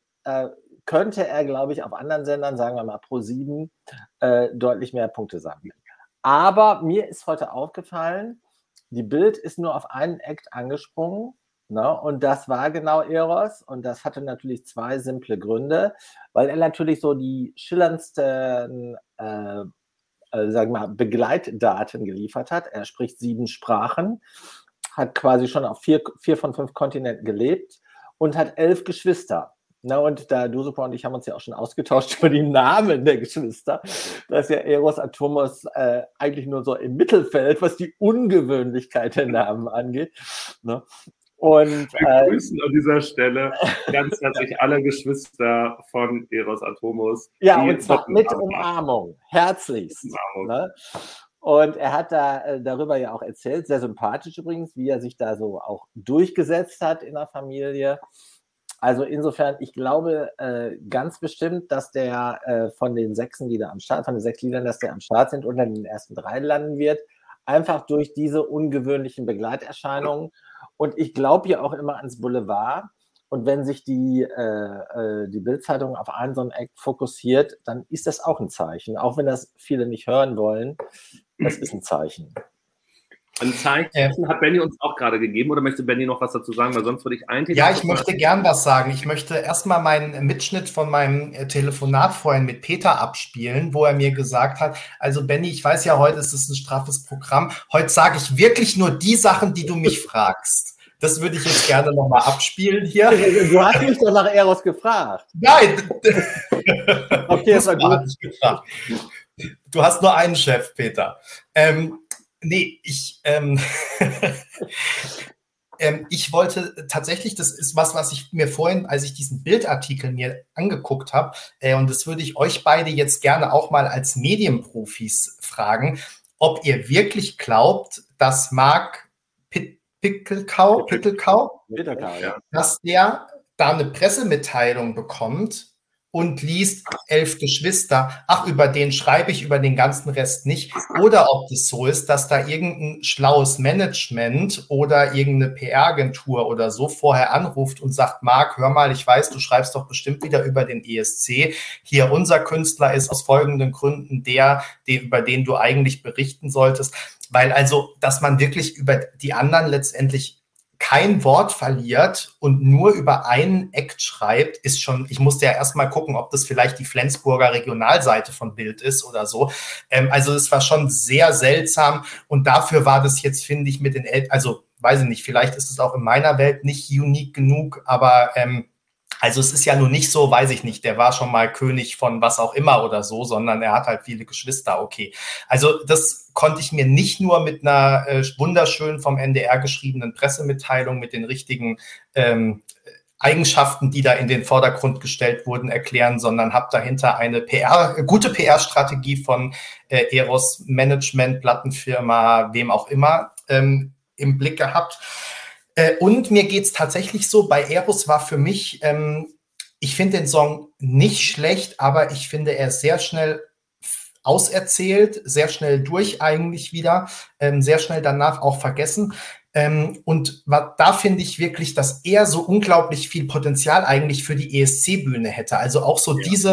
könnte er, glaube ich, auf anderen Sendern, sagen wir mal Pro7, deutlich mehr Punkte sammeln. Aber mir ist heute aufgefallen, die Bild ist nur auf einen Act angesprungen, ne? Und das war genau Eros und das hatte natürlich zwei simple Gründe, weil er natürlich so die schillerndsten sagen wir mal, Begleitdaten geliefert hat. Er spricht 7 Sprachen, hat quasi schon auf 4 von 5 Kontinenten gelebt und hat 11 Geschwister. Na, und da du, Super und ich haben uns ja auch schon ausgetauscht über die Namen der Geschwister. Da ist ja Eros Atomos eigentlich nur so im Mittelfeld, was die Ungewöhnlichkeit der Namen angeht. Ne? Und, wir grüßen an dieser Stelle ganz herzlich alle Geschwister von Eros Atomos. Ja, und zwar mit Umarmung. Herzlichst. Umarmung. Ne? Und er hat darüber ja auch erzählt, sehr sympathisch übrigens, wie er sich da so auch durchgesetzt hat in der Familie. Also insofern, ich glaube ganz bestimmt, dass der von den 6 Liedern am Start, von den 6 Liedern, dass der am Start sind, unter den ersten 3 landen wird. Einfach durch diese ungewöhnlichen Begleiterscheinungen. Und ich glaube ja auch immer ans Boulevard. Und wenn sich die Bild-Zeitung auf einen so einen Act fokussiert, dann ist das auch ein Zeichen. Auch wenn das viele nicht hören wollen, das ist ein Zeichen. Ein Zeichen hat Benny uns auch gerade gegeben, oder möchte Benny noch was dazu sagen, weil sonst würde ich Ja, ich möchte gern was sagen. Ich möchte erstmal meinen Mitschnitt von meinem Telefonat vorhin mit Peter abspielen, wo er mir gesagt hat, also Benny, ich weiß ja, heute ist es ein straffes Programm, heute sage ich wirklich nur die Sachen, die du mich fragst. Das würde ich jetzt gerne nochmal abspielen hier. Du hast mich doch nach Eros gefragt. Nein! Okay, das war gut. Du hast nur einen Chef, Peter. Nee, ich wollte tatsächlich, das ist was ich mir vorhin, als ich diesen Bildartikel mir angeguckt habe, und das würde ich euch beide jetzt gerne auch mal als Medienprofis fragen, ob ihr wirklich glaubt, dass Mark Pittelkau, ja, dass der da eine Pressemitteilung bekommt und liest 11 Geschwister, ach, über den schreibe ich, über den ganzen Rest nicht. Oder ob das so ist, dass da irgendein schlaues Management oder irgendeine PR-Agentur oder so vorher anruft und sagt, Marc, hör mal, ich weiß, du schreibst doch bestimmt wieder über den ESC. Hier, unser Künstler ist aus folgenden Gründen über den du eigentlich berichten solltest. Weil also, dass man wirklich über die anderen letztendlich kein Wort verliert und nur über einen Act schreibt, ist schon, ich musste ja erstmal gucken, ob das vielleicht die Flensburger Regionalseite von Bild ist oder so. Also es war schon sehr seltsam und dafür war das jetzt, finde ich, mit den Eltern, also weiß ich nicht, vielleicht ist es auch in meiner Welt nicht unique genug, aber also es ist ja nun nicht so, weiß ich nicht, der war schon mal König von was auch immer oder so, sondern er hat halt viele Geschwister, okay. Also das konnte ich mir nicht nur mit einer wunderschön vom NDR geschriebenen Pressemitteilung mit den richtigen Eigenschaften, die da in den Vordergrund gestellt wurden, erklären, sondern habe dahinter eine gute PR-Strategie von Eros Management, Plattenfirma, wem auch immer im Blick gehabt. Und mir geht's tatsächlich so, bei Eros war für mich, ich finde den Song nicht schlecht, aber ich finde, er ist sehr schnell auserzählt, sehr schnell durch eigentlich wieder, sehr schnell danach auch vergessen. Und da finde ich wirklich, dass er so unglaublich viel Potenzial eigentlich für die ESC-Bühne hätte. Also auch so diese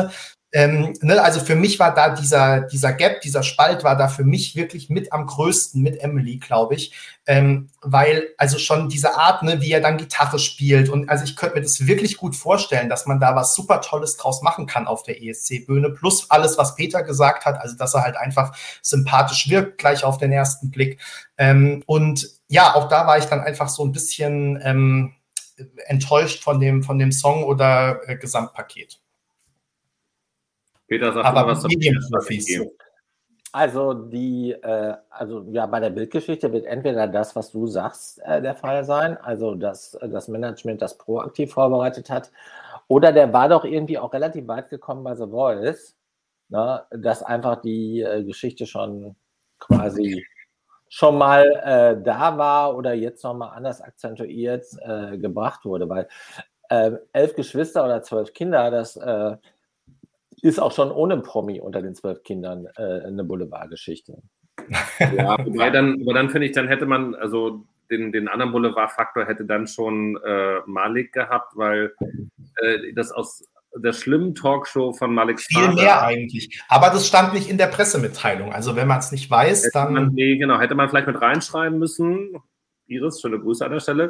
Also für mich war da dieser Gap, dieser Spalt war da für mich wirklich mit am größten mit Emily, glaube ich, weil also schon diese Art, ne, wie er dann Gitarre spielt und also ich könnte mir das wirklich gut vorstellen, dass man da was super Tolles draus machen kann auf der ESC-Bühne, plus alles, was Peter gesagt hat, also dass er halt einfach sympathisch wirkt, gleich auf den ersten Blick. Und ja, auch da war ich dann einfach so ein bisschen enttäuscht von dem Song oder Gesamtpaket. Peter, sag aber mal was zum Medienprofis. Also ja, bei der Bildgeschichte wird entweder das, was du sagst, der Fall sein, also dass das Management das proaktiv vorbereitet hat, oder der war doch irgendwie auch relativ weit gekommen bei The Voice, ne, dass einfach die Geschichte schon quasi schon mal da war oder jetzt nochmal anders akzentuiert gebracht wurde, weil 11 Geschwister oder 12 Kinder, das ist auch schon ohne Promi unter den 12 Kindern eine Boulevardgeschichte. Ja, aber dann finde ich, dann hätte man, also den anderen Boulevardfaktor hätte dann schon Malik gehabt, weil das aus der schlimmen Talkshow von Malik viel mehr eigentlich. Aber das stand nicht in der Pressemitteilung. Also wenn man es nicht weiß, dann... hätte man vielleicht mit reinschreiben müssen. Iris, schöne Grüße an der Stelle.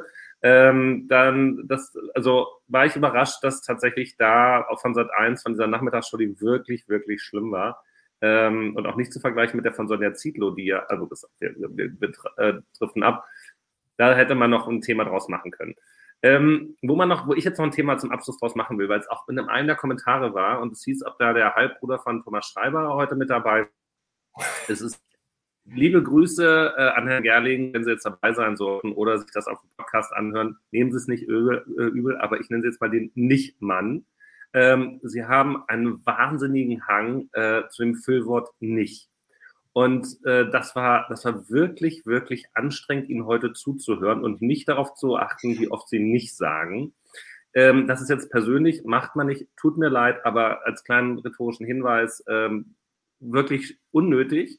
Also war ich überrascht, dass tatsächlich da auch von Sat.1, von dieser Nachmittagsshow, die wirklich, wirklich schlimm war, und auch nicht zu vergleichen mit der von Sonja Zietlow, die ja, also wir driften ab, da hätte man noch ein Thema draus machen können. Wo ich jetzt noch ein Thema zum Abschluss draus machen will, weil es auch in einem der Kommentare war und es hieß, ob da der Halbbruder von Thomas Schreiber heute mit dabei ist. Liebe Grüße an Herrn Gerling, wenn Sie jetzt dabei sein sollten oder sich das auf dem Podcast anhören. Nehmen Sie es nicht übel, aber ich nenne Sie jetzt mal den Nicht-Mann. Sie haben einen wahnsinnigen Hang zu dem Füllwort nicht. Und das war wirklich, wirklich anstrengend, Ihnen heute zuzuhören und nicht darauf zu achten, wie oft Sie nicht sagen. Das ist jetzt persönlich, macht man nicht, tut mir leid, aber als kleinen rhetorischen Hinweis wirklich unnötig.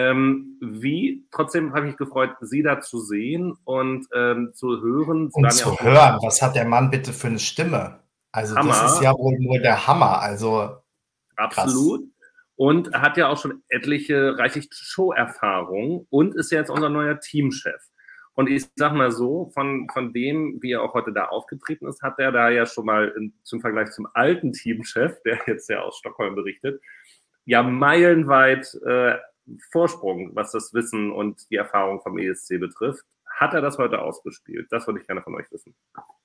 Trotzdem habe ich mich gefreut, Sie da zu sehen und zu hören. Und zu hören, was hat der Mann bitte für eine Stimme? Also Hammer. Das ist ja wohl nur der Hammer. Also absolut. Krass. Und er hat ja auch schon reichlich Show-Erfahrung und ist ja jetzt unser neuer Teamchef. Und ich sag mal so, von dem, wie er auch heute da aufgetreten ist, hat er da ja schon mal zum Vergleich zum alten Teamchef, der jetzt ja aus Stockholm berichtet, ja meilenweit Vorsprung, was das Wissen und die Erfahrung vom ESC betrifft. Hat er das heute ausgespielt? Das würde ich gerne von euch wissen.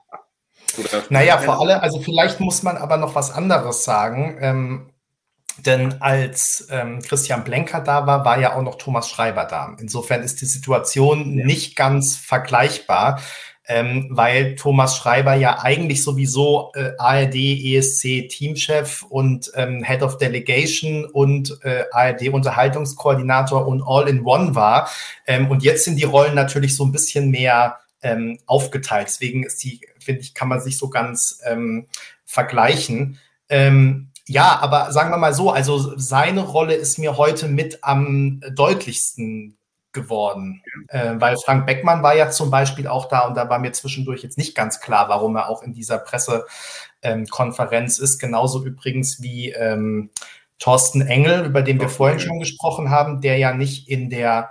Naja, vor allem, also vielleicht muss man aber noch was anderes sagen, denn als Christian Blenker da war, war ja auch noch Thomas Schreiber da. Insofern ist die Situation nicht ganz vergleichbar, weil Thomas Schreiber ja eigentlich sowieso ARD, ESC Teamchef und Head of Delegation und ARD Unterhaltungskoordinator und All-in-One war. Und jetzt sind die Rollen natürlich so ein bisschen mehr aufgeteilt. Deswegen ist finde ich, kann man sich so ganz vergleichen. Ja, aber sagen wir mal so, also seine Rolle ist mir heute mit am deutlichsten geworden, weil Frank Beckmann war ja zum Beispiel auch da und da war mir zwischendurch jetzt nicht ganz klar, warum er auch in dieser Pressekonferenz ist. Genauso übrigens wie Thorsten Engel, über den wir vorhin schon gesprochen haben, der ja nicht in der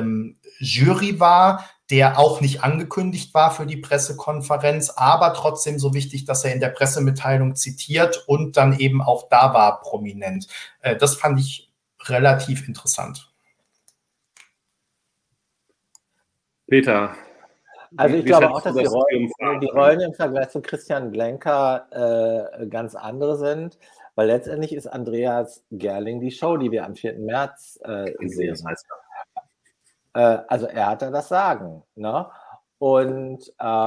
Jury war, der auch nicht angekündigt war für die Pressekonferenz, aber trotzdem so wichtig, dass er in der Pressemitteilung zitiert und dann eben auch da war prominent. Das fand ich relativ interessant. Peter. Also ich glaube auch, dass die Rollen im Vergleich zu Christian Blenker ganz andere sind, weil letztendlich ist Andreas Gerling die Show, die wir am 4. März sehen. Das heißt, also er hat da das Sagen. Ne? Und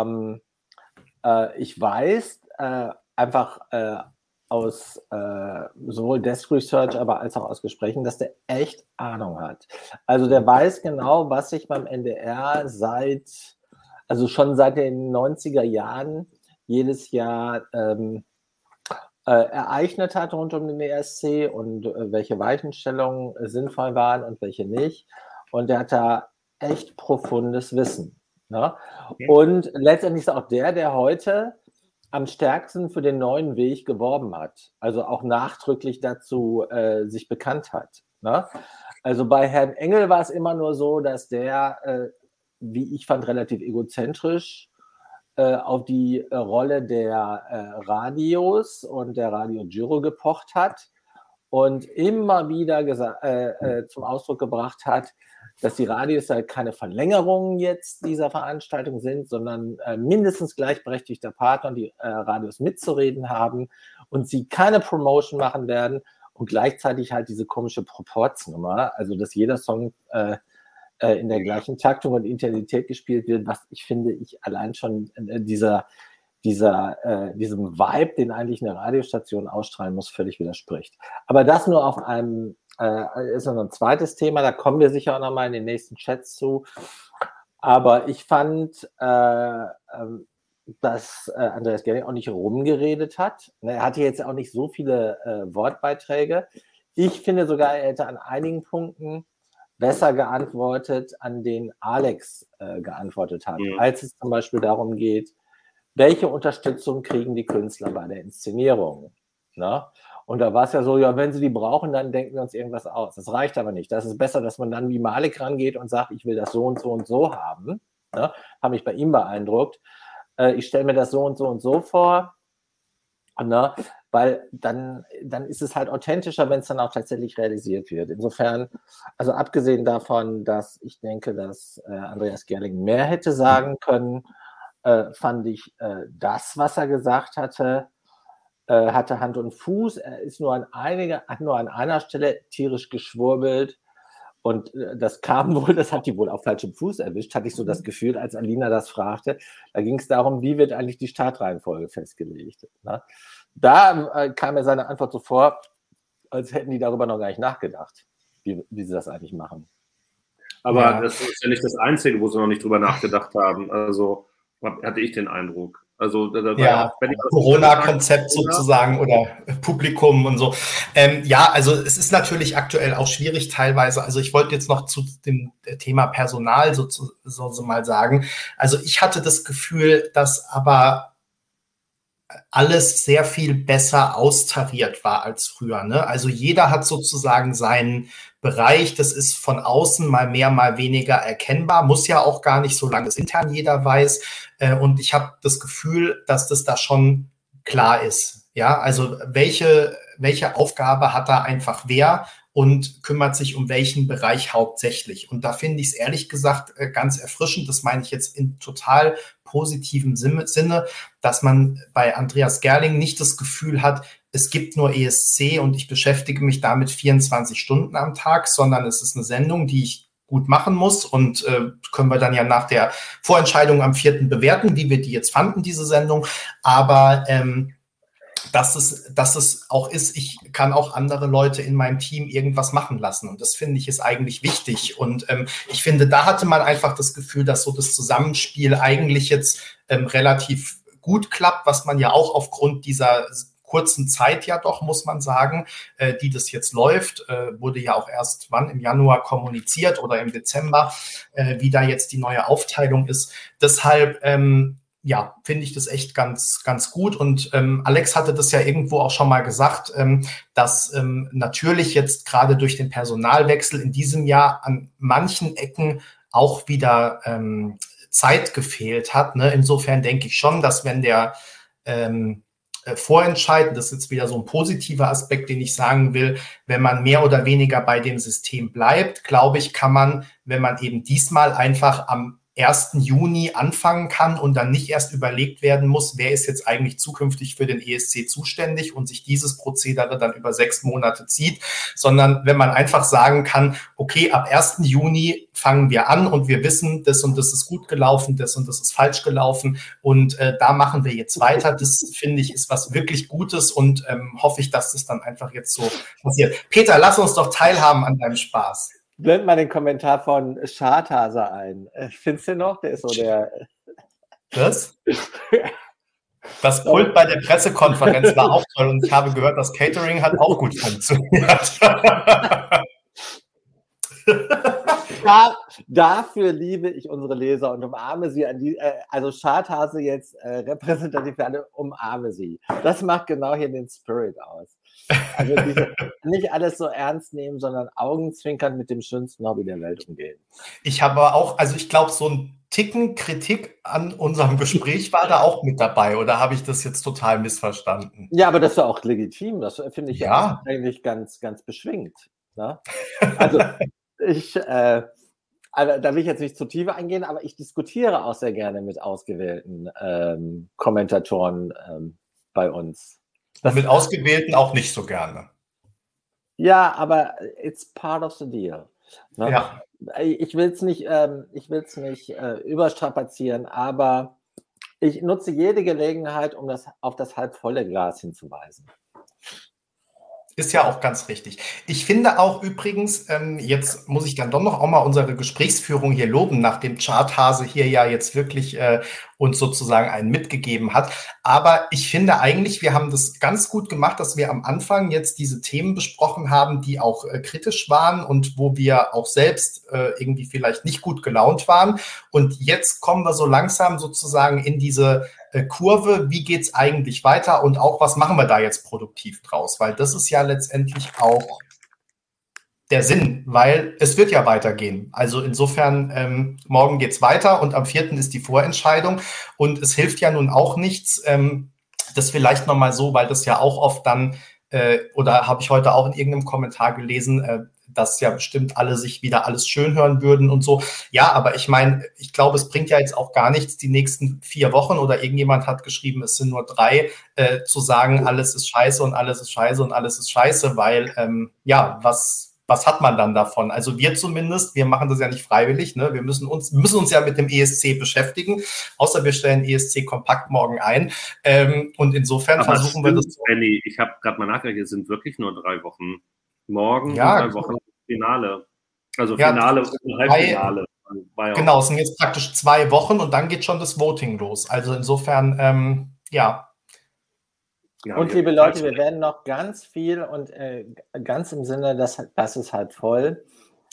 ich weiß einfach aus sowohl Desk Research, aber als auch aus Gesprächen, dass der echt Ahnung hat. Also der weiß genau, was sich beim NDR schon seit den 90er Jahren jedes Jahr ereignet hat rund um den ESC und welche Weichenstellungen sinnvoll waren und welche nicht. Und der hat da echt profundes Wissen. Ne? Okay. Und letztendlich ist auch der heute am stärksten für den neuen Weg geworben hat, also auch nachdrücklich dazu sich bekannt hat. Ne? Also bei Herrn Engel war es immer nur so, dass der, wie ich fand, relativ egozentrisch auf die Rolle der Radios und der Radio Giro gepocht hat und immer wieder zum Ausdruck gebracht hat, dass die Radios halt keine Verlängerungen jetzt dieser Veranstaltung sind, sondern mindestens gleichberechtigter Partner und die Radios mitzureden haben und sie keine Promotion machen werden und gleichzeitig halt diese komische Proporznummer, also dass jeder Song in der gleichen Taktung und Intensität gespielt wird, was ich finde, allein schon diesem Vibe, den eigentlich eine Radiostation ausstrahlen muss, völlig widerspricht. Aber das nur auf einem ist noch ein zweites Thema, da kommen wir sicher auch nochmal in den nächsten Chats zu. Aber ich fand, dass Andreas Gerling auch nicht rumgeredet hat. Er hatte jetzt auch nicht so viele Wortbeiträge. Ich finde sogar, er hätte an einigen Punkten besser geantwortet, an denen Alex geantwortet hat. Als es zum Beispiel darum geht, welche Unterstützung kriegen die Künstler bei der Inszenierung? Ne? Und da war es ja so, ja, wenn sie die brauchen, dann denken wir uns irgendwas aus. Das reicht aber nicht. Das ist besser, dass man dann wie Malik rangeht und sagt, ich will das so und so und so haben. Ne? Habe mich bei ihm beeindruckt. Ich stelle mir das so und so und so vor. Ne? Weil dann ist es halt authentischer, wenn es dann auch tatsächlich realisiert wird. Insofern, also abgesehen davon, dass ich denke, dass Andreas Gerling mehr hätte sagen können, fand ich das, was er gesagt hatte Hand und Fuß. Er ist nur an einer Stelle tierisch geschwurbelt und das hat die wohl auf falschem Fuß erwischt, hatte ich so das Gefühl, als Alina das fragte. Da ging es darum, wie wird eigentlich die Startreihenfolge festgelegt. Ne? Da kam mir seine Antwort so vor, als hätten die darüber noch gar nicht nachgedacht, wie sie das eigentlich machen. Aber das ist ja nicht das Einzige, wo sie noch nicht drüber nachgedacht haben. Also hatte ich den Eindruck. Also Corona-Konzept sozusagen oder Publikum und so. Also es ist natürlich aktuell auch schwierig teilweise. Also ich wollte jetzt noch zu dem Thema Personal so mal sagen. Also ich hatte das Gefühl, dass aber alles sehr viel besser austariert war als früher. Ne? Also jeder hat sozusagen seinen Bereich, das ist von außen mal mehr, mal weniger erkennbar, muss ja auch gar nicht, solange es intern jeder weiß. Und ich habe das Gefühl, dass das da schon klar ist. Ja, also welche Aufgabe hat da einfach wer und kümmert sich um welchen Bereich hauptsächlich. Und da finde ich es ehrlich gesagt ganz erfrischend, das meine ich jetzt in total positivem Sinne, dass man bei Andreas Gerling nicht das Gefühl hat, es gibt nur ESC und ich beschäftige mich damit 24 Stunden am Tag, sondern es ist eine Sendung, die ich gut machen muss und können wir dann ja nach der Vorentscheidung am 4. bewerten, wie wir die jetzt fanden, diese Sendung. Aber dass es auch ist, ich kann auch andere Leute in meinem Team irgendwas machen lassen. Und das finde ich ist eigentlich wichtig. Und ich finde, da hatte man einfach das Gefühl, dass so das Zusammenspiel eigentlich jetzt relativ gut klappt, was man ja auch aufgrund dieser kurzen Zeit ja doch, muss man sagen, die das jetzt läuft, wurde ja auch erst im Januar kommuniziert oder im Dezember, wie da jetzt die neue Aufteilung ist. Deshalb finde ich das echt ganz, ganz gut. Und Alex hatte das ja irgendwo auch schon mal gesagt, dass natürlich jetzt gerade durch den Personalwechsel in diesem Jahr an manchen Ecken auch wieder Zeit gefehlt hat. Ne? Insofern denke ich schon, dass wenn der Vorentscheid, das ist jetzt wieder so ein positiver Aspekt, den ich sagen will, wenn man mehr oder weniger bei dem System bleibt, glaube ich, kann man, wenn man eben diesmal einfach am 1. Juni anfangen kann und dann nicht erst überlegt werden muss, wer ist jetzt eigentlich zukünftig für den ESC zuständig und sich dieses Prozedere dann über 6 Monate zieht, sondern wenn man einfach sagen kann, okay, ab 1. Juni fangen wir an und wir wissen, das und das ist gut gelaufen, das und das ist falsch gelaufen und da machen wir jetzt weiter. Das, finde ich, ist was wirklich Gutes und hoffe ich, dass das dann einfach jetzt so passiert. Peter, lass uns doch teilhaben an deinem Spaß. Blend mal den Kommentar von Scharthase ein. Findest du noch? Der ist so der... Was? Das Pult bei der Pressekonferenz war auch toll und ich habe gehört, das Catering hat auch gut funktioniert. Dafür liebe ich unsere Leser und umarme sie also Charthase jetzt repräsentativ für alle, umarme sie. Das macht genau hier den Spirit aus. Also nicht alles so ernst nehmen, sondern augenzwinkern mit dem schönsten Hobby der Welt umgehen. Ich habe auch, also ich glaube, so ein Ticken Kritik an unserem Gespräch war da auch mit dabei, oder habe ich das jetzt total missverstanden? Ja, aber das ist ja auch legitim, das finde ich Ja. eigentlich ganz, ganz beschwingt. Ne? Also da will ich jetzt nicht zu tief eingehen, aber ich diskutiere auch sehr gerne mit ausgewählten Kommentatoren bei uns. Mit ausgewählten auch nicht so gerne. Ja, aber it's part of the deal. Ne? Ja. Ich will es nicht überstrapazieren, aber ich nutze jede Gelegenheit, um auf das halb volle Glas hinzuweisen. Ist ja auch ganz richtig. Ich finde auch übrigens, jetzt muss ich dann doch noch auch mal unsere Gesprächsführung hier loben, nachdem Charthase hier ja jetzt wirklich uns sozusagen einen mitgegeben hat. Aber ich finde eigentlich, wir haben das ganz gut gemacht, dass wir am Anfang jetzt diese Themen besprochen haben, die auch kritisch waren und wo wir auch selbst irgendwie vielleicht nicht gut gelaunt waren. Und jetzt kommen wir so langsam sozusagen in diese Kurve, wie geht's eigentlich weiter und auch, was machen wir da jetzt produktiv draus? Weil das ist ja letztendlich auch der Sinn, weil es wird ja weitergehen. Also insofern, morgen geht's weiter und am 4. ist die Vorentscheidung und es hilft ja nun auch nichts, das vielleicht nochmal so, weil das ja auch oft dann, oder habe ich heute auch in irgendeinem Kommentar gelesen, dass ja bestimmt alle sich wieder alles schön hören würden und so. Ja, aber ich meine, ich glaube, es bringt ja jetzt auch gar nichts, die nächsten 4 Wochen oder irgendjemand hat geschrieben, es sind nur 3, zu sagen, alles ist scheiße und alles ist scheiße und alles ist scheiße, weil, ja, was hat man dann davon? Also wir zumindest, wir machen das ja nicht freiwillig, ne? Wir müssen uns ja mit dem ESC beschäftigen, außer wir stellen ESC Kompakt morgen ein. Und insofern aber versuchen wir das. Benny, ich habe gerade mal nachgerechnet, es sind wirklich nur 3 Wochen. Morgen ja, und 3 Wochen Finale. Also Finale und Halbfinale. Genau, es sind jetzt praktisch 2 Wochen und dann geht schon das Voting los. Also insofern, ja. Und liebe Leute, wir werden noch ganz viel und ganz im Sinne, das ist halt voll,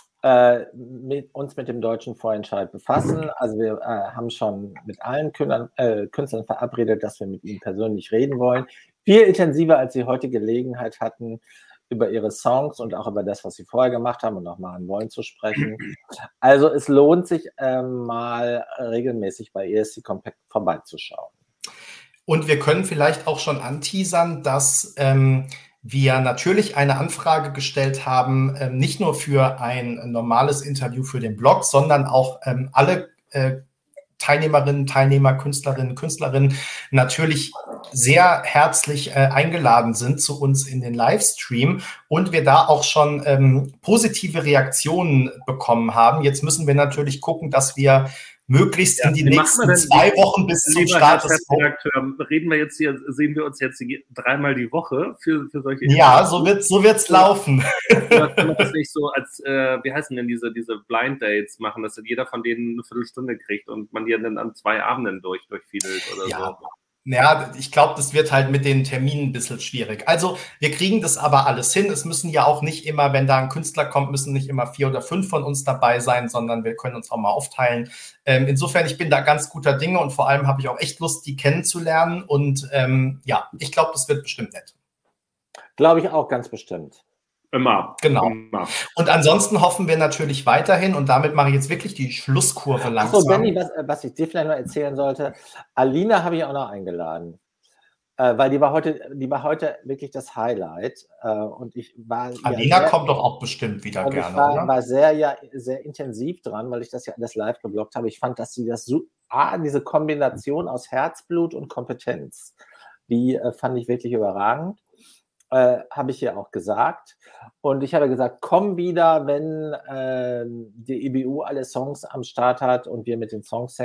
uns mit dem deutschen Vorentscheid befassen. Also wir haben schon mit allen Künstlern verabredet, dass wir mit ihnen persönlich reden wollen. Viel intensiver, als sie heute Gelegenheit hatten, über ihre Songs und auch über das, was sie vorher gemacht haben und noch machen wollen, zu sprechen. Also es lohnt sich mal regelmäßig bei ESC Kompakt vorbeizuschauen. Und wir können vielleicht auch schon anteasern, dass wir natürlich eine Anfrage gestellt haben, nicht nur für ein normales Interview für den Blog, sondern auch alle Teilnehmerinnen, Teilnehmer, Künstlerinnen natürlich sehr herzlich eingeladen sind zu uns in den Livestream und wir da auch schon positive Reaktionen bekommen haben. Jetzt müssen wir natürlich gucken, dass wir möglichst in die nächsten 2 Wochen bis zum Start des reden wir jetzt hier, sehen wir uns jetzt 3-mal die Woche für solche Ja, so wird's laufen. Oder kann man das nicht so als, wie heißen denn diese Blind Dates machen, dass jeder von denen eine Viertelstunde kriegt und man die dann an 2 Abenden durchfiedelt oder so? Ja, ich glaube, das wird halt mit den Terminen ein bisschen schwierig. Also wir kriegen das aber alles hin. Es müssen ja auch nicht immer, wenn da ein Künstler kommt, müssen nicht immer 4 oder 5 von uns dabei sein, sondern wir können uns auch mal aufteilen. Insofern, ich bin da ganz guter Dinge und vor allem habe ich auch echt Lust, die kennenzulernen. Und ja, ich glaube, das wird bestimmt nett. Glaube ich auch ganz bestimmt. Immer. Genau. Immer. Und ansonsten hoffen wir natürlich weiterhin, und damit mache ich jetzt wirklich die Schlusskurve langsam. Achso, Benny, was ich dir vielleicht noch erzählen sollte, Alina habe ich auch noch eingeladen, weil die war heute wirklich das Highlight. Und Alina kommt doch auch bestimmt wieder gerne, oder? Ich war sehr intensiv dran, weil ich das ja alles live geblockt habe. Ich fand, dass sie diese Kombination aus Herzblut und Kompetenz, die fand ich wirklich überragend. Habe ich ja auch gesagt. Und ich habe gesagt, komm wieder, wenn die EBU alle Songs am Start hat und wir mit den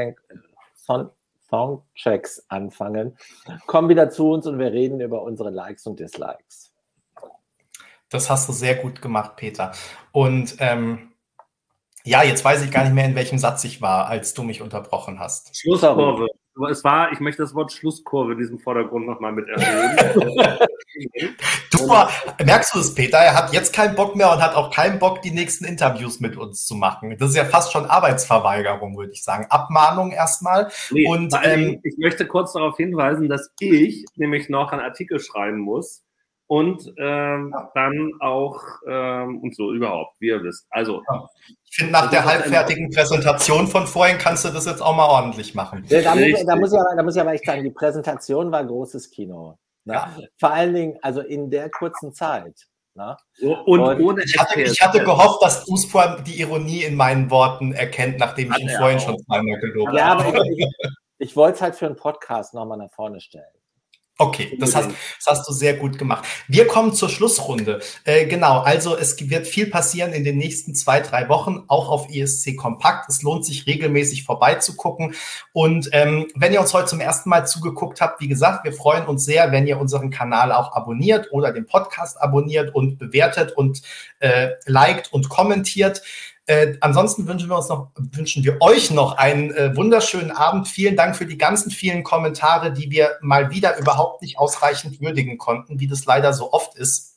Songchecks anfangen. Komm wieder zu uns und wir reden über unsere Likes und Dislikes. Das hast du sehr gut gemacht, Peter. Und ja, jetzt weiß ich gar nicht mehr, in welchem Satz ich war, als du mich unterbrochen hast. Schlusskurve. ich möchte das Wort Schlusskurve in diesem Vordergrund nochmal mit erwähnen. Super. Merkst du es, Peter? Er hat jetzt keinen Bock mehr und hat auch keinen Bock, die nächsten Interviews mit uns zu machen. Das ist ja fast schon Arbeitsverweigerung, würde ich sagen. Abmahnung erstmal. Nee, und ich möchte kurz darauf hinweisen, dass ich nämlich noch einen Artikel schreiben muss und dann auch und so überhaupt, wie ihr wisst. Also, ich finde, nach der halbfertigen Präsentation von vorhin kannst du das jetzt auch mal ordentlich machen. Da muss ich aber echt sagen, die Präsentation war großes Kino. Ne? Ja. Vor allen Dingen, also in der kurzen Zeit. Ne? Und ohne ich hatte gehofft, dass Duspor die Ironie in meinen Worten erkennt, nachdem ich ihn vorhin schon zweimal gelobt habe. Ja, aber ich wollte es halt für einen Podcast nochmal nach vorne stellen. Okay, das hast du sehr gut gemacht. Wir kommen zur Schlussrunde. Genau, also es wird viel passieren in den nächsten 2-3 Wochen, auch auf ESC Kompakt. Es lohnt sich regelmäßig vorbeizugucken. Und wenn ihr uns heute zum ersten Mal zugeguckt habt, wie gesagt, wir freuen uns sehr, wenn ihr unseren Kanal auch abonniert oder den Podcast abonniert und bewertet und liked und kommentiert. Ansonsten wünschen wir euch noch einen wunderschönen Abend. Vielen Dank für die ganzen vielen Kommentare, die wir mal wieder überhaupt nicht ausreichend würdigen konnten, wie das leider so oft ist.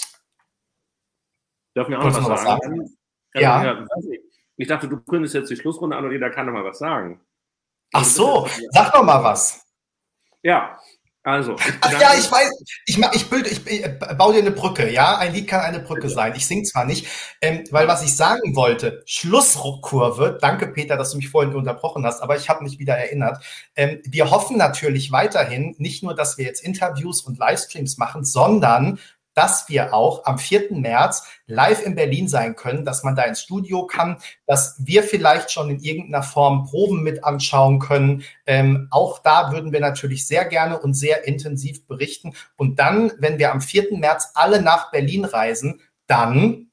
Dürfen wir auch noch was sagen? Ja. Ich dachte, du kündigst jetzt die Schlussrunde an und jeder kann noch mal was sagen. Ach so, sag doch mal was. Ja. Also. Ach ja, ich weiß, ich baue dir eine Brücke, ja? Ein Lied kann eine Brücke sein. Ich singe zwar nicht, weil was ich sagen wollte, Schlusskurve, danke Peter, dass du mich vorhin unterbrochen hast, aber ich habe mich wieder erinnert. Wir hoffen natürlich weiterhin, nicht nur, dass wir jetzt Interviews und Livestreams machen, sondern dass wir auch am 4. März live in Berlin sein können, dass man da ins Studio kann, dass wir vielleicht schon in irgendeiner Form Proben mit anschauen können. Auch da würden wir natürlich sehr gerne und sehr intensiv berichten. Und dann, wenn wir am 4. März alle nach Berlin reisen, dann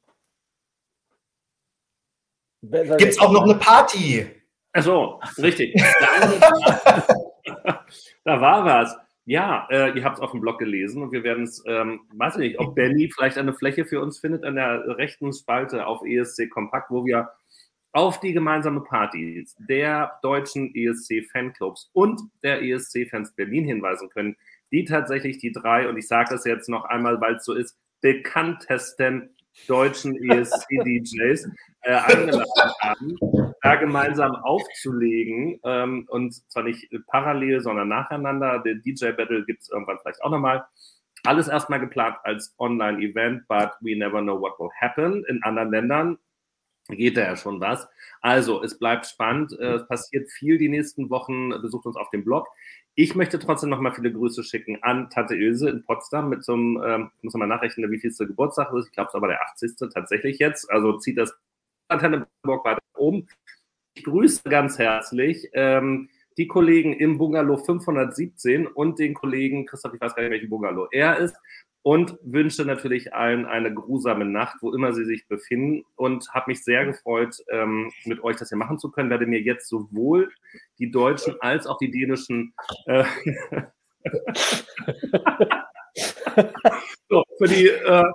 gibt es auch noch eine Party. Ach so, richtig. Da war was. Ja, ihr habt es auf dem Blog gelesen und wir werden es, weiß ich nicht, ob Benny vielleicht eine Fläche für uns findet an der rechten Spalte auf ESC Kompakt, wo wir auf die gemeinsame Party der deutschen ESC-Fanclubs und der ESC-Fans Berlin hinweisen können, die tatsächlich die 3, und ich sage es jetzt noch einmal, weil es so ist, bekanntesten deutschen ESC-DJs eingeladen haben, da gemeinsam aufzulegen und zwar nicht parallel, sondern nacheinander. Der DJ-Battle gibt es irgendwann vielleicht auch nochmal. Alles erstmal geplant als Online-Event, but we never know what will happen. In anderen Ländern geht da ja schon was. Also, es bleibt spannend. Es passiert viel die nächsten Wochen. Besucht uns auf dem Blog. Ich möchte trotzdem nochmal viele Grüße schicken an Tante Ilse in Potsdam mit so einem, ich muss mal nachrechnen, wie viel es der Geburtstag ist. Ich glaube, es ist aber der 80. tatsächlich jetzt. Also zieht das Antenne Hamburg weiter oben. Ich grüße ganz herzlich die Kollegen im Bungalow 517 und den Kollegen, Christoph, ich weiß gar nicht, welchen Bungalow er ist, und wünsche natürlich allen eine grusame Nacht, wo immer sie sich befinden, und habe mich sehr gefreut, mit euch das hier machen zu können. Werde mir jetzt sowohl die deutschen als auch die dänischen so, für die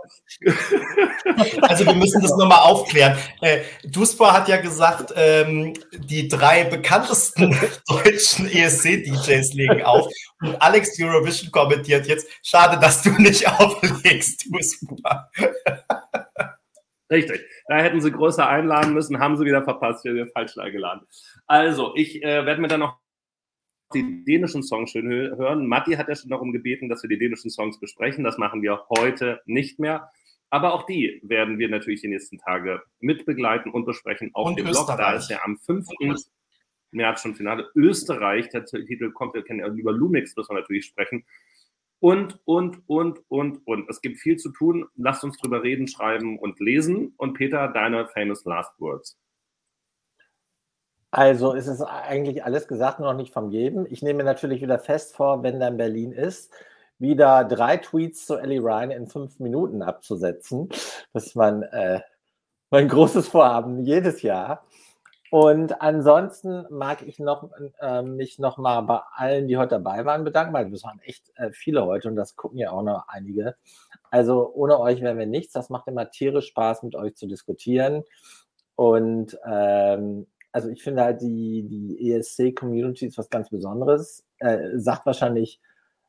Also wir müssen das nochmal aufklären. Duspor hat ja gesagt, die 3 bekanntesten deutschen ESC-DJs legen auf. Und Alex Eurovision kommentiert jetzt, schade, dass du nicht auflegst, Duspor. Richtig. Da hätten sie größer einladen müssen, haben sie wieder verpasst, wir haben falsch eingeladen. Also, ich werde mir dann noch die dänischen Songs schön hören. Matti hat ja schon darum gebeten, dass wir die dänischen Songs besprechen. Das machen wir heute nicht mehr. Aber auch die werden wir natürlich die nächsten Tage mit begleiten und besprechen auf dem Blog. Da ist ja am 5. März schon Finale. Österreich, der Titel kommt, wir kennen ja über Lumix, müssen wir natürlich sprechen. Und. Es gibt viel zu tun. Lasst uns drüber reden, schreiben und lesen. Und Peter, deine famous last words. Also es ist eigentlich alles gesagt, nur noch nicht von jedem. Ich nehme mir natürlich wieder fest vor, wenn er in Berlin ist, wieder 3 Tweets zu Ellie Ryan in 5 Minuten abzusetzen. Das ist mein großes Vorhaben jedes Jahr. Und ansonsten mag ich mich noch mal bei allen, die heute dabei waren, bedanken, weil das waren echt viele heute und das gucken ja auch noch einige. Also ohne euch wären wir nichts. Das macht immer tierisch Spaß, mit euch zu diskutieren. Und Also ich finde halt, die ESC-Community ist was ganz Besonderes. Sagt wahrscheinlich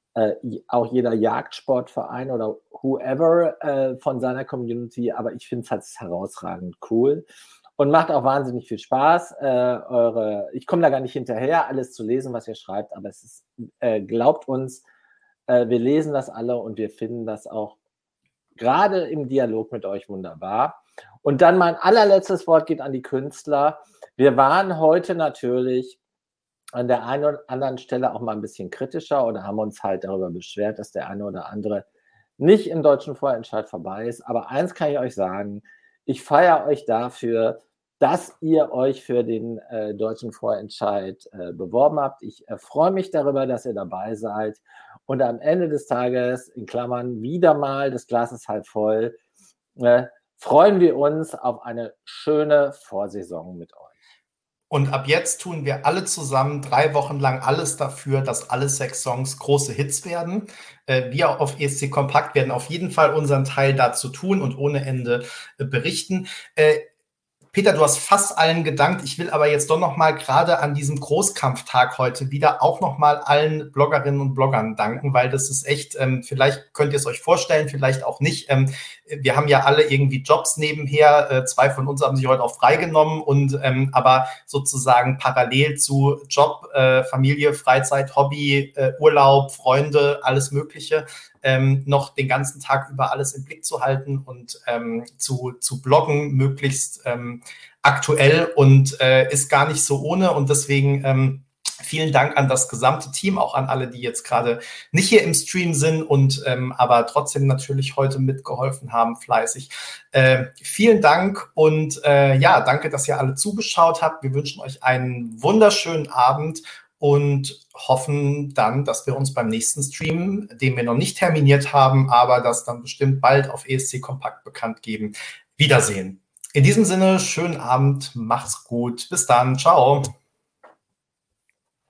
auch jeder Jagdsportverein oder whoever von seiner Community, aber ich finde es halt herausragend cool und macht auch wahnsinnig viel Spaß. Ich komme da gar nicht hinterher, alles zu lesen, was ihr schreibt, aber es ist, glaubt uns, wir lesen das alle und wir finden das auch gerade im Dialog mit euch wunderbar. Und dann mein allerletztes Wort geht an die Künstler. Wir waren heute natürlich an der einen oder anderen Stelle auch mal ein bisschen kritischer oder haben uns halt darüber beschwert, dass der eine oder andere nicht im deutschen Vorentscheid vorbei ist. Aber eins kann ich euch sagen, ich feiere euch dafür, dass ihr euch für den deutschen Vorentscheid beworben habt. Ich freue mich darüber, dass ihr dabei seid. Und am Ende des Tages, in Klammern, wieder mal, das Glas ist halb voll, freuen wir uns auf eine schöne Vorsaison mit euch. Und ab jetzt tun wir alle zusammen 3 Wochen lang alles dafür, dass alle 6 Songs große Hits werden. Wir auf ESC Kompakt werden auf jeden Fall unseren Teil dazu tun und ohne Ende berichten. Peter, du hast fast allen gedankt. Ich will aber jetzt doch noch mal gerade an diesem Großkampftag heute wieder auch noch mal allen Bloggerinnen und Bloggern danken, weil das ist echt, vielleicht könnt ihr es euch vorstellen, vielleicht auch nicht. Wir haben ja alle irgendwie Jobs nebenher. 2 von uns haben sich heute auch freigenommen und aber sozusagen parallel zu Job, Familie, Freizeit, Hobby, Urlaub, Freunde, alles Mögliche, noch den ganzen Tag über alles im Blick zu halten und zu bloggen, möglichst aktuell und ist gar nicht so ohne. Und deswegen vielen Dank an das gesamte Team, auch an alle, die jetzt gerade nicht hier im Stream sind und aber trotzdem natürlich heute mitgeholfen haben, fleißig. Vielen Dank und ja, danke, dass ihr alle zugeschaut habt. Wir wünschen euch einen wunderschönen Abend und hoffen dann, dass wir uns beim nächsten Stream, den wir noch nicht terminiert haben, aber das dann bestimmt bald auf ESC Kompakt bekannt geben, wiedersehen. In diesem Sinne, schönen Abend, macht's gut, bis dann, ciao.